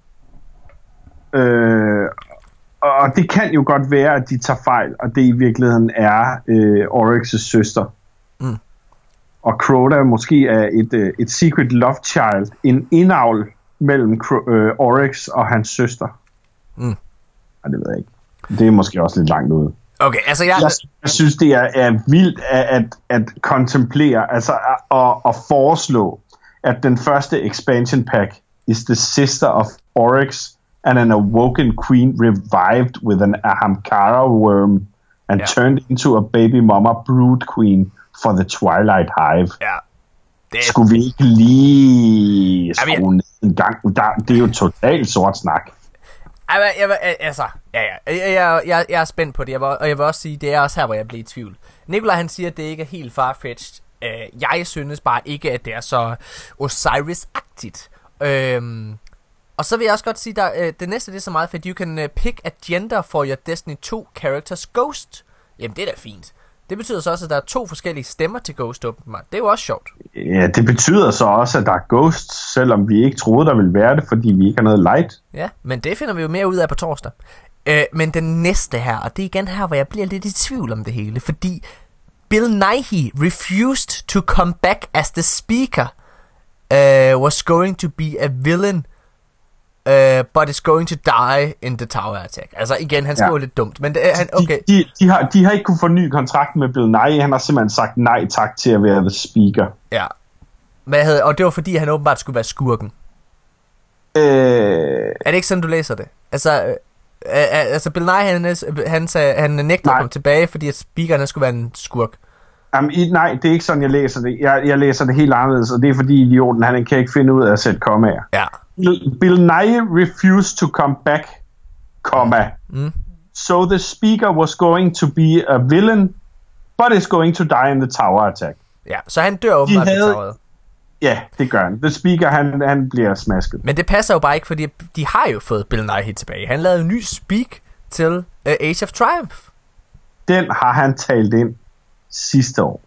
Øh, og det kan jo godt være, at de tager fejl, og det i virkeligheden er øh, Oryx's søster. Mm. Og Crota måske er et, øh, et secret love child, en indavl mellem øh, Oryx og hans søster. Mm. Ej, det ved jeg ikke. Det er måske også lidt langt ude. Okay, altså jeg... Jeg, jeg synes, det er, er vildt at, at, at kontemplere, altså at, at, at foreslå, at den første expansion pack is the sister of Oryx and an awoken queen revived with an Ahamkara worm and ja. Turned into a baby mama brood queen for the Twilight Hive. Ja. Det... Skulle vi ikke lige skrue ned en gang? Der, det er jo totalt sort snak. Jeg, jeg, altså, ja, ja. Jeg, jeg, jeg, jeg er spændt på det, jeg vil, og jeg vil også sige, det er også her, hvor jeg bliver i tvivl. Nikolaj, han siger, at det ikke er helt farfetched. Uh, jeg synes bare ikke, at det er så Osiris-agtigt. Um, og så vil jeg også godt sige, at uh, det næste det er så meget fedt. You can uh, pick a gender for your Destiny to characters Ghost. Jamen, det er da fint. Det betyder så også, at der er to forskellige stemmer til Ghost, åbenbart. Det er jo også sjovt. Ja, det betyder så også, at der er Ghost, selvom vi ikke troede, der ville være det, fordi vi ikke har noget light. Ja, men det finder vi jo mere ud af på torsdag. Øh, men den næste her, og det er igen her, hvor jeg bliver lidt i tvivl om det hele, fordi Bill Nighy refused to come back as the speaker, uh, was going to be a villain, Uh, but is going to die in the tower attack. Altså igen, han skriver ja. Lidt dumt, men det, han, okay. De, de, de, har, de har ikke kunne forny kontrakten med Bill Nighy. Han har simpelthen sagt nej tak til at være the speaker. Ja. Hvad havde, og det var fordi, han åbenbart skulle være skurken. Øh... Er det ikke sådan, du læser det? Altså, øh, øh, altså Bill Nighy, han, han, sagde, han nægter at komme tilbage, fordi at speakeren skulle være en skurk. Um, i, nej, det er ikke sådan, jeg læser det. Jeg, jeg læser det helt anderledes, og det er fordi idioten, han kan ikke finde ud af at sætte kommaer. Ja. Bill, Bill Nye refused to come back, comma. Mm. So the speaker was going to be a villain, but is going to die in the tower attack. Ja, så han dør åbenbart havde... på toweret. Ja, det gør han. The speaker, han, han bliver smasket. Men det passer jo bare ikke, fordi de har jo fået Bill Nighy tilbage. Han lavede en ny speak til uh, Age of Triumph. Den har han talt ind sidste år.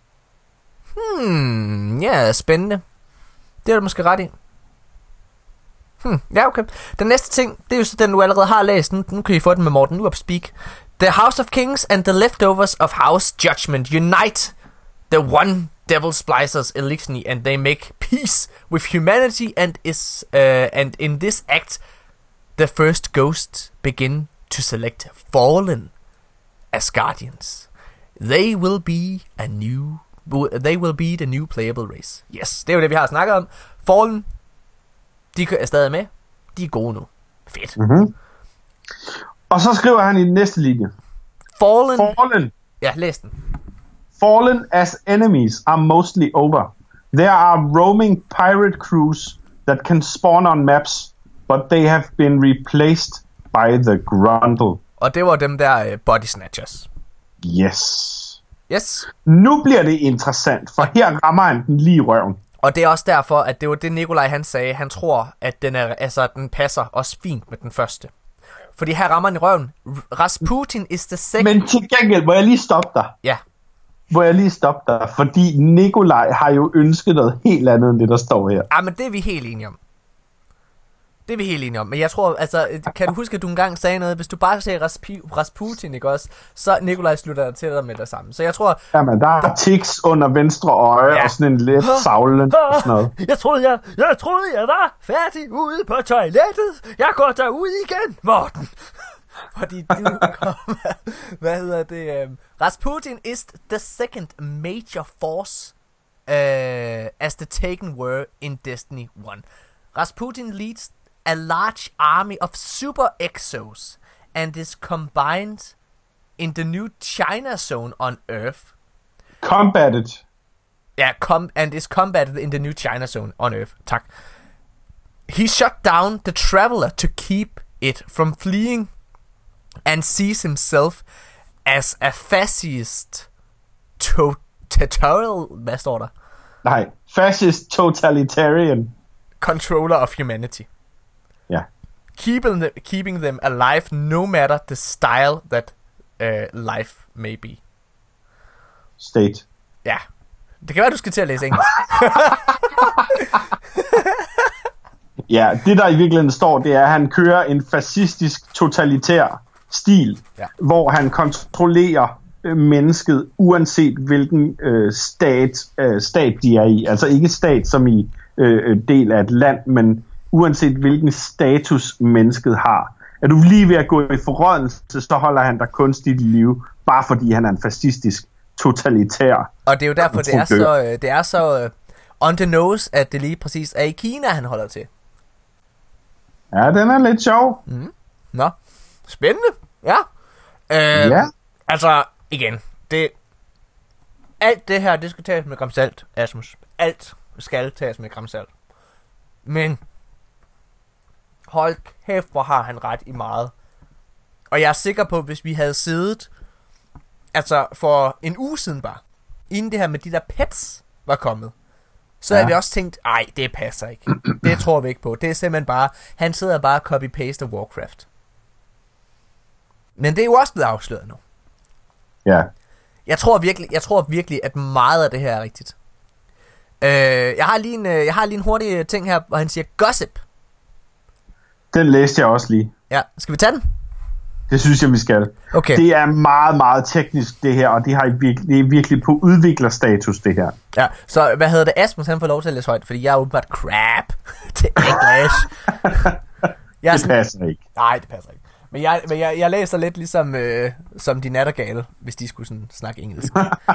Hmm, ja, spændende. Det er du måske ret i. Hmm, ja, okay. Den næste ting, det er jo så den, du allerede har læst. Nu, nu kan I få den med Morten nu op speak. The House of Kings and the leftovers of House Judgment unite the one devil splicers Eliksni, and they make peace with humanity, and is uh, and in this act, the first ghosts begin to select fallen Asgardians. They will be a new, they will be the new playable race. Yes, det er jo det vi har snakket om. Fallen, de er stadig med. De er gode nu. Fedt. Mm-hmm. Og så skriver han i den næste linje. Fallen. Fallen. Ja, læs den. Fallen as enemies are mostly over. There are roaming pirate crews that can spawn on maps, but they have been replaced by the Grundle. Og det var dem der uh, body snatchers. Yes. Yes. Nu bliver det interessant, for her rammer han den lige i røven. Og det er også derfor, at det var det Nikolaj han sagde. Han tror, at den, er, altså, den passer også fint med den første. Fordi her rammer han i røven. Rasputin is the second... Men til gengæld, må jeg lige stoppe dig? Ja. Må jeg lige stoppe dig? Fordi Nikolaj har jo ønsket noget helt andet end det, der står her. Ja, men det er vi helt enige om. Det er vi helt enige om. Men jeg tror, altså, kan du huske, at du engang sagde noget? Hvis du bare sagde Rasp- Rasputin, ikke også? Så Nikolaj slutter der til dig med det samme. Så jeg tror... Jamen, der er tics under venstre øje, ja. Og sådan en let savlen og sådan noget. Jeg troede, jeg, jeg troede, jeg var færdig ude på toilettet. Jeg går derud igen, Morten. Fordi du kommer... Hvad hedder det? Um, Rasputin is the second major force uh, as the Taken were in Destiny one. Rasputin leads a large army of super exos and is combined in the new China zone on Earth. Combated. Yeah, com- and is combated in the new China zone on Earth. Tak. He shut down the Traveler to keep it from fleeing and sees himself as a fascist total... Hvad står der? Nej, fascist totalitarian. Controller of humanity. Ja. Keeping, the, keeping them alive no matter the style that uh, life may be. State. Ja. Det kan være, du skal til at læse engelsk. Ja, det der i virkeligheden står, det er, at han kører en fascistisk totalitær stil, ja. Hvor han kontrollerer øh, mennesket, uanset hvilken øh, stat, øh, stat de er i. Altså ikke stat som i øh, del af et land, men uanset hvilken status mennesket har. Er du lige ved at gå i forrådnelse, så holder han dig kunstigt i live, bare fordi han er en fascistisk totalitær. Og det er jo derfor, det er så, det er så uh, on the nose, at det lige præcis er i Kina, han holder til. Ja, den er lidt sjov. Mm. Nå, spændende. Ja. Øh, ja. Altså, igen, det... Alt det her, det skal tages med gram salt, Asmus. Alt skal tages med gram salt. Men... Hold kæft, hvor har han ret i meget. Og jeg er sikker på, hvis vi havde siddet... Altså, for en uge siden bare, inden det her med de der pets var kommet, så ja. Havde vi også tænkt, ej, det passer ikke. Det tror vi ikke på. Det er simpelthen bare, han sidder bare og copy-paste af Warcraft. Men det er jo også blevet afsløret nu. Ja. Jeg tror virkelig, jeg tror virkelig, at meget af det her er rigtigt. Øh, jeg har lige en, jeg har lige en hurtig ting her, hvor han siger gossip. Den læste jeg også lige. Ja, skal vi tage den? Det synes jeg, vi skal. Okay. Det er meget, meget teknisk, det her, og det, har virkelig, det er virkelig på udviklerstatus, det her. Ja, så hvad hedder det? Asmus, han får lov til at læse højt, fordi jeg er åbenbart crap til English. Jeg det passer ikke. Nej, det passer ikke. Men jeg, men jeg, jeg læser lidt ligesom øh, som de nattergale, hvis de skulle sådan snakke engelsk.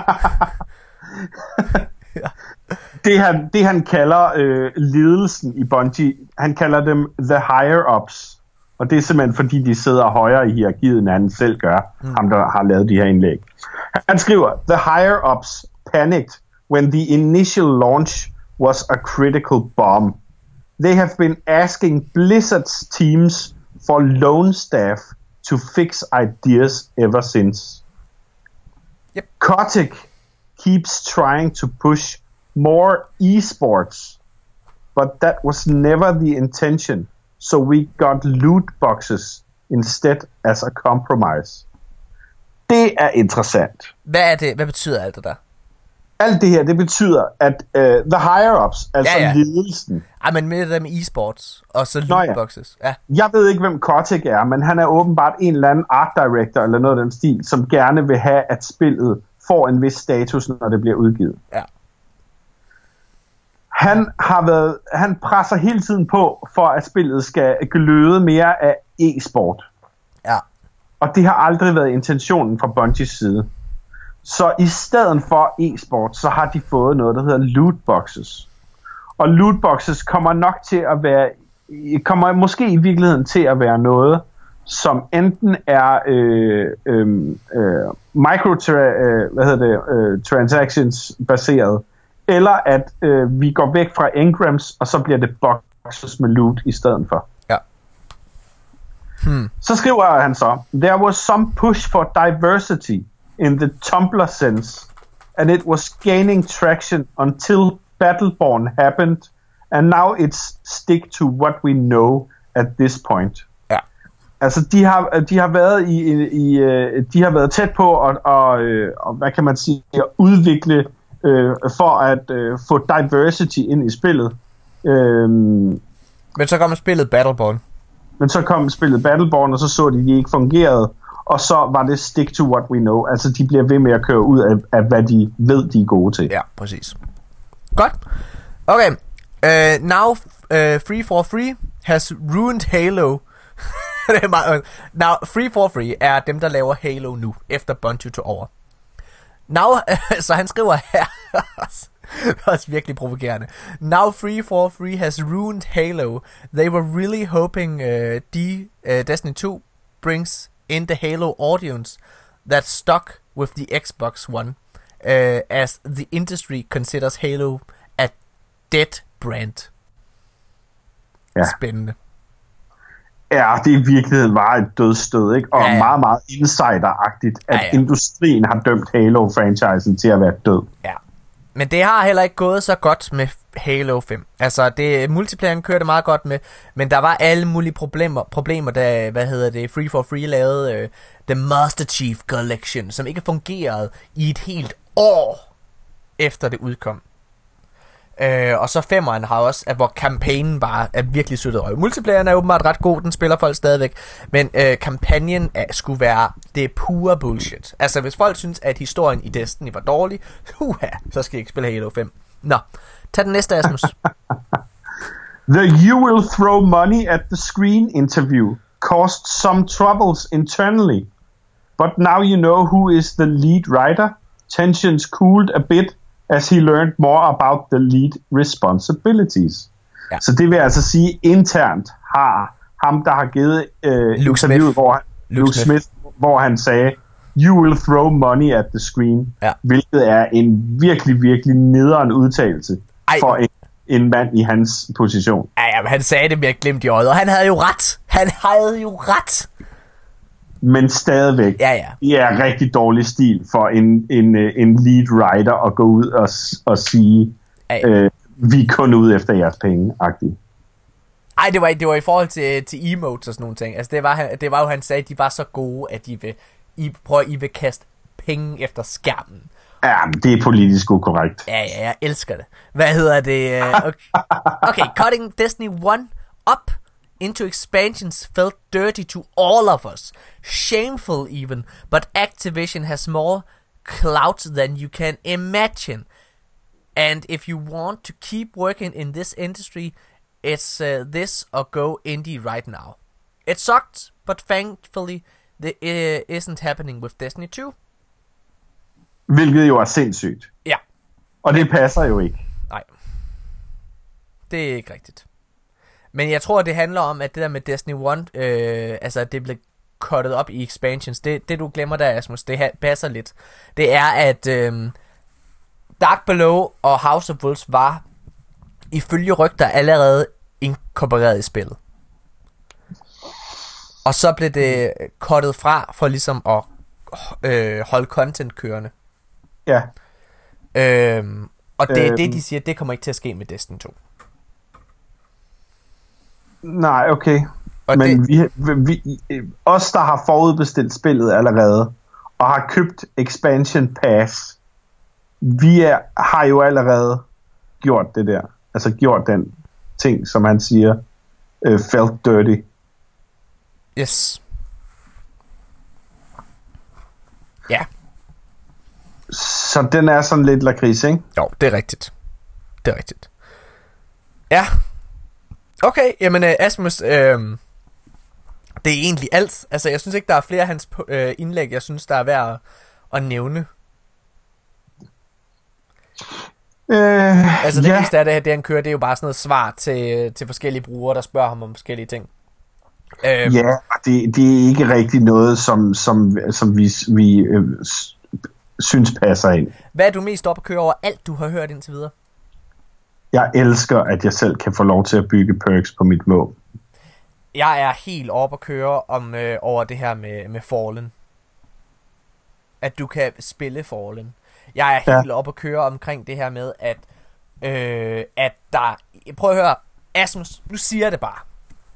Ja. det, han, det han kalder øh, ledelsen i Bungie, han kalder dem the higher-ups. Og det er simpelthen fordi, de sidder højere i hierarkiet, end han selv gør, mm. ham der har lavet de her indlæg. Han skriver, the higher-ups panicked when the initial launch was a critical bomb. They have been asking Blizzard's teams for loan staff to fix ideas ever since. Yep. Kotick keeps trying to push more esports, but that was never the intention, so we got loot boxes instead as a compromise. Det er interessant. Hvad er det? Hvad betyder alt det der? Alt det her, det betyder, at uh, the higher-ups, altså ja, ja. ledelsen... Ej, men med det med e-sports, og så Nå, lootboxes. Ja. Ja. Jeg ved ikke, hvem Kotick er, men han er åbenbart en eller anden art director, eller noget af den stil, som gerne vil have, at spillet får en vis status, når det bliver udgivet. Ja. Han har været, han presser hele tiden på, for at spillet skal gløde mere af e-sport. Ja. Og det har aldrig været intentionen fra Bungies side. Så i stedet for e-sport, så har de fået noget, der hedder lootboxes. Og lootboxes kommer nok til at være, kommer måske i virkeligheden til at være noget, som enten er øh, øh, øh, microtra- øh, hvad hedder det, øh, transactions baseret, eller at øh, vi går væk fra engrams, og så bliver det boxes med loot i stedet for. Ja. Hmm. Så skriver han så, there was some push for diversity in the Tumblr sense, and it was gaining traction until Battleborn happened, and now it's stick to what we know at this point. Ja. Altså de har de har været i, i, i de har været tæt på at og, og hvad kan man sige at udvikle øh, for at øh, få diversity ind i spillet. Øhm, men så kom spillet Battleborn. Men så kom spillet Battleborn, og så så de, de ikke fungerede, og så var det stick to what we know. Altså de bliver ved med at køre ud af, af hvad de ved, de er gode til. Ja, præcis. Godt. Okay. Uh, now uh, Free for Free has ruined Halo. Det er meget, now Free for Free er dem, der laver Halo nu, efter Bungie tog over. Now, så han skriver her, det er også virkelig provokerende. Now Free for Free has ruined Halo. They were really hoping uh, D, uh, Destiny two brings in the Halo audience that stuck with the Xbox One, uh, as the industry considers Halo a dead brand. Ja. Spændende. Ja, det i virkeligheden var et dødsstød, ikke? Og ja, ja. meget, meget insider-agtigt, at ja, ja. industrien har dømt Halo-franchisen til at være død. Ja. Men det har heller ikke gået så godt med Halo fem. Altså, det multiplayeren kørte meget godt med, men der var alle mulige problemer, problemer da, hvad hedder det, Free for Free lavede uh, The Master Chief Collection, som ikke fungerede i et helt år efter det udkom. Uh, og så femmeren har også, at hvor kampagnen bare er virkelig sødt røv. Multiplayeren er åbenbart ret god, den spiller folk stadigvæk, men uh, kampagnen er, skulle være det pure bullshit. Altså hvis folk synes, at historien i Destiny var dårlig, uha, så skal I ikke spille Halo fem. Nå, tag den næste, Asmus. The you will throw money at the screen interview caused some troubles internally, but now you know who is the lead writer. Tensions cooled a bit as he learned more about the lead responsibilities. Ja. Så det vil altså sige, internt har ham, der har givet øh, Luke interviewet, Smith. hvor, Luke, Luke Smith. Smith, hvor han sagde, you will throw money at the screen, ja. Hvilket er en virkelig, virkelig nederen udtalelse Ej. for en, en mand i hans position. Ja, ja, men han sagde det med at glemme i øjet, og han havde jo ret. Han havde jo ret. Men stadigvæk, ja, ja. Det er rigtig dårlig stil for en, en, en lead writer at gå ud og, og sige, ja, ja. Øh, vi er kun ude efter jeres penge-agtigt. Ej, det var, det var i forhold til, til emotes og sådan nogle ting. Altså, det var, det var jo, han sagde, at de var så gode, at de vil, I, prøv, I vil kaste penge efter skærmen. Ja, det er politisk ukorrekt. Ja, ja, jeg elsker det. Hvad hedder det? Okay, okay cutting Destiny one up into expansions felt dirty to all of us. Shameful even, but Activision has more clout than you can imagine. And if you want to keep working in this industry, it's uh, this or go indie right now. It sucked, but thankfully it uh, isn't happening with Destiny two. Hvilket jo er sindssygt. Ja. Og det passer jo ikke. Nej. Det er ikke rigtigt. Men jeg tror, det handler om, at det der med Destiny one, øh, altså det blev cuttet op i expansions. Det, det du glemmer der, Asmus, det ha- passer lidt. Det er, at øh, Dark Below og House of Wolves var, ifølge rygter, allerede inkorporeret i spillet. Og så blev det cuttet fra for ligesom at øh, holde content kørende. Ja. Øhm, og det er øhm. det, de siger, det kommer ikke til at ske med Destiny to. Nej, okay. Og Men det... vi, vi, os, der har forudbestilt spillet allerede, og har købt Expansion Pass, vi er, har jo allerede gjort det der. Altså gjort den ting, som han siger, uh, felt dirty. Yes. Ja. Så den er sådan lidt lakrids, ikke? Jo, det er rigtigt. Det er rigtigt. Ja. Okay, jamen uh, Asmus, øh, det er egentlig alt. Altså, jeg synes ikke, der er flere af hans øh, indlæg, jeg synes, der er værd at, at nævne. Øh, altså, det ja. vigtigste af det her, det han kører, det er jo bare sådan noget svar til, til forskellige brugere, der spørger ham om forskellige ting. Øhm. Ja, det, det er ikke rigtig noget, som, som, som vi, vi øh, synes passer ind. Hvad er du mest op at køre over alt, du har hørt indtil videre? Jeg elsker, at jeg selv kan få lov til at bygge perks på mit våben. Jeg er helt oppe at køre om, øh, over det her med, med Fallen. At du kan spille Fallen. Jeg er helt ja. oppe at køre omkring det her med, at, øh, at der... Prøv at høre, Asmus, nu siger jeg det bare.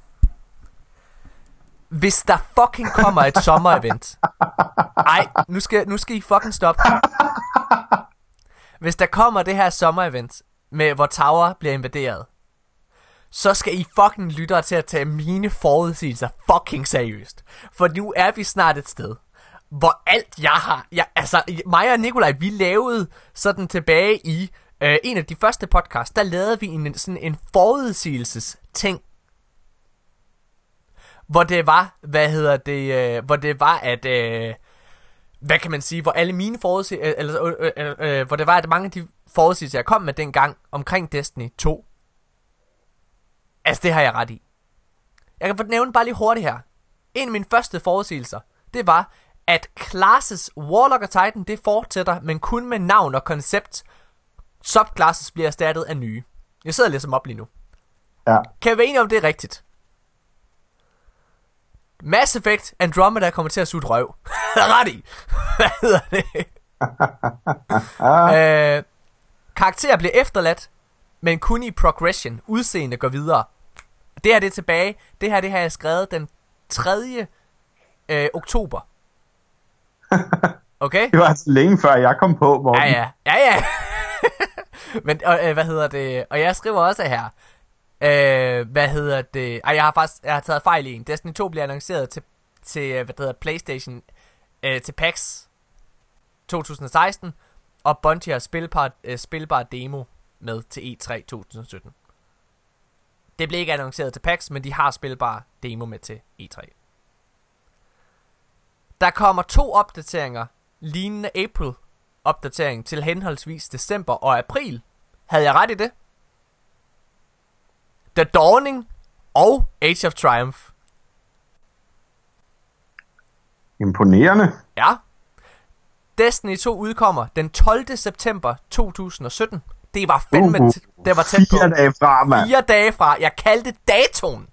Hvis der fucking kommer et sommer-event... Ej, nu skal, nu skal I fucking stoppe. Hvis der kommer det her sommer-event, med hvor Tower bliver invaderet, så skal I fucking lytte til at tage mine forudsigelser fucking seriøst. For nu er vi snart et sted, hvor alt jeg har... Jeg, altså, mig og Nikolaj, vi lavede sådan tilbage i øh, en af de første podcasts, der lavede vi en, sådan en forudsigelses-ting. Hvor det var, hvad hedder det, øh, hvor det var, at... Øh, hvad kan man sige, hvor alle mine forudsigelser... Eller, øh, øh, øh, hvor det var, at mange af de forudsigelser, jeg kom med dengang omkring Destiny to... Altså, det har jeg ret i. Jeg kan få nævne bare lige hurtigt her. En af mine første forudsigelser, det var, at classes Warlock og Titan, det fortsætter, men kun med navn og koncept. Subclasses bliver erstattet af nye. Jeg sidder og læser dem op lige nu. Ja. Kan jeg være enig om, det er rigtigt? Mass Effect Andromeda kommer til at suge røv. Ret i. Hvad hedder det? øh, karakterer bliver efterladt, men kun i progression. Udseende går videre. Det her det er tilbage. Det her det har jeg skrevet den tredje Øh, oktober. Okay? Det var altså længe før jeg kom på, hvor... Ja, ja. Ja, ja. Men, og, øh, hvad hedder det? Og jeg skriver også her. Øh, hvad hedder det? Ej, jeg har faktisk jeg har taget fejl i en. Destiny to bliver annonceret til, til hvad det hedder, PlayStation, øh, til PAX to tusind og seksten. Og Bungie har spilbar, øh, spilbar demo med til E tre to tusind og sytten. Det blev ikke annonceret til PAX, men de har spilbar demo med til E tre. Der kommer to opdateringer, lignende April-opdatering til henholdsvis december og april. Havde jeg ret i det? The Dawning og Age of Triumph. Imponerende. Ja. Destiny to udkommer den tolvte september to tusind og sytten. Det var fandme... Uh, t- det var tæt på. Fire dage fra, mand. Fire dage fra. Jeg kaldte datoen.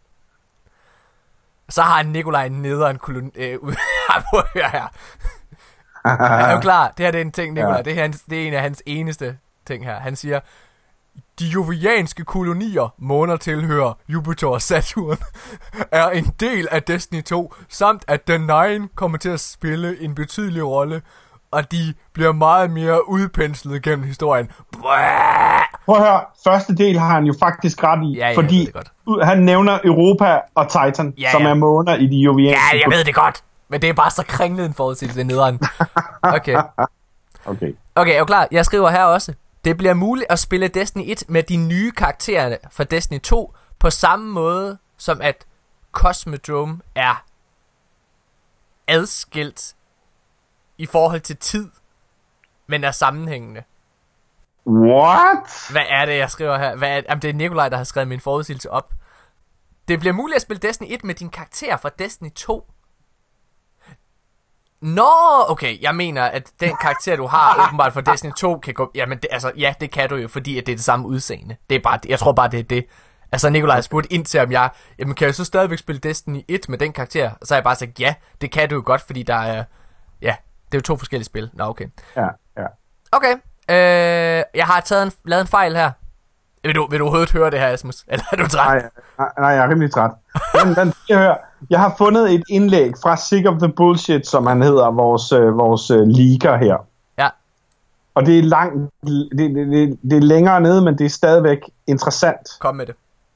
Så har Nikolaj nederen koloni... Øh, ud her her. Jeg er jo klar. Det her det er en ting, Nikolaj. Ja. Det, er hans, det er en af hans eneste ting her. Han siger... De jovianske kolonier, måner tilhører Jupiter og Saturn, er en del af Destiny to, samt at The Nine kommer til at spille en betydelig rolle, og de bliver meget mere udpenslet gennem historien. Bræh! Prøv at høre, første del har han jo faktisk ret i, ja, ja, fordi han nævner Europa og Titan, ja, som ja. er måner i de jovianske. Ja, jeg ved det godt, men det er bare så kringlet en forudsigelse i nederen. Okay. Okay. Okay, er du klar? Jeg skriver her også. Det bliver muligt at spille Destiny et med de nye karakterer fra Destiny to på samme måde som at Cosmodrome er adskilt i forhold til tid, men er sammenhængende. What? Hvad er det, jeg skriver her? Hvad er, jamen, det er Nikolaj, der har skrevet min forudsigelse op. Det bliver muligt at spille Destiny et med din karakter fra Destiny to. Nå, okay, jeg mener, at den karakter, du har åbenbart fra Destiny to, kan gå... Jamen, det, altså, ja, det kan du jo, fordi at det er det samme udseende. Det er bare, jeg tror bare, det er det. Altså Nikolaj har spurgt ind til, om jeg, jamen kan jeg så stadigvæk spille Destiny et med den karakter? Og så har jeg bare sagt, ja, det kan du jo godt, fordi der er, ja, det er jo to forskellige spil. Nå, okay. Ja, ja. Okay, øh, jeg har taget en, lavet en fejl her. Vil du, vil du overhovedet høre det her, Asmus? Eller er du træt? Nej, nej, nej, jeg er rimelig træt. Men, men jeg, hører, jeg har fundet et indlæg fra Sick of the Bullshit, som han hedder, vores, øh, vores øh, leaker her. Ja. Og det er langt, det, det, det, det er længere nede, men det er stadigvæk interessant. Kom med det.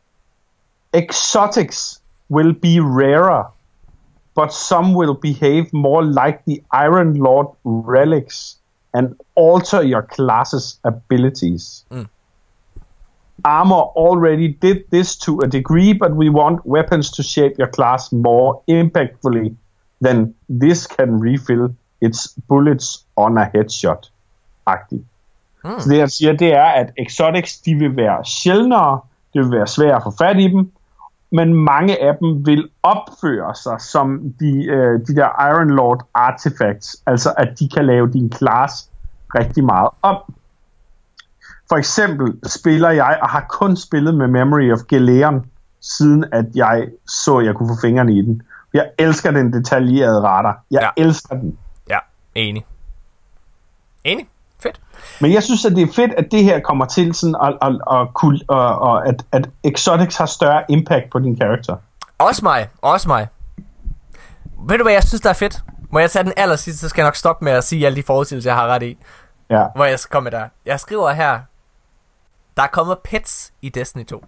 Exotics will be rarer, but some will behave more like the Iron Lord relics and alter your class's abilities. Mm. Armor already did this to a degree, but we want weapons to shape your class more impactfully than this can refill its bullets on a headshot. Agtigt. Mm. Så det jeg siger, det er, at exotics, de vil være sjældnere, det vil være svært at få fat i dem, men mange af dem vil opføre sig som de, øh, de der Iron Lord artifacts, altså at de kan lave din class rigtig meget om. For eksempel spiller jeg, og har kun spillet med Memory of Galeon, siden at jeg så, at jeg kunne få fingrene i den. Jeg elsker den detaljerede radar. Jeg ja. elsker den. Ja, enig. Enig. Fedt. Men jeg synes, at det er fedt, at det her kommer til sådan, og, og, og, og, og at, at Exotics har større impact på din karakter. Også mig, også mig. Ved du hvad, jeg synes, der er fedt? Må jeg tage den aller sidste, så skal jeg nok stoppe med at sige alle de forudsigelser, jeg har ret i. Ja. Hvor jeg skal komme der. Jeg skriver her, der er kommet pets i Destiny to.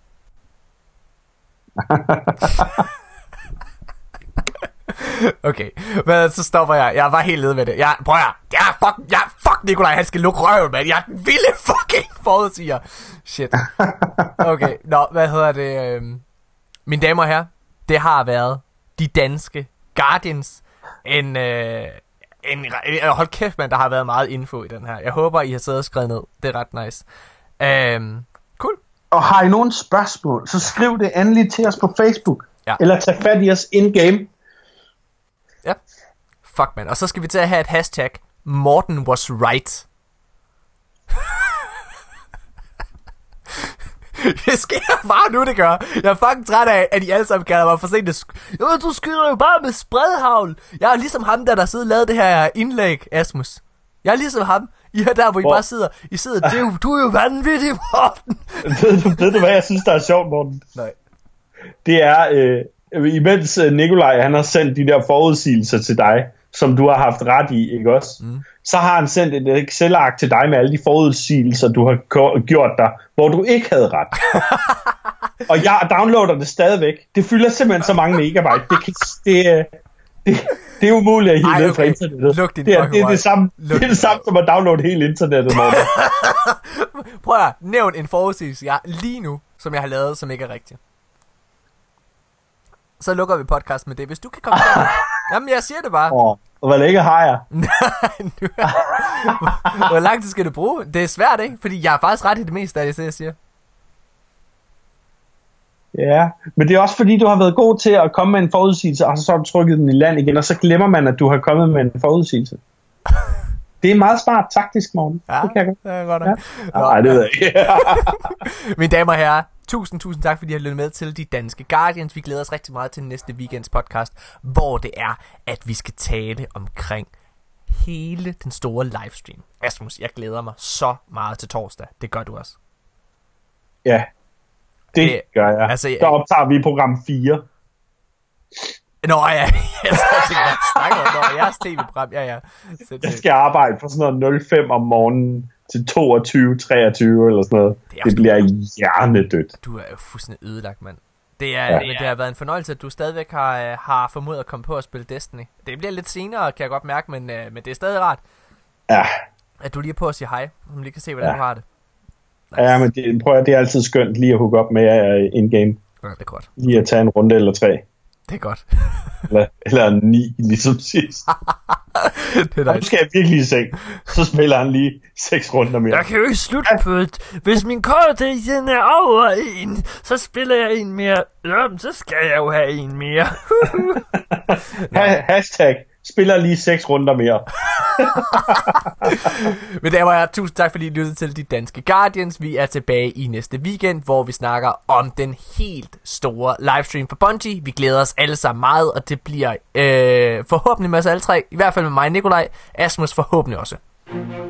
Okay, men så stopper jeg. Jeg var helt nede med det. Jeg, prøv at jeg, fuck, jeg, fuck Nikolaj, han skal lukke røven, mand. Jeg er den vilde fucking forudsiger. Shit. Okay, nå, hvad hedder det? Øhm, mine damer og herrer, det har været de danske Guardians. En, øh, en, en hold kæft, mand, der har været meget info i den her. Jeg håber, I har siddet og skrevet ned. Det er ret nice. Øhm, cool. Og har I nogle spørgsmål, så skriv det endelig til os på Facebook. Ja. Eller tag fat i os in-game. Ja. Fuck, man. Og så skal vi til at have et hashtag Morten was right. Det sker bare nu, det gør. Jeg er fucking træt af, at I alle sammen kalder mig for sent. Jo, du skyder jo bare med spredhavl. Jeg er ligesom ham, der der sidder og lavede det her indlæg, Asmus. Jeg er ligesom ham. I er der, hvor I oh. bare sidder. I sidder, du, du er jo vanvittig, Morten. ved, du, ved du, hvad jeg synes, der er sjovt, Morten? Nej. Det er, øh, imens Nikolaj, han har sendt de der forudsigelser til dig, som du har haft ret i, ikke også? Mm. Så har han sendt et Excel-ark til dig med alle de forudsigelser, du har gjort dig, hvor du ikke havde ret. Og jeg downloader det stadigvæk. Det fylder simpelthen så mange megabyte. Det, det, det, det, det er umuligt at hive ned fra internettet. Det er det, er det, samme, det er det samme som at downloade hele internettet. Prøv at nævne en forudsigelse, jeg lige nu, som jeg har lavet, som ikke er rigtig. Så lukker vi podcast med det. Hvis du kan komme til det. Jamen, jeg siger det bare. Åh, hvor længe har jeg? Hvor lang tid skal du bruge? Det er svært, ikke? Fordi jeg har faktisk ret i det meste af det, jeg siger. Ja, men det er også fordi, du har været god til at komme med en forudsigelse, og så har du trykket den i land igen, og så glemmer man, at du har kommet med en forudsigelse. Det er meget smart taktisk, Morten. Ja, det kan jeg godt. Det er godt. Ja. Nej, det ved jeg ikke. Mine damer og herrer, tusind, tusind tak, fordi I har lyttet med til de danske Guardians. Vi glæder os rigtig meget til næste weekends podcast, hvor det er, at vi skal tale omkring hele den store livestream. Asmus, jeg glæder mig så meget til torsdag. Det gør du også. Ja, det, det gør jeg. Altså, der optager vi program fire. Nå ja, jeg snakker om jeres tv-program. Ja, ja. Så jeg skal arbejde fra sådan noget nul fem om morgenen til toogtyve treogtyve eller sådan noget. Det, det bliver hjernedødt. Du er jo fuldstændig ødelagt, mand. Det, er, ja. Men det har været en fornøjelse, at du stadigvæk har, har formået at komme på at spille Destiny. Det bliver lidt senere, kan jeg godt mærke, men, men det er stadig rart. Ja. At du lige er på at sige hej, så man lige kan se, hvordan ja. du har det. Nice. Ja, men det, prøv at, det er altid skønt lige at hooke op med uh, in-game. Ja, det er godt. Lige at tage en runde eller tre. Det er godt. eller, eller ni, ligesom sidst. Det er nice. Nu skal jeg virkelig i seng. Så spiller han lige seks runder mere. Jeg kan jo ikke slutte på et. Hvis min kort den er over en, så spiller jeg en mere. Jamen, så skal jeg jo have en mere. ha- hashtag spiller lige seks runder mere. Men der var jeg, tusind tak fordi I lyttede til De Danske Guardians. Vi er tilbage i næste weekend, hvor vi snakker om den helt store livestream for Bungie. Vi glæder os alle sammen meget, og det bliver øh, forhåbentlig med os alle tre. I hvert fald med mig, Nikolaj. Asmus forhåbentlig også.